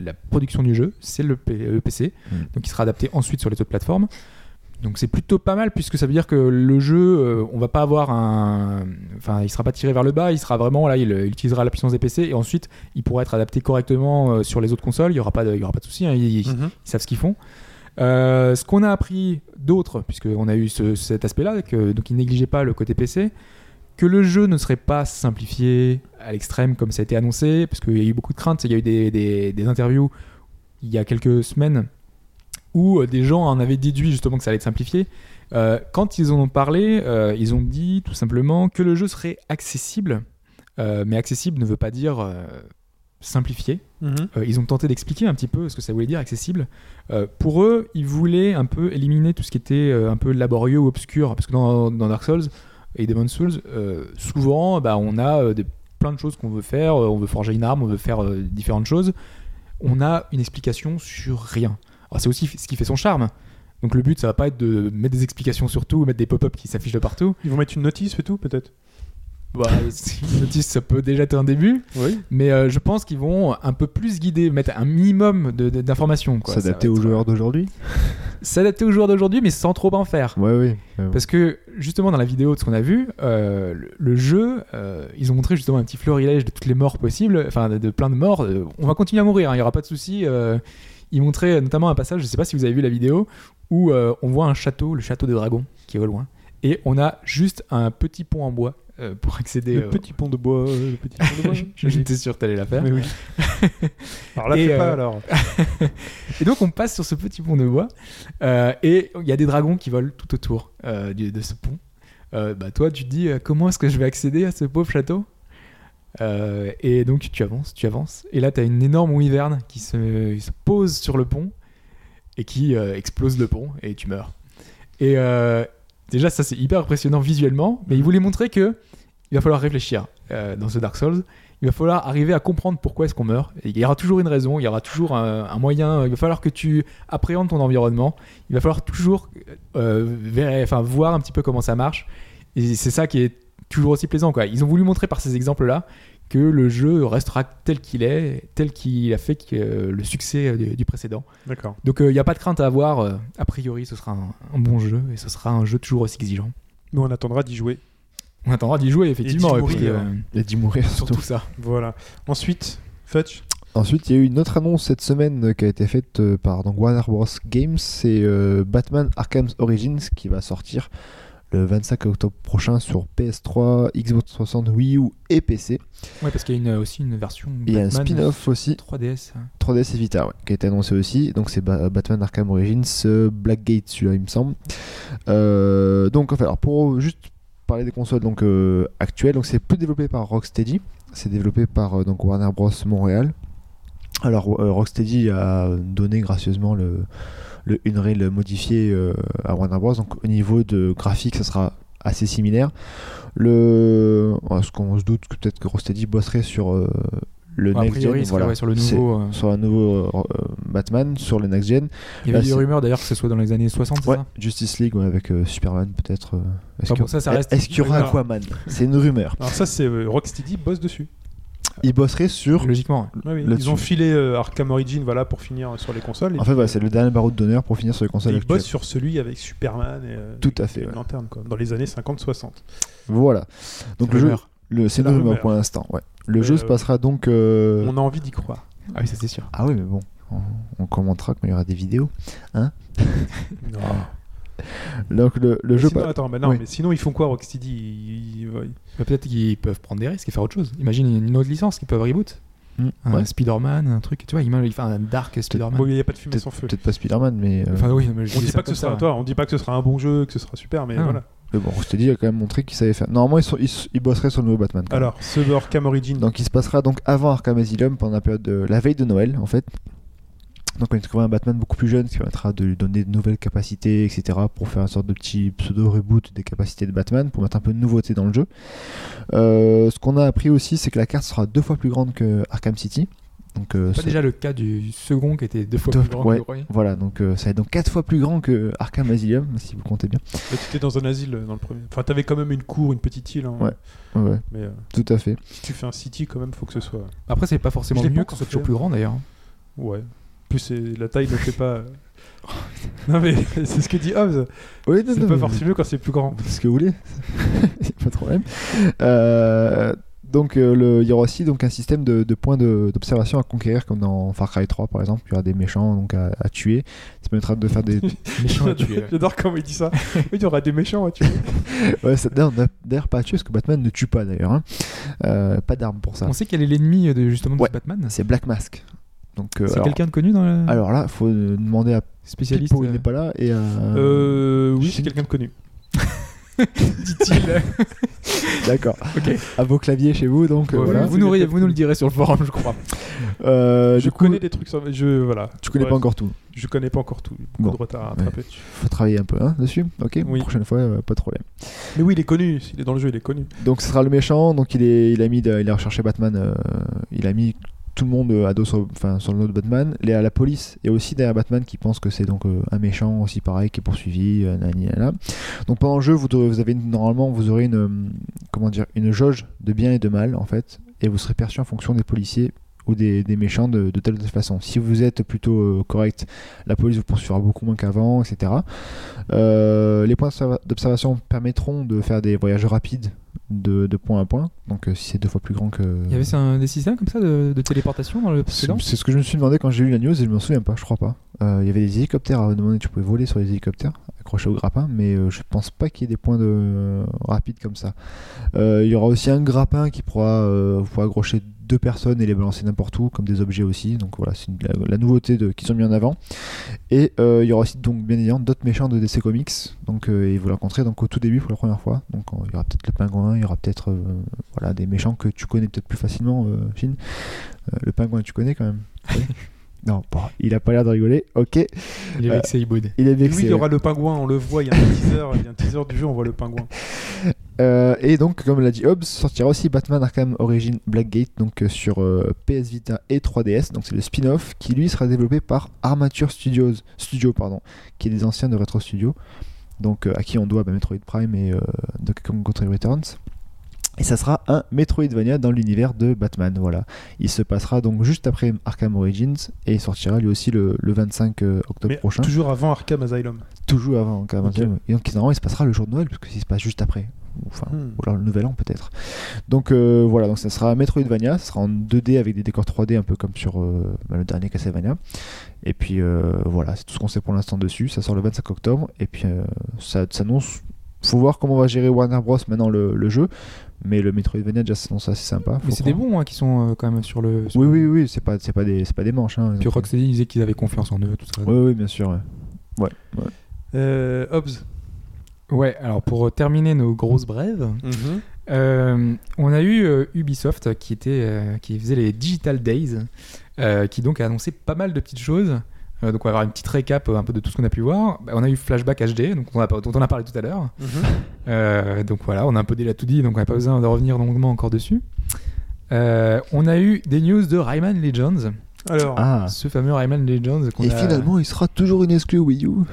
la production du jeu, c'est le, P- le P C, Mm. donc il sera adapté ensuite sur les autres plateformes. Donc c'est plutôt pas mal puisque ça veut dire que le jeu, euh, on va pas avoir un, enfin il sera pas tiré vers le bas, il sera vraiment là, il, il utilisera la puissance des P C et ensuite il pourra être adapté correctement euh, sur les autres consoles. Il y aura pas de, il y aura pas de souci, hein, ils, ils- Mhm. ils savent ce qu'ils font. Euh, ce qu'on a appris d'autre, puisqu'on a eu ce- cet aspect-là, que, donc ils négligeaient pas le côté P C, que le jeu ne serait pas simplifié à l'extrême comme ça a été annoncé, parce qu'il y a eu beaucoup de craintes. Il y a eu des, des, des interviews il y a quelques semaines où euh, des gens en avaient déduit justement que ça allait être simplifié. Euh, quand ils en ont parlé, euh, ils ont dit tout simplement que le jeu serait accessible, euh, mais accessible ne veut pas dire euh, simplifié. Mhm. Euh, ils ont tenté d'expliquer un petit peu ce que ça voulait dire accessible. Euh, pour eux, ils voulaient un peu éliminer tout ce qui était euh, un peu laborieux ou obscur, parce que dans, dans Dark Souls et Demon's Souls, euh, souvent, bah, on a euh, des, plein de choses qu'on veut faire. Euh, on veut forger une arme, on veut faire euh, différentes choses. On a une explication sur rien. Alors, c'est aussi ce qui fait son charme. Donc le but, ça va pas être de mettre des explications sur tout, mettre des pop-up qui s'affichent de partout. Ils vont mettre une notice et tout, peut-être. Bah, une notice, ça peut déjà être un début. Oui. Mais euh, je pense qu'ils vont un peu plus guider, mettre un minimum de, de- d'informations. quoi. S'adapter Ça va aux être- joueurs d'aujourd'hui. S'adapter aux joueurs d'aujourd'hui, mais sans trop en faire. Ouais, oui. Ouais, ouais. Parce que justement dans la vidéo de ce qu'on a vu, euh, le, le jeu, euh, ils ont montré justement un petit florilège de toutes les morts possibles, enfin de, de plein de morts. Euh, on va continuer à mourir, hein, il n'y aura pas de souci. Euh, ils montraient notamment un passage, je ne sais pas si vous avez vu la vidéo, où euh, on voit un château, le château des dragons, qui est au loin, et on a juste un petit pont en bois euh, pour accéder. Le euh, petit pont de bois. euh, le petit pont de bois. J'étais sûr que t'allais la faire. Mais oui. Alors là, Et, fais pas euh, alors. Et donc on passe sur ce petit pont de bois euh, et il y a des dragons qui volent tout autour euh, du- de ce pont. Euh, bah toi tu te dis euh, comment est-ce que je vais accéder à ce pauvre château. Euh, et donc tu avances, tu avances et là tu as une énorme wyvern qui se, se pose sur le pont et qui euh, explose le pont et tu meurs. Et euh, déjà ça c'est hyper impressionnant visuellement, mais il voulait montrer que il va falloir réfléchir euh, dans ce Dark Souls. Il va falloir arriver à comprendre pourquoi est-ce qu'on meurt. Et il y aura toujours une raison, il y aura toujours un, un moyen. Il va falloir que tu appréhendes ton environnement. Il va falloir toujours euh, ver- enfin, voir un petit peu comment ça marche. Et c'est ça qui est toujours aussi plaisant, quoi. Ils ont voulu montrer par ces exemples-là que le jeu restera tel qu'il est, tel qu'il a fait que, euh, le succès du, du précédent. D'accord. Donc il n'y a pas de crainte à avoir. Euh, a priori, ce sera un, un bon jeu et ce sera un jeu toujours aussi exigeant. Mais on attendra d'y jouer. On attendra d'y jouer, effectivement. d'y ouais, parce que, mourir. euh, Il a dit mourir surtout. surtout ça. Voilà. Ensuite, Fetch. Ensuite, il y a eu une autre annonce cette semaine euh, qui a été faite euh, par donc, Warner Bros. Games. C'est euh, Batman Arkham Origins qui va sortir le vingt-cinq octobre prochain sur P S trois, Xbox trois cent soixante, Wii U et P C. Ouais, parce qu'il y a une, aussi une version Et il y a un Batman spin-off aussi, trois D S. hein. trois D S et Vita, ouais, qui a été annoncé aussi. Donc c'est Ba- Batman Arkham Origins, euh, Blackgate, celui-là, il me semble. Euh, donc, enfin, alors, pour juste parler des consoles donc, euh, actuelles, donc c'est plus développé par Rocksteady, c'est développé par euh, donc, Warner Bros. Montréal. Alors, euh, Rocksteady a donné gracieusement le, le Unreal modifié euh, à Warner Bros. Donc, au niveau de graphique, ça sera assez similaire. Le... ouais, ce qu'on se doute que peut-être que Rocksteady bosserait sur euh, le Bon, a next priori, gen, il serait, ouais, sur le C'est- nouveau. euh, sur un nouveau euh, euh, Batman, sur le next gen. Il y là, avait des c'est- rumeurs d'ailleurs que ce soit dans les années soixante, c'est Ouais, ça Justice League ouais, avec euh, Superman peut-être. euh, est-ce Enfin, bon, que- ça, ça reste- est-ce qu'il y aura Alors- Aquaman? C'est une rumeur. Alors ça, c'est euh, Rocksteady bosse dessus. Il bosserait sur. Logiquement. Ouais, oui. Là-dessus. Ils ont filé euh, Arkham Origin, voilà, pour finir sur les consoles. et En fait, puis, voilà, c'est le dernier barreau d'honneur pour finir sur les et consoles ils actuelles. bossent sur celui avec Superman et euh, Tout à fait, et une ouais. lanterne, quoi, dans les années cinquante soixante. Voilà. Donc C'est le jeu, rumeur. le, c'est C'est une la rumeur rumeur. pour l'instant. Ouais. Le Mais, jeu euh, se passera donc. euh, On a envie d'y croire. Ah oui, ça c'est sûr. Ah oui, mais bon, on, on commentera quand il y aura des vidéos. Non. Donc le, le Mais jeu. sinon, pa- attends, mais non, oui. mais sinon ils font quoi Rocksteady ils, ils- ils- Mais peut-être qu'ils peuvent prendre des risques et faire autre chose. Imagine une autre licence qu'ils peuvent reboot. Hmm, Un ouais. Spider-Man, un truc. Tu vois, il il fait un Dark Spider-Man. Bon, il n'y a pas de fumée Peut-être sans feu. peut-être pas Spider-Man, mais. euh, Enfin, oui, mais je On dis dit ça pas que comme ce sera ça. toi, on dit pas que ce sera un bon jeu, que ce sera super, mais Ah. voilà. mais bon, Rocksteady a quand même montré qu'il savait faire. Normalement, ils, sont, ils, ils bosseraient sur le nouveau Batman. quand même. Alors, ce Arkham Origin. Donc il se passera donc avant Arkham Asylum pendant la période de la veille de Noël en fait. Donc on trouvera un Batman beaucoup plus jeune, ce qui permettra de lui donner de nouvelles capacités, et cetera pour faire une sorte de petit pseudo reboot des capacités de Batman, pour mettre un peu de nouveauté dans le jeu. Euh, ce qu'on a appris aussi, c'est que la carte sera deux fois plus grande que Arkham City. Donc euh, C'est pas ça- déjà le cas du second qui était deux fois Deux- plus grand ouais. que le premier. voilà, donc euh, ça va être donc quatre fois plus grand que Arkham Asylum, si vous comptez bien. Tu étais dans un asile euh, dans le premier. Enfin, t'avais quand même une cour, une petite île. hein. Ouais. Ouais, ouais, Mais euh, tout à fait. si tu fais un city, quand même, faut que ce soit. Après, c'est pas forcément Je l'ai pas mieux que encore ce soit toujours fait. plus grand d'ailleurs. Ouais. Plus c'est... la taille ne fait pas. Non mais c'est ce que dit Hobbes. Oui, non, C'est non, pas mais- forcément quand c'est plus grand. ce que vous voulez, pas de problème. Euh, donc euh, le- il y aura aussi donc un système de, de points de- d'observation à conquérir comme dans Far Cry trois par exemple. Il y aura des méchants donc à, à tuer. Ça permettra de faire des. Méchant à tuer. J'adore comment il dit ça. Oui, il y aura des méchants à tuer. Ouais, ça- non, d'ailleurs pas à tuer parce que Batman ne tue pas d'ailleurs. Hein. Euh, pas d'arme pour ça. On sait quel est l'ennemi de, justement de Ouais. ce Batman. C'est Black Mask. Donc euh, C'est alors, quelqu'un de connu dans le alors là, faut euh, demander à spécialiste Pipo, il euh, n'est pas là et à. Euh, oui, c'est Chine. quelqu'un de connu. dit-il. D'accord. Ok. À vos claviers chez vous donc. euh, Ouais, voilà. vous, nous, vous nous le direz sur le forum, je crois. Euh, Je du coup, connais des trucs sur. Je voilà. tu connais Ouais, pas encore tout. Je connais pas encore tout. Beaucoup Bon. de retard à rattraper. Faut travailler un peu hein, dessus. Ok. Oui. Prochaine fois, euh, pas de problème. Mais oui, il est connu. S'il est dans le jeu, il est connu. Donc ce sera le méchant. Donc il est, il a mis, de- il a recherché Batman. euh, il a mis tout le monde euh, à dos sur, enfin, sur le nom de Batman. Les, à la police et aussi derrière Batman qui pense que c'est donc euh, un méchant aussi pareil qui est poursuivi. Euh, nani, nana. Donc pendant le jeu, vous, devrez- vous avez une- normalement vous aurez une, euh, comment dire, une jauge de bien et de mal en fait, et vous serez perçu en fonction des policiers ou des, des méchants de, de telle ou telle façon. Si vous êtes plutôt euh, correct, la police vous poursuivra beaucoup moins qu'avant, et cetera. Euh, les points d'observa- d'observation permettront de faire des voyages rapides de, de point à point. Donc euh, si c'est deux fois plus grand que... Il y avait un, des systèmes comme ça de, de téléportation dans le C'est précédent. c'est ce que je me suis demandé quand j'ai lu la news et je m'en souviens pas, je crois pas. Euh, Il y avait des hélicoptères à demander, tu pouvais voler sur les hélicoptères accrochés au grappin, mais euh, je pense pas qu'il y ait des points de euh, rapides comme ça. Euh, Il y aura aussi un grappin qui pourra, euh, vous pourrez accrocher deux personnes et les balancer n'importe où comme des objets aussi. Donc voilà, c'est une- la, la nouveauté de, qu'ils ont mis en avant. Et euh, il y aura aussi donc bien évidemment d'autres méchants de D C Comics. Donc euh, et vous les rencontrez donc au tout début pour la première fois. Donc euh, il y aura peut-être le pingouin, il y aura peut-être euh, voilà des méchants que tu connais peut-être plus facilement, euh, Shin. Euh, le pingouin tu connais quand même. Oui. Non, bon, il a pas l'air de rigoler. Ok, Il est Euh, vexé, il boude. il est Oui, vexé. il y aura le pingouin. On le voit. Il y a un teaser. Il y a un teaser du jeu. On voit le pingouin. Euh, et donc, comme l'a dit Hobbs, sortira aussi Batman Arkham Origins Blackgate donc euh, sur euh, P S Vita et trois D S. Donc c'est le spin-off qui lui sera développé par Armature Studios, Studio pardon, qui est des anciens de Retro Studio. Donc euh, à qui on doit bah, Metroid Prime et euh, Donkey Kong Country Returns. Et ça sera un Metroidvania dans l'univers de Batman. Voilà, il se passera donc juste après Arkham Origins et il sortira lui aussi le, le vingt-cinq euh, octobre Mais prochain. toujours avant Arkham Asylum. Toujours avant Arkham Ok. Origins. Et donc normalement il se passera le jour de Noël parce que s'il se passe juste après. Enfin, Hmm. ou alors le nouvel an peut-être. Donc euh, voilà, donc ça sera Metroidvania, ça sera en deux D avec des décors trois D un peu comme sur euh, bah, le dernier Castlevania. Et puis euh, voilà, c'est tout ce qu'on sait pour l'instant dessus. Ça sort le vingt-cinq octobre et puis euh, ça s'annonce. Faut voir comment va gérer Warner Bros maintenant le, le jeu, mais le Metroidvania déjà s'annonce assez sympa. Mais faut c'est des croire. bons hein, qui sont euh, quand même sur le. sur Oui, le- oui, oui, c'est pas, c'est pas des, c'est pas des manches. Hein, Puis donc, Rocksteady disait qu'ils avaient confiance en eux, tout ça. oui, oui, bien sûr. Ouais. Ouais, ouais. Euh, Hobbs. Ouais, alors pour euh, terminer nos grosses brèves, euh, on a eu euh, Ubisoft qui, était, euh, qui faisait les Digital Days, euh, qui donc a annoncé pas mal de petites choses. Euh, donc on va avoir une petite récap euh, un peu de tout ce qu'on a pu voir. Bah, on a eu Flashback H D, donc on a, dont on a parlé tout à l'heure. Euh, donc voilà, on a un peu déjà tout dit, donc on n'a pas besoin de revenir longuement encore dessus. Euh, on a eu des news de Rayman Legends, Alors. Ah. ce fameux Rayman Legends qu'on Et a... finalement, il sera toujours une exclue Wii U.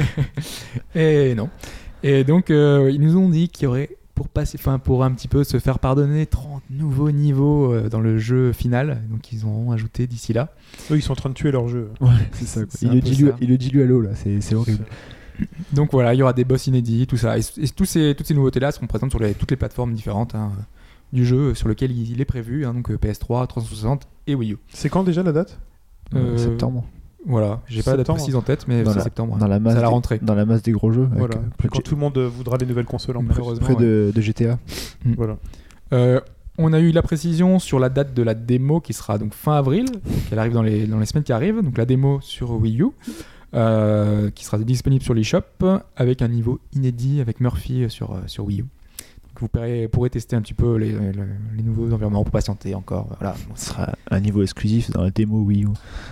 Et non. Et donc, euh, ils nous ont dit qu'il y aurait, pour, passer, enfin, pour un petit peu se faire pardonner, trente nouveaux niveaux euh, dans le jeu final. Donc, ils auront ajouté d'ici là. Eux, ils sont en train de tuer leur jeu. Ouais, c'est ça. C'est Il un le, peu dilue, ça. il le dilue à l'eau, là. C'est, c'est horrible. Donc voilà, il y aura des boss inédits, tout ça. Et, et tous ces, toutes ces nouveautés-là seront présentes sur les, toutes les plateformes différentes hein, du jeu sur lequel il, il est prévu. Hein, donc euh, P S trois, trois cent soixante et Wii U. C'est quand déjà la date Euh, Septembre. Voilà, j'ai pas la date Septembre. précise en tête, mais Dans c'est la- septembre. Dans la, C'est masse à la des, rentrée. dans la masse des gros jeux. avec, Voilà. euh, Puis près, quand de, tout le monde euh, voudra les nouvelles consoles en plus. Malheureusement. près ouais. de, de G T A. Voilà. Euh, on a eu la précision sur la date de la démo qui sera donc fin avril, donc elle arrive dans les, dans les semaines qui arrivent, donc la démo sur Wii U, euh, qui sera disponible sur l'eShop avec un niveau inédit avec Murphy sur, euh, sur Wii U. Donc vous pourrez, pourrez tester un petit peu les, les, les nouveaux environnements pour patienter encore. Voilà. Ce sera un niveau exclusif dans la démo Wii U.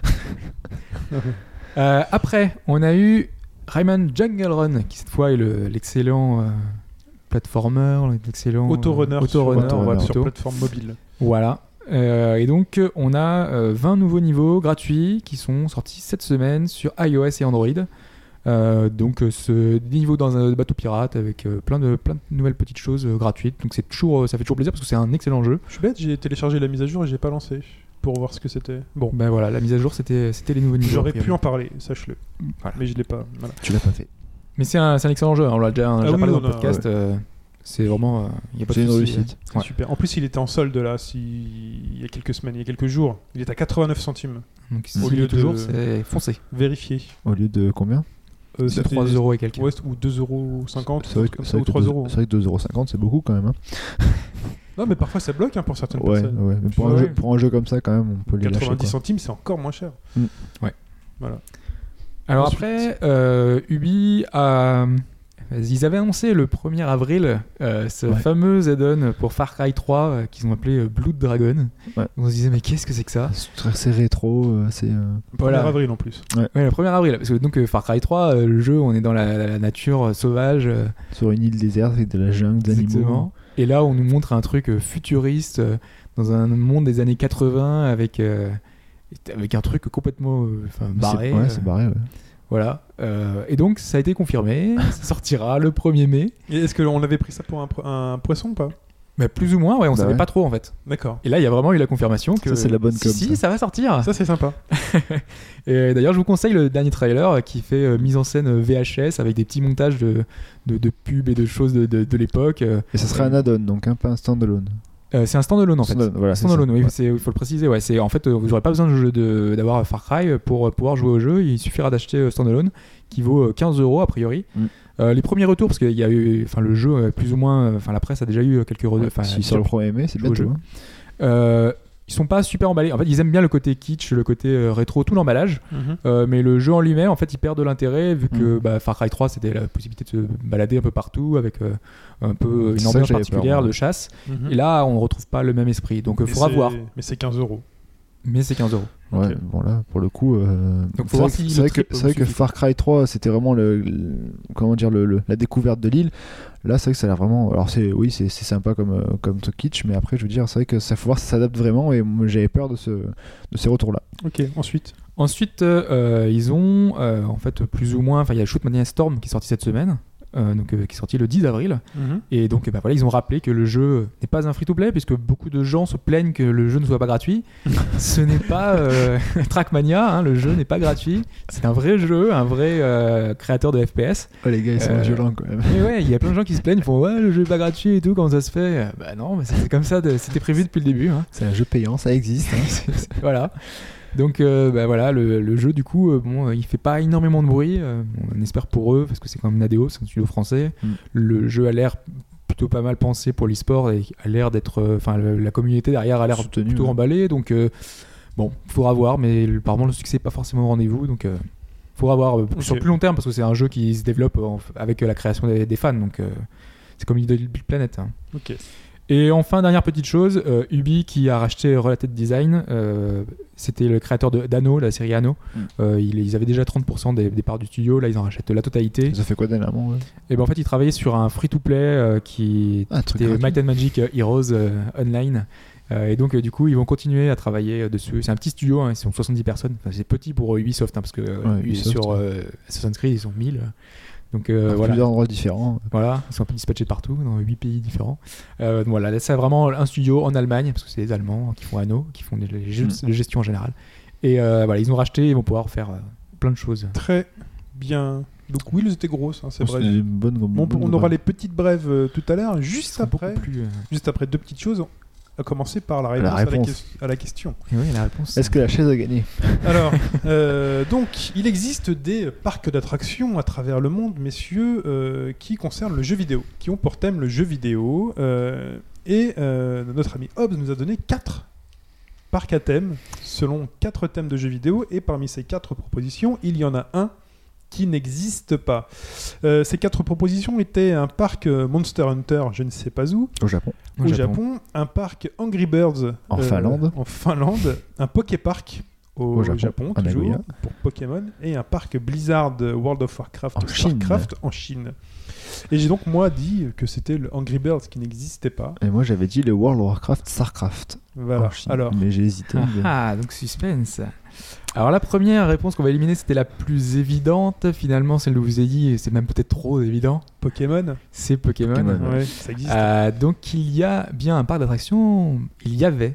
Euh, après, on a eu Rayman Jungle Run, qui cette fois est le- l'excellent euh, platformer, l'excellent euh, Autorunner sur, autorunner, Autorunner, voilà, sur plutôt. plateforme mobile. Voilà. Euh, et donc, euh, on a euh, vingt nouveaux niveaux gratuits qui sont sortis cette semaine sur iOS et Android. Euh, donc, euh, ce des niveaux dans un bateau pirate avec euh, plein, de, plein de nouvelles petites choses euh, gratuites. Donc, c'est toujours, euh, ça fait toujours plaisir parce que c'est un excellent jeu. Je suis bête, j'ai téléchargé la mise à jour et j'ai pas lancé. pour voir ce que c'était. Bon, Ben voilà, la mise à jour, c'était, c'était les nouveaux niveaux. j'aurais a priori. pu en parler, sache-le. Voilà. Mais je l'ai pas. Voilà. Tu l'as pas fait. Mais c'est un, c'est un excellent jeu, hein, on l'a déjà, on l'a Ah déjà oui, parlé on dans le a- podcast. euh, c'est vraiment. Il n'y a pas C'est de une souci, réussite. euh, ouais. Super. En plus, il était en solde là, si... il y a quelques semaines, il y a quelques jours. Il est à quatre-vingt-neuf centimes. Donc Au s'il lieu est toujours, de- c'est foncé. Vérifié. Au lieu de combien? Euh, C'est trois euros et quelques. Ouais, ou deux euros cinquante, C'est vrai comme que, ça, c'est vrai ou que trois deux- euros. c'est vrai que deux euros cinquante, c'est beaucoup quand même. Hein. Non, mais parfois ça bloque hein, pour certaines Ouais, personnes. ouais. Mais pour, un Ouais. jeu, pour un jeu comme ça, quand même, on peut les lâcher. quatre-vingt-dix quoi. centimes, c'est encore moins cher. Mm. Ouais. Voilà. Alors Ensuite. après, euh, Ubi a. Ils avaient annoncé le premier avril euh, ce Ouais. fameux add-on pour Far Cry trois euh, qu'ils ont appelé euh, Blood Dragon. Ouais. On se disait, mais qu'est-ce que c'est que ça? C'est très- c'est rétro, euh, c'est. euh, Voilà. Voilà. avril en plus. Ouais, le premier avril. Parce que donc euh, Far Cry trois, euh, le jeu, on est dans la, la nature euh, sauvage. euh, sur une île déserte avec de la jungle, d'animaux. Exactement. Et là, on nous montre un truc euh, futuriste euh, dans un monde des années quatre-vingts avec, euh, avec un truc complètement euh, enfin, C'est- barré. Ouais, euh, c'est barré, ouais. Voilà. Euh, et donc, ça a été confirmé. Ça sortira le premier mai. Et est-ce qu'on avait pris ça pour un, po- un poisson ou pas? Mais plus ou moins, ouais, on Bah savait ouais. pas trop en fait. D'accord. Et là, il y a vraiment eu la confirmation que Ça, c'est la bonne si, com, si, ça. ça va sortir. Ça, c'est sympa. Et d'ailleurs, je vous conseille le dernier trailer euh, qui fait euh, mise en scène euh, V H S avec des petits montages de, de, de pubs et de choses de, de, de l'époque. Euh, Et ça serait un add-on, donc hein, pas un standalone. euh, c'est un standalone en fait. Standalone, voilà, c'est Standalone, ça. oui, Ouais. c'est- il faut le préciser. Ouais, c'est, en fait, euh, vous n'aurez pas besoin de jeu de, d'avoir Far Cry pour euh, pouvoir jouer au jeu. Il suffira d'acheter euh, Standalone qui vaut euh, quinze euros a priori. Mm. Euh, les premiers retours, parce qu'il y a eu, enfin le jeu, euh, plus ou moins, euh, enfin la presse a déjà eu quelques retours. Ouais, enfin, si déjà sur le premier mai, c'est joué au bientôt. jeu. hein. Euh, ils sont pas super emballés. En fait, ils aiment bien le côté kitsch, le côté euh, rétro, tout l'emballage. Mhm. Euh, mais le jeu en lui-même, en fait, il perd de l'intérêt vu que Mm. bah, Far Cry trois, c'était la possibilité de se balader un peu partout avec euh, un peu C'est une ça ambiance que j'avais particulière peur, moi. de chasse. Mhm. Et là, on retrouve pas le même esprit. Donc, il Mais faudra c'est- voir. Mais c'est quinze euros. Mais c'est quinze euros. Ouais, Ok. bon là, pour le coup, euh, Donc, faut c'est voir vrai, que- si c'est le vrai que, trip c'est vrai vous que suffit. Far Cry trois, c'était vraiment le, le- comment dire le, le- la découverte de l'île. Là, c'est vrai que ça a l'air vraiment. Alors c'est, oui, c'est, c'est sympa comme euh, comme truc kitsch, mais après, je veux dire, c'est vrai que ça faut voir si ça s'adapte vraiment. Et moi, j'avais peur de ce de ces retours-là. Ok, ensuite. Ensuite, euh, ils ont, euh, en fait, plus ou moins, enfin, il y a Shootmania Storm qui est sorti cette semaine. Euh, donc, euh, qui est sorti le dix avril. Mhm. Et donc, eh ben, voilà, ils ont rappelé que le jeu n'est pas un free-to-play, puisque beaucoup de gens se plaignent que le jeu ne soit pas gratuit. Ce n'est pas euh, Trackmania, hein, le jeu n'est pas gratuit. C'est un vrai jeu, un vrai euh, créateur de F P S. Oh, les gars, ils sont Euh, violents quand même. Et ouais, il y a plein de gens qui se plaignent, ils font ouais, le jeu est pas gratuit et tout, comment ça se fait? Bah non, mais c'est comme ça, de- c'était prévu depuis le début. Hein. C'est un jeu payant, ça existe. hein. Voilà. Donc euh, bah voilà, le, le jeu du coup, euh, bon, euh, il fait pas énormément de bruit. euh, on espère pour eux parce que c'est quand même Nadeo, c'est un studio français. Mm. Le jeu a l'air plutôt pas mal pensé pour l'e-sport et a l'air d'être, euh, enfin le- la communauté derrière a l'air Soutenu, plutôt ouais. emballée. Donc euh, bon, faudra voir, mais le- apparemment le succès est pas forcément au rendez-vous. Donc euh, faudra voir euh, Ok. sur plus long terme parce que c'est un jeu qui se développe en- avec euh, la création des, des fans. Donc euh, c'est comme Little Big Planet. hein. Ok. Et enfin, dernière petite chose, euh, Ubi qui a racheté Related Design, euh, c'était le créateur de d'Anno, la série Anno. Mm. Euh, ils, ils avaient déjà trente pour cent des, des parts du studio, là ils en rachètent la totalité. Ils ont fait quoi dernièrement ouais. Et ben en fait, ils travaillaient sur un free-to-play euh, qui Ah, un truc était gratuit. Might and Magic euh, Heroes euh, Online. Euh, et donc, euh, du coup, ils vont continuer à travailler euh, dessus. C'est un petit studio, hein, ils sont soixante-dix personnes. Enfin, c'est petit pour euh, Ubisoft, hein, parce que euh, Ouais, Ubisoft, sur ouais. euh, Assassin's Creed, ils sont mille. Donc euh, Dans voilà. plusieurs endroits différents. Voilà, ils sont un peu dispatchés partout, dans huit pays différents. Euh, donc voilà, là, c'est vraiment un studio en Allemagne, parce que c'est les Allemands qui font Anno, qui font les, les jeux Mm. de gestion en général. Et euh, voilà, ils ont racheté, ils vont pouvoir faire euh, plein de choses. Très bien. Donc oui, elles étaient grosses, hein, c'est Oh, vrai. une bonne, Bon, bonne on aura brève. les petites brèves euh, tout à l'heure, Ils juste sont beaucoup après. plus. euh, Juste après deux petites choses. À commencer par la réponse, La à, la réponse. que- à la question. et oui, la réponse. Est-ce que la chaise a gagné? Alors, euh, donc, il existe des parcs d'attractions à travers le monde, messieurs, euh, qui concernent le jeu vidéo, qui ont pour thème le jeu vidéo. euh, et euh, notre ami Hobbs nous a donné quatre parcs à thème, selon quatre thèmes de jeux vidéo. Et parmi ces quatre propositions, il y en a un qui n'existe pas. Euh, ces quatre propositions étaient un parc euh, Monster Hunter, je ne sais pas où, Au Japon. au Japon, un parc Angry Birds En Finlande. en Finlande, un Poképark au, Au Japon, Japon, à toujours, Nagoya. pour Pokémon, et un parc Blizzard World of Warcraft En Chine. Starcraft en Chine. Et j'ai donc moi dit que c'était le Angry Birds qui n'existait pas. Et moi j'avais dit le World of Warcraft Starcraft. Voilà. en Chine. Alors, Mais j'ai hésité. mais- Ah, donc suspense. Alors la première réponse qu'on va éliminer, c'était la plus évidente. Finalement, celle où vous avez dit, c'est même peut-être trop évident. Pokémon, C'est Pokémon. Pokémon. ouais, ça existe. Euh, donc il y a bien un parc d'attractions. Il y avait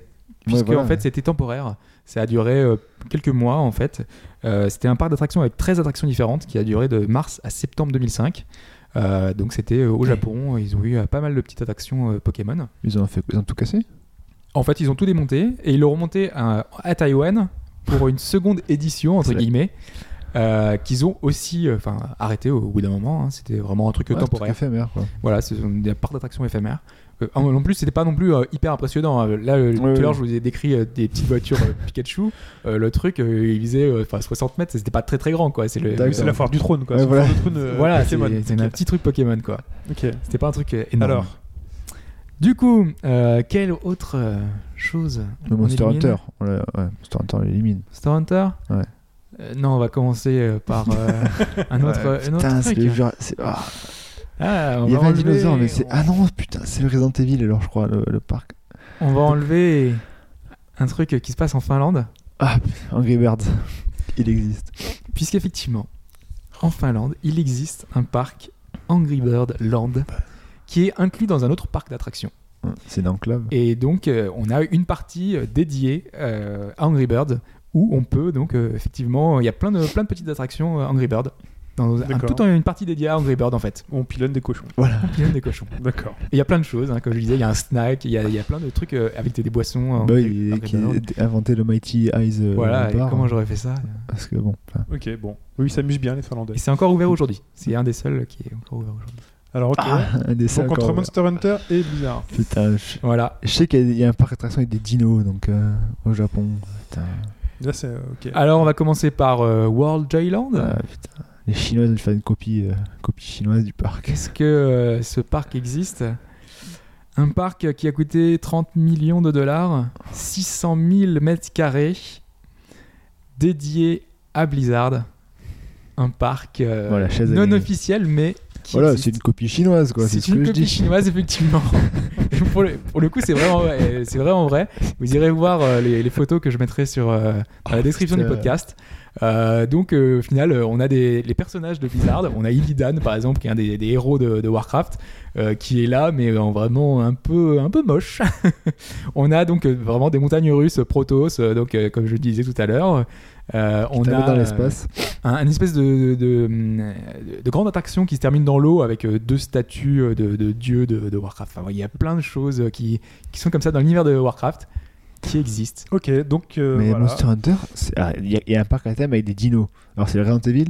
puisque voilà. en fait c'était temporaire. Ça a duré euh, quelques mois en fait. Euh, c'était un parc d'attractions avec treize attractions différentes qui a duré de mars à septembre deux mille cinq. Euh, donc c'était euh, au Japon. Ils ont eu euh, pas mal de petites attractions euh, Pokémon. Ils ont, fait... ils ont tout cassé. En fait, ils ont tout démonté et ils l'ont remonté à, à Taïwan pour une seconde édition entre C'est guillemets. Euh, qu'ils ont aussi euh, arrêté au, au bout d'un moment. Hein. C'était vraiment un truc Ouais, temporaire. truc éphémère, quoi. Voilà, ce sont des parcs d'attractions éphémères. Euh, en, en plus, c'était pas non plus euh, hyper impressionnant. Hein. Là, euh, Oui, tout à l'heure, oui. je vous ai décrit euh, des petites voitures euh, Pikachu. Euh, le truc, euh, il visait euh, soixante mètres. C'était pas très très grand, quoi. C'est le, D'accord. Oui, c'est la foire du trône, quoi. Ouais, C'est voilà. la foire du trône, euh, voilà, c'est, Pokémon. c'est un petit truc Pokémon, quoi. Ok. C'était pas un truc euh, énorme. Alors, Du coup, euh, quelle autre euh, chose Le on Monster élimine Hunter. On l'a- ouais, Monster Hunter, on l'élimine. Monster Hunter Ouais. Euh, non, on va commencer euh, par euh, un autre, Ouais, un autre putain, c'est truc. le genre. c'est- ah. Ah, on Il y va avait un enlever- dinosaure, mais c'est. Ah non, putain, c'est le Resident Evil, alors je crois, le, le parc. On va enlever un truc qui se passe en Finlande, Ah, Angry Birds. Il existe. puisqu'effectivement, en Finlande, il existe un parc Angry Bird Land qui est inclus dans un autre parc d'attractions. Ouais, c'est une enclave. Et donc, euh, on a une partie euh, dédiée euh, à Angry Bird où on peut, donc, euh, effectivement, il y a plein de, plein de petites attractions euh, Angry Bird. Dans un, D'accord. tout en une partie dédiée à Angry Bird, en fait. on pilonne des cochons. Voilà. On pilonne des cochons. D'accord. Et il y a plein de choses, hein, comme je le disais, il y a un snack, il y a, il y a plein de trucs euh, avec des, des boissons. euh, Bah, Angry- il Angry qui Bird. a inventé le Mighty Eyes. euh, Voilà, et bar, comment hein. j'aurais fait ça Parce que bon. enfin, Ok, bon. Oui, ils s'amusent bien, les Finlandais. Et c'est encore ouvert aujourd'hui. C'est un des seuls qui est encore ouvert aujourd'hui. Alors, ok. Ah, un des Donc, seuls entre encore. Monster Hunter et Blizzard. Putain, je... Voilà. je sais qu'il y a- il y a un parc d'attractions avec des dinos, donc euh, au Japon. Putain. Là, c'est euh, ok. Alors, on va commencer par euh, World Joyland. Ah, putain. Les Chinois veulent faire une copie, euh, copie chinoise du parc. Est-ce que euh, ce parc existe ? Un parc qui a coûté trente millions de dollars, six cent mille mètres carrés, dédié à Blizzard. Un parc euh, Voilà, chaise à non gagner. officiel, mais qui Voilà, existe. c'est une copie chinoise, quoi. C'est, C'est ce que une je copie dis. chinoise, effectivement. Et pour, le, pour le coup, c'est vraiment, euh, c'est vraiment vrai. Vous irez voir euh, les, les photos que je mettrai sur, euh, dans la Oh, description du putain. podcast. Euh, donc, euh, au final, euh, on a des, les personnages de Blizzard. On a Illidan, par exemple, qui est un des, des héros de, de Warcraft, euh, qui est là, mais en vraiment un peu, un peu moche. On a donc euh, vraiment des montagnes russes Protoss, euh, donc, euh, comme je le disais tout à l'heure. Euh, on T'avais a dans l'espace. un, un espèce de, de, de, de grande attraction qui se termine dans l'eau avec euh, deux statues euh, de, de dieux de, de Warcraft. Enfin, il y a plein de choses euh, qui, qui sont comme ça dans l'univers de Warcraft qui existent. Ok, donc euh, Mais voilà. Monster Hunter, c'est- ah, il y, a- il y a un parc à thème avec des dinos. Alors c'est le Resident Evil.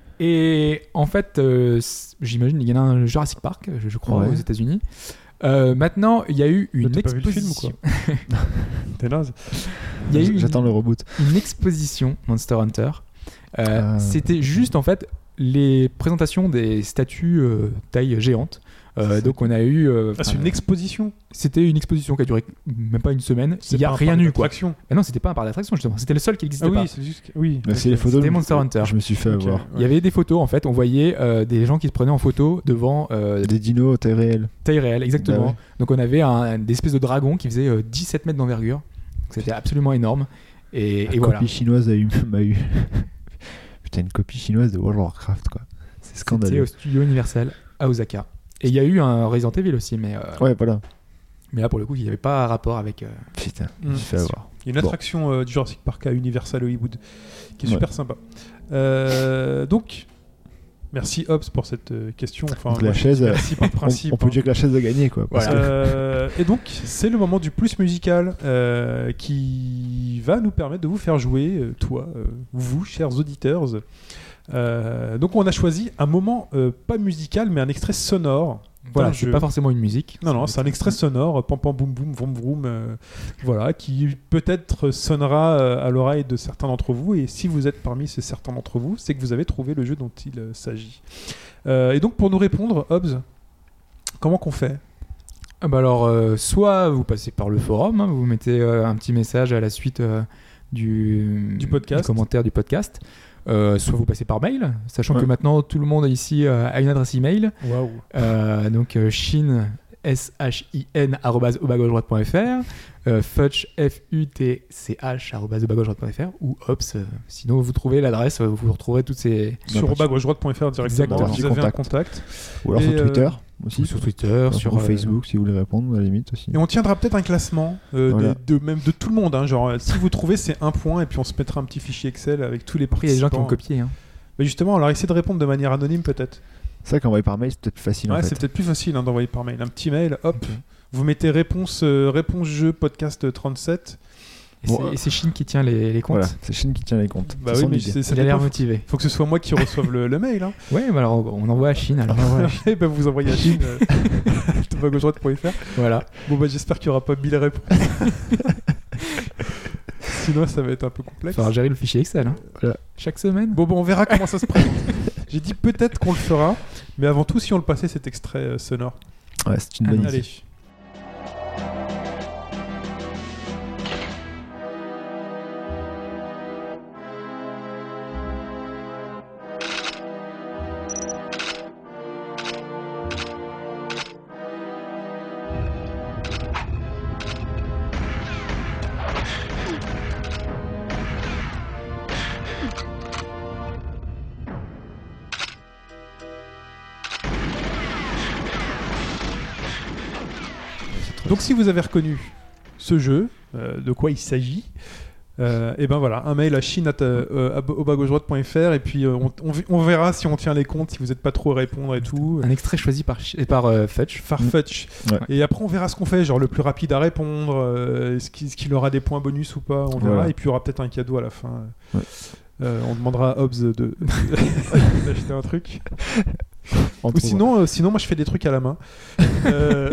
Et en fait, euh, c- j'imagine il y en a un Jurassic Park, je, je crois, Ouais. aux États-Unis. Euh, maintenant, il y a eu une t'as pas vu le film, ou exposition. T'es naze. Il y a eu une- J'attends le reboot. une exposition Monster Hunter. Euh, Ah. C'était juste en fait les présentations des statues euh, taille géante. Euh, C'est- donc on a eu. euh, Ah, c'est enfin, une exposition. C'était une exposition qui a duré même pas une semaine. C'est Il y a pas un rien parc eu quoi. d'attraction. Ah non, c'était pas un parc d'attraction justement. C'était le seul qui n'existait Ah pas. oui, c'est juste. que- Oui. Bah, ok. c'est les photos. C'était je me- Monster Hunter. Je me suis fait Ok, avoir. Il y avait des photos en fait. On voyait euh, des gens qui se prenaient en photo devant euh, Des dinos à taille réelle. taille réelle, exactement. Bah ouais. Donc on avait un, des espèces de dragons qui faisaient euh, dix-sept mètres d'envergure. Donc, C'était absolument énorme. Et, La et copie voilà. chinoise a eu, m'a eu. Putain, une copie chinoise de World of Warcraft, quoi. C'est C'était scandaleux. au studio Universal à Osaka. Et il y a eu un Resident Evil aussi, mais, euh, Ouais, voilà. mais là pour le coup, il n'y avait pas rapport avec. euh, Putain, je Mm. me suis fait avoir. Il y a une Bon. attraction euh, du Jurassic Park à Universal Hollywood qui est Ouais. super sympa. Euh, donc, merci Hobbs pour cette euh, question. Enfin, Donc, moi, la je- chaise, merci par On, principe. on peut hein. dire que la chaise a gagné, quoi. parce Voilà. que- Euh, et donc, c'est le moment du plus musical euh, qui va nous permettre de vous faire jouer, euh, toi, euh, vous, chers auditeurs. Euh, donc, on a choisi un moment euh, pas musical, mais un extrait sonore. Voilà, d'un c'est jeu. pas forcément une musique. Non, non, c'est un extrait sonore, pam pam boum boum, vroom vroom, euh, voilà, qui peut-être sonnera euh, à l'oreille de certains d'entre vous. Et si vous êtes parmi ces certains d'entre vous, c'est que vous avez trouvé le jeu dont il euh, s'agit. Euh, et donc, pour nous répondre, Hobbs, comment qu'on fait ? Ah bah alors, euh, soit vous passez par le forum, hein, vous mettez euh, un petit message à la suite euh, du, Du podcast. du commentaire du podcast, euh, soit vous passez par mail, sachant Ouais. que maintenant tout le monde ici euh, a une adresse email, Waouh. euh, donc euh, Chine S H I N arobase au bas gauche droite point F R, euh, Futch F U T C H arobase au bas gauche droite point F R ou Ops. Euh, sinon, vous trouvez l'adresse, vous retrouverez toutes ces. Sur au bas gauche droite point F R directement. Exactement. Vous avez un contact. Ou alors Et, sur Twitter euh, aussi. Ou sur Twitter, sur sur euh, Facebook si vous voulez répondre, à la limite aussi. Et on tiendra peut-être un classement euh, Voilà. de, de même de tout le monde. Hein, genre, si vous trouvez, c'est un point, et puis on se mettra un petit fichier Excel avec tous les Après, il y a des gens qui participants. ont copié. Hein. Mais justement, alors essayez de répondre de manière anonyme peut-être. C'est vrai qu'envoyer par mail, c'est peut-être plus facile. Ouais, en fait. c'est peut-être plus facile hein, d'envoyer par mail. Un petit mail, hop. Ok. Vous mettez réponse, euh, réponse jeu podcast trente-sept. Et Bon, c'est- euh, et c'est Chine qui tient les, les comptes. Voilà, c'est Chine qui tient les comptes. Bah C'est oui, son mais idée. c'est- ça Il a l'air dépend. motivé. Faut que ce soit moi qui reçoive le, le mail. Hein. Ouais, mais alors on envoie à Chine alors. Et ben vous envoyez à Chine. Euh, au bas gauche droite point F R. Voilà. Bon bah j'espère qu'il n'y aura pas mille réponses. Sinon ça va être un peu Il complexe. faudra gérer le fichier Excel. Hein. Voilà. Chaque semaine. Bon, bon, on verra comment ça se présente. J'ai dit peut-être qu'on le fera, mais avant tout, si on le passait cet extrait euh, sonore. Ouais, c'est une bonne idée. Allez. Donc si vous avez reconnu ce jeu, euh, de quoi il s'agit, euh, et ben voilà, un mail à chine arobase euh, au bas gauche droite point F R et puis euh, on, on, on verra si on tient les comptes, si vous n'êtes pas trop à répondre et tout. Un extrait choisi par, Chi- par euh, Futch. Farfetch. Ouais. Et après on verra ce qu'on fait, genre le plus rapide à répondre, euh, est-ce qu'il, est-ce qu'il aura des points bonus ou pas, on verra. Voilà. Et puis il y aura peut-être un cadeau à la fin. Ouais. Euh, on demandera à Hobbs de, de- d'acheter un truc. On Ou trouvera. sinon, euh, sinon, moi je fais des trucs à la main. Euh,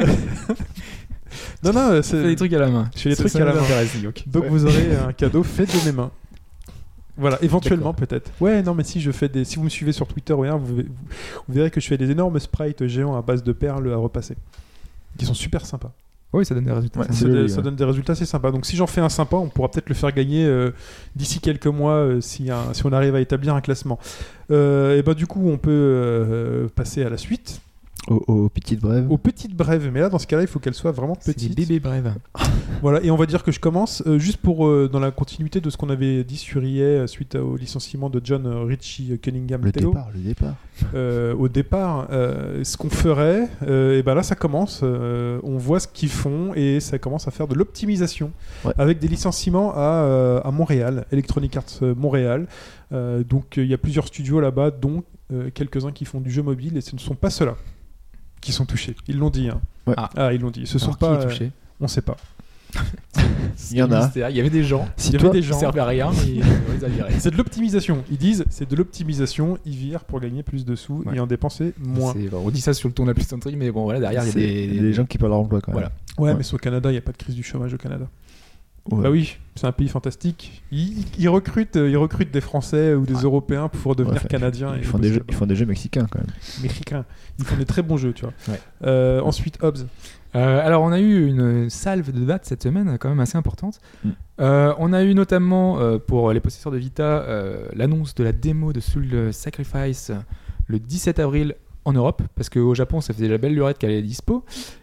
non, non, euh, Je c'est... fais des trucs à la main. Je fais des Ça- trucs ça à la nous main. intéresse, Yoke. Donc Ouais. vous aurez un cadeau fait de mes mains. Voilà, éventuellement peut-être. Ouais, non, mais si je fais des, si vous me suivez sur Twitter ou rien, vous, vous, vous verrez que je fais des énormes sprites géants à base de perles à repasser, qui sont super sympas. Oui, ça donne des résultats. Ouais, ça. c'est Ça, joli, donne- ça ouais. donne des résultats assez sympas. Donc si j'en fais un sympa, on pourra peut-être le faire gagner euh, d'ici quelques mois euh, si, un- si on arrive à établir un classement. Euh, et ben du coup, on peut euh, passer à la suite, Aux, aux petites brèves. aux petites brèves. Mais là, dans ce cas-là, il faut qu'elles soient vraiment C'est des petites. bébés brèves. Voilà, et on va dire que je commence euh, juste pour euh, dans la continuité de ce qu'on avait dit sur I A euh, suite au licenciement de John euh, Ritchie euh, Cunningham Le Tello. départ, le départ. Euh, au départ, euh, ce qu'on ferait, euh, et ben là ça commence, euh, on voit ce qu'ils font et ça commence à faire de l'optimisation Ouais. avec des licenciements à, euh, à Montréal, Electronic Arts euh, Montréal. Euh, donc euh, il y a plusieurs studios là-bas, dont euh, quelques-uns qui font du jeu mobile et ce ne sont pas ceux-là qui sont touchés. Ils l'ont dit. Hein. Ouais. Ah, ils l'ont dit. Ce sont Alors, pas. qui est euh, touché on sait pas. Il y en a. Mystère. Il y avait des gens. Si il y toi- avait des Qui gens. servaient à rien, mais on les a virés. C'est de l'optimisation. Ils disent c'est de l'optimisation. Ils virent pour gagner plus de sous Ouais. et en dépenser moins. C'est- bon, on dit ça sur le ton de la plaisanterie, mais bon, voilà, derrière, il y a C'est des, des gens qui perdent leur emploi quand même. Voilà. Ouais, Ouais. mais c'est au Canada, il n'y a pas de crise du chômage au Canada. Ouais. Bah oui, c'est un pays fantastique. Ils, ils recrutent, euh, ils recrutent des Français ou des Européens pour devenir Ouais, Canadiens. Ils et font, des bosser jeux, là-bas. ils font des jeux mexicains quand même. Mexicains. Ils font des très bons jeux, tu vois. Ouais. Euh, ensuite, Hobbs. Euh, alors, on a eu une salve de dates cette semaine, quand même assez importante. Mm. Euh, on a eu notamment, euh, pour les possesseurs de Vita, euh, l'annonce de la démo de Soul Sacrifice le dix-sept avril en Europe, parce qu'au Japon, ça faisait déjà belle lurette qu'elle est dispo.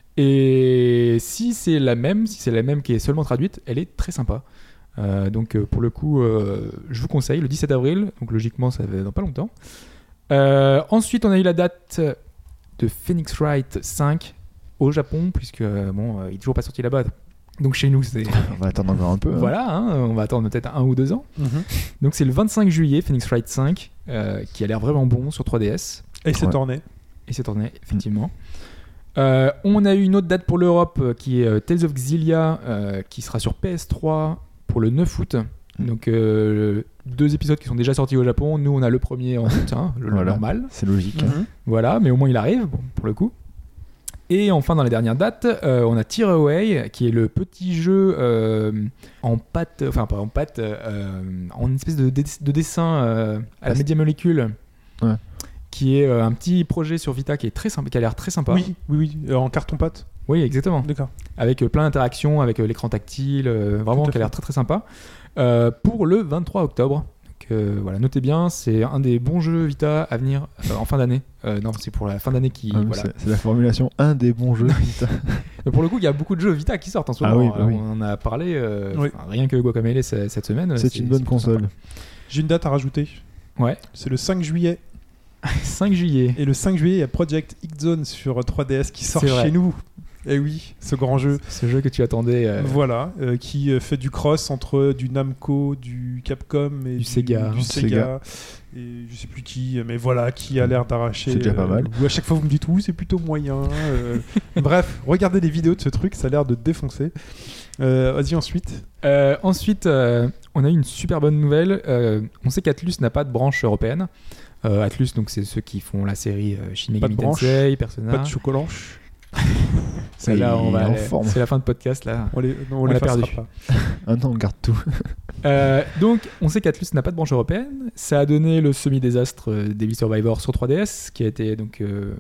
Et si c'est la même, si c'est la même qui est seulement traduite, elle est très sympa. Euh, donc, euh, pour le coup, euh, je vous conseille le dix-sept avril, donc logiquement, ça va dans pas longtemps. Euh, ensuite, on a eu la date de Phoenix Wright cinq au Japon, puisque euh, bon, euh, il est toujours pas sorti là-bas. Donc chez nous, c'est On va attendre encore un peu. hein. voilà, hein, on va attendre peut-être un ou deux ans. Donc c'est le vingt-cinq juillet, Phoenix Wright cinq, euh, qui a l'air vraiment bon sur trois D S. Et c'est Ouais. tourné. Et c'est tourné, effectivement. Euh, on a eu une autre date pour l'Europe euh, qui est euh, Tales of Xillia, euh, qui sera sur P S trois pour le neuf août. Donc euh, deux épisodes qui sont déjà sortis au Japon. Nous, on a le premier en août, hein, le, le Voilà. normal. C'est logique. hein. Mhm. Voilà, mais au moins il arrive, bon, pour le coup. Et enfin, dans les dernières dates, euh, on a Tear Away, qui est le petit jeu euh, en pâte, enfin pas en pâte, euh, en une espèce de, dess- de dessin euh, à la Ah, Media Molecule, Ouais. qui est euh, un petit projet sur Vita qui est très sympa, qui a l'air très sympa. Oui, oui, oui. Euh, en carton-pâte. Oui, exactement. D'accord. Avec euh, plein d'interactions, avec euh, l'écran tactile, euh, vraiment Tout à qui a l'air fait. très très sympa. Euh, pour le vingt-trois octobre. Donc Donc euh, voilà, notez bien, c'est un des bons jeux Vita à venir euh, en fin d'année. Euh, non, c'est pour la fin d'année qui. Ah, mais voilà. c'est, c'est la formulation un des bons jeux Vita. Mais pour le coup, il y a beaucoup de jeux Vita qui sortent en ce Ah moment. oui, bah Alors, oui. On en a parlé, euh, Oui. enfin, rien que Guacamelee c'est- cette semaine. C'est une bonne plutôt console. sympa. J'ai une date à rajouter. Ouais, C'est le cinq juillet. cinq juillet. Et le cinq juillet, il y a Project X-Zone sur trois D S qui sort C'est vrai. chez nous. Et oui, ce grand jeu. Ce jeu que tu attendais. euh, Voilà, euh, qui euh, fait du cross entre du Namco, du Capcom et Du Sega. du Sega. Sega. Et je sais plus qui, mais voilà, qui a l'air d'arracher. C'est déjà pas mal. Ou à chaque fois vous me dites, oui, c'est plutôt moyen. euh. Bref, regardez les vidéos de ce truc, ça a l'air de défoncer. Euh, Vas-y ensuite. Euh, ensuite, euh, on a eu une super bonne nouvelle. Euh, on sait qu'Atlus n'a pas de branche européenne. Euh, Atlus, donc c'est ceux qui font la série euh, Shin Pas de Megami branche, Tensei, Persona. Pas de chocolat. Celle-là, on Il est va en aller- forme. C'est la fin de podcast là. On les, non, on On les l'a fassera perdu. pas. Ah non, on garde tout. Euh, donc, on sait qu'Atlus n'a pas de branche européenne. Ça a donné le semi-désastre euh, Devil Survivor sur trois D S, qui a été donc euh,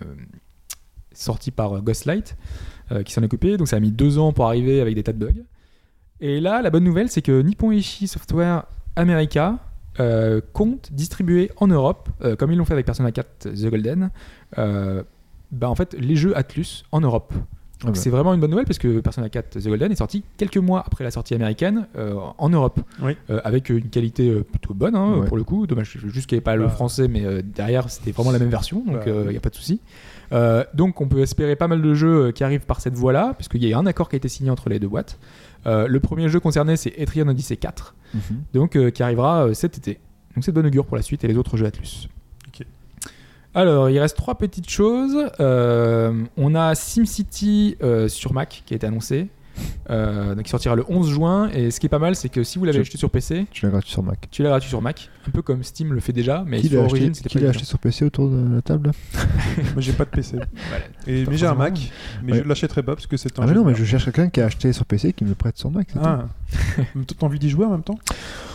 sorti par euh, Ghostlight, euh, qui s'en est occupé. Donc, ça a mis deux ans pour arriver avec des tas de bugs. Et là, la bonne nouvelle, c'est que Nippon Ichi Software America euh, compte distribuer en Europe, euh, comme ils l'ont fait avec Persona quatre The Golden, euh, bah, en fait, les jeux Atlus en Europe. Ah Donc bah. c'est vraiment une bonne nouvelle parce que Persona quatre The Golden est sorti quelques mois après la sortie américaine euh, en Europe, Oui. euh, avec une qualité euh, plutôt bonne hein, Ouais. pour le coup. Dommage juste qu'il n'y ait pas le Bah. français, mais euh, derrière c'était vraiment la même version, donc Bah, il n'y oui. a pas de souci. Euh, donc on peut espérer pas mal de jeux euh, qui arrivent par cette voie-là, puisqu'il y a un accord qui a été signé entre les deux boîtes. Euh, le premier jeu concerné c'est Etrian Odyssey quatre, Mhm. donc euh, qui arrivera euh, cet été. Donc c'est de bonne augure pour la suite et les autres jeux Atlus. Ok. Alors, il reste trois petites choses. Euh, on a SimCity euh, sur Mac qui a été annoncé, euh, donc qui sortira le onze juin. Et ce qui est pas mal, c'est que si vous l'avez Je- acheté sur P C, Tu l'as gratuit sur Mac. tu l'as gratuit sur Mac, un peu comme Steam le fait déjà, mais Qui sur l'a Origin, acheté, c'était qui pas l'a évident. acheté sur P C autour de la table là Moi j'ai pas de P C. Voilà. Et, Pas mais j'ai un forcément. Mac, mais Ouais. je l'achèterai pas parce que c'est un Ah mais jeu non, de mais merde. je cherche quelqu'un qui a acheté sur P C qui me le prête son Mac. c'est tout. Ah, mais toi, t'as envie d'y jouer en même temps?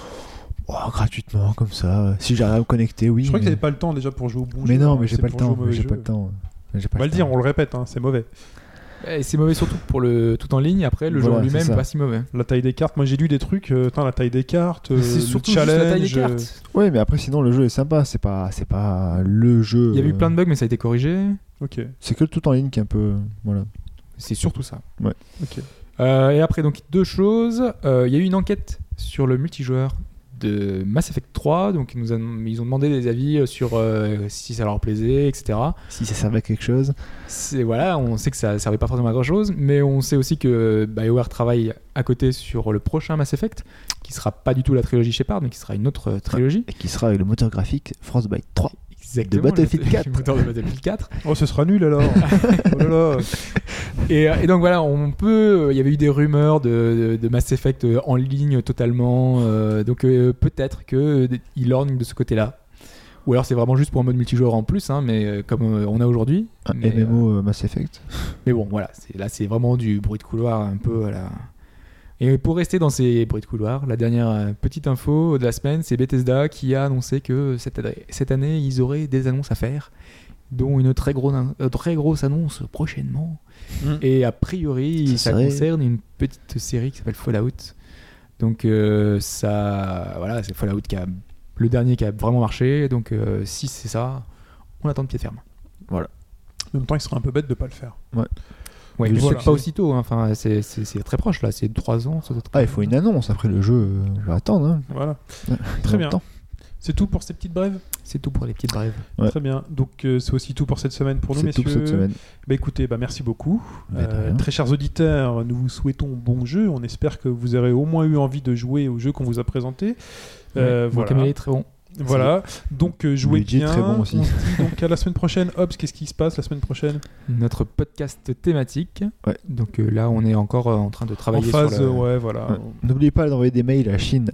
Oh, gratuitement, comme ça. Si j'arrive à me connecter, oui. Je crois que mais... t'avais pas le temps déjà pour jouer au bon jeu. mais non, hein, mais j'ai c'est pas le pour jouer au temps. mais mauvais J'ai pas jeu. le temps. Mais j'ai pas On va le le dire, temps. on le répète, hein, c'est mauvais. Et c'est mauvais surtout pour le tout en ligne. Après, le jeu Voilà, en lui-même c'est ça. pas si mauvais. La taille des cartes, moi j'ai lu des trucs, euh, attends, la taille des cartes, euh, c'est le surtout challenge. juste la taille des euh, cartes. Ouais, mais après, sinon, le jeu est sympa. C'est pas, c'est pas le jeu. Il y a eu euh, plein de bugs, mais ça a été corrigé. Ok. C'est que le tout en ligne qui est un peu. Voilà. C'est surtout ça. Ouais. Ok. Euh, et après, donc, deux choses. Euh, Il y a eu une enquête sur le multijoueur de Mass Effect trois. Donc, ils, nous ont, ils ont demandé des avis sur euh, si ça leur plaisait, et cetera. Si ça servait à quelque chose. C'est, voilà, on sait que ça ne servait pas forcément à grand chose, mais on sait aussi que BioWare travaille à côté sur le prochain Mass Effect, qui sera pas du tout la trilogie Shepard, mais qui sera une autre euh, trilogie. Et qui sera avec le moteur graphique Frostbite trois. Exactement. De Battlefield le- quatre. Le moteur de Battlefield quatre. Oh, ce sera nul alors. Oh là là. Et, euh, et donc voilà, on peut. Il y avait eu des rumeurs de, de, de Mass Effect euh, en ligne totalement. euh, donc euh, peut-être qu'il lorgne de ce côté-là. Ou alors c'est vraiment juste pour un mode multijoueur en plus, hein, mais euh, comme euh, on a aujourd'hui. Un Mais, M M O euh, Mass Effect. Mais bon, voilà, c'est, là c'est vraiment du bruit de couloir un peu à la... Et pour rester dans ces bruits de couloir, la dernière euh, petite info de la semaine, c'est Bethesda qui a annoncé que cette, année- cette année, ils auraient des annonces à faire, dont une très, gros, euh, très grosse annonce prochainement. Mm. Et a priori, Ça ça, serait- concerne une petite série qui s'appelle Fallout. Donc euh, ça, voilà, c'est Fallout qui a le dernier qui a vraiment marché. Donc euh, si c'est ça, on attend de pied ferme. En même temps, il serait un peu bête de pas le faire. Ouais, Mais mais voilà. c'est pas aussitôt, hein. Enfin, c'est, c'est, c'est très proche là, c'est trois ans. ça doit être- Ah, il faut une annonce. Après le jeu, euh, on va attendre. Hein. Voilà. Ouais, Très dans bien. le temps. C'est tout pour ces petites brèves. C'est tout pour les petites brèves. Ouais. Très bien. Donc euh, c'est aussi tout pour cette semaine pour nous, C'est messieurs. tout pour cette semaine. Bah écoutez, bah merci beaucoup. Ouais, de rien. très chers auditeurs, nous vous souhaitons bon jeu. On espère que vous aurez au moins eu envie de jouer au jeu qu'on vous a présenté. Euh, Ouais, voilà. Guacamelee est très bon. Voilà. Donc euh, jouez Luigi est bien. très bon aussi. On se dit donc à la semaine prochaine. Hobbs, qu'est-ce qui se passe la semaine prochaine? Notre podcast thématique. Ouais. Donc euh, là, on est encore euh, en train de En travailler phase, sur le... euh, ouais, voilà. Ouais. N'oubliez pas d'envoyer des mails à chine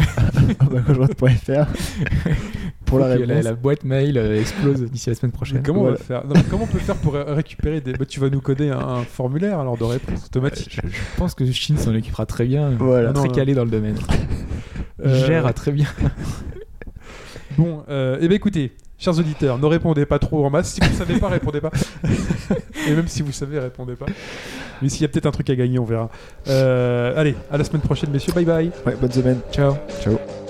arobase point f r pour la Faut que réponse. la, la boîte mail euh, explose d'ici la semaine Mais prochaine. comment on va Voilà. le faire? Non, mais comment on peut faire pour ré- récupérer des... Bah, tu vas nous coder un, un formulaire alors de réponse automatique. Je, je pense que Shin s'en occupera très bien. Voilà. Très Non, calé dans le domaine. Il Euh, gère très bien. Bon, euh, eh bien écoutez, chers auditeurs, ne répondez pas trop en masse. Si vous ne savez pas, répondez pas. Et même si vous savez, répondez pas. Mais s'il y a peut-être un truc à gagner, on verra. Euh, allez, à la semaine prochaine, messieurs. Bye bye. Ouais, bonne semaine. Ciao. Ciao.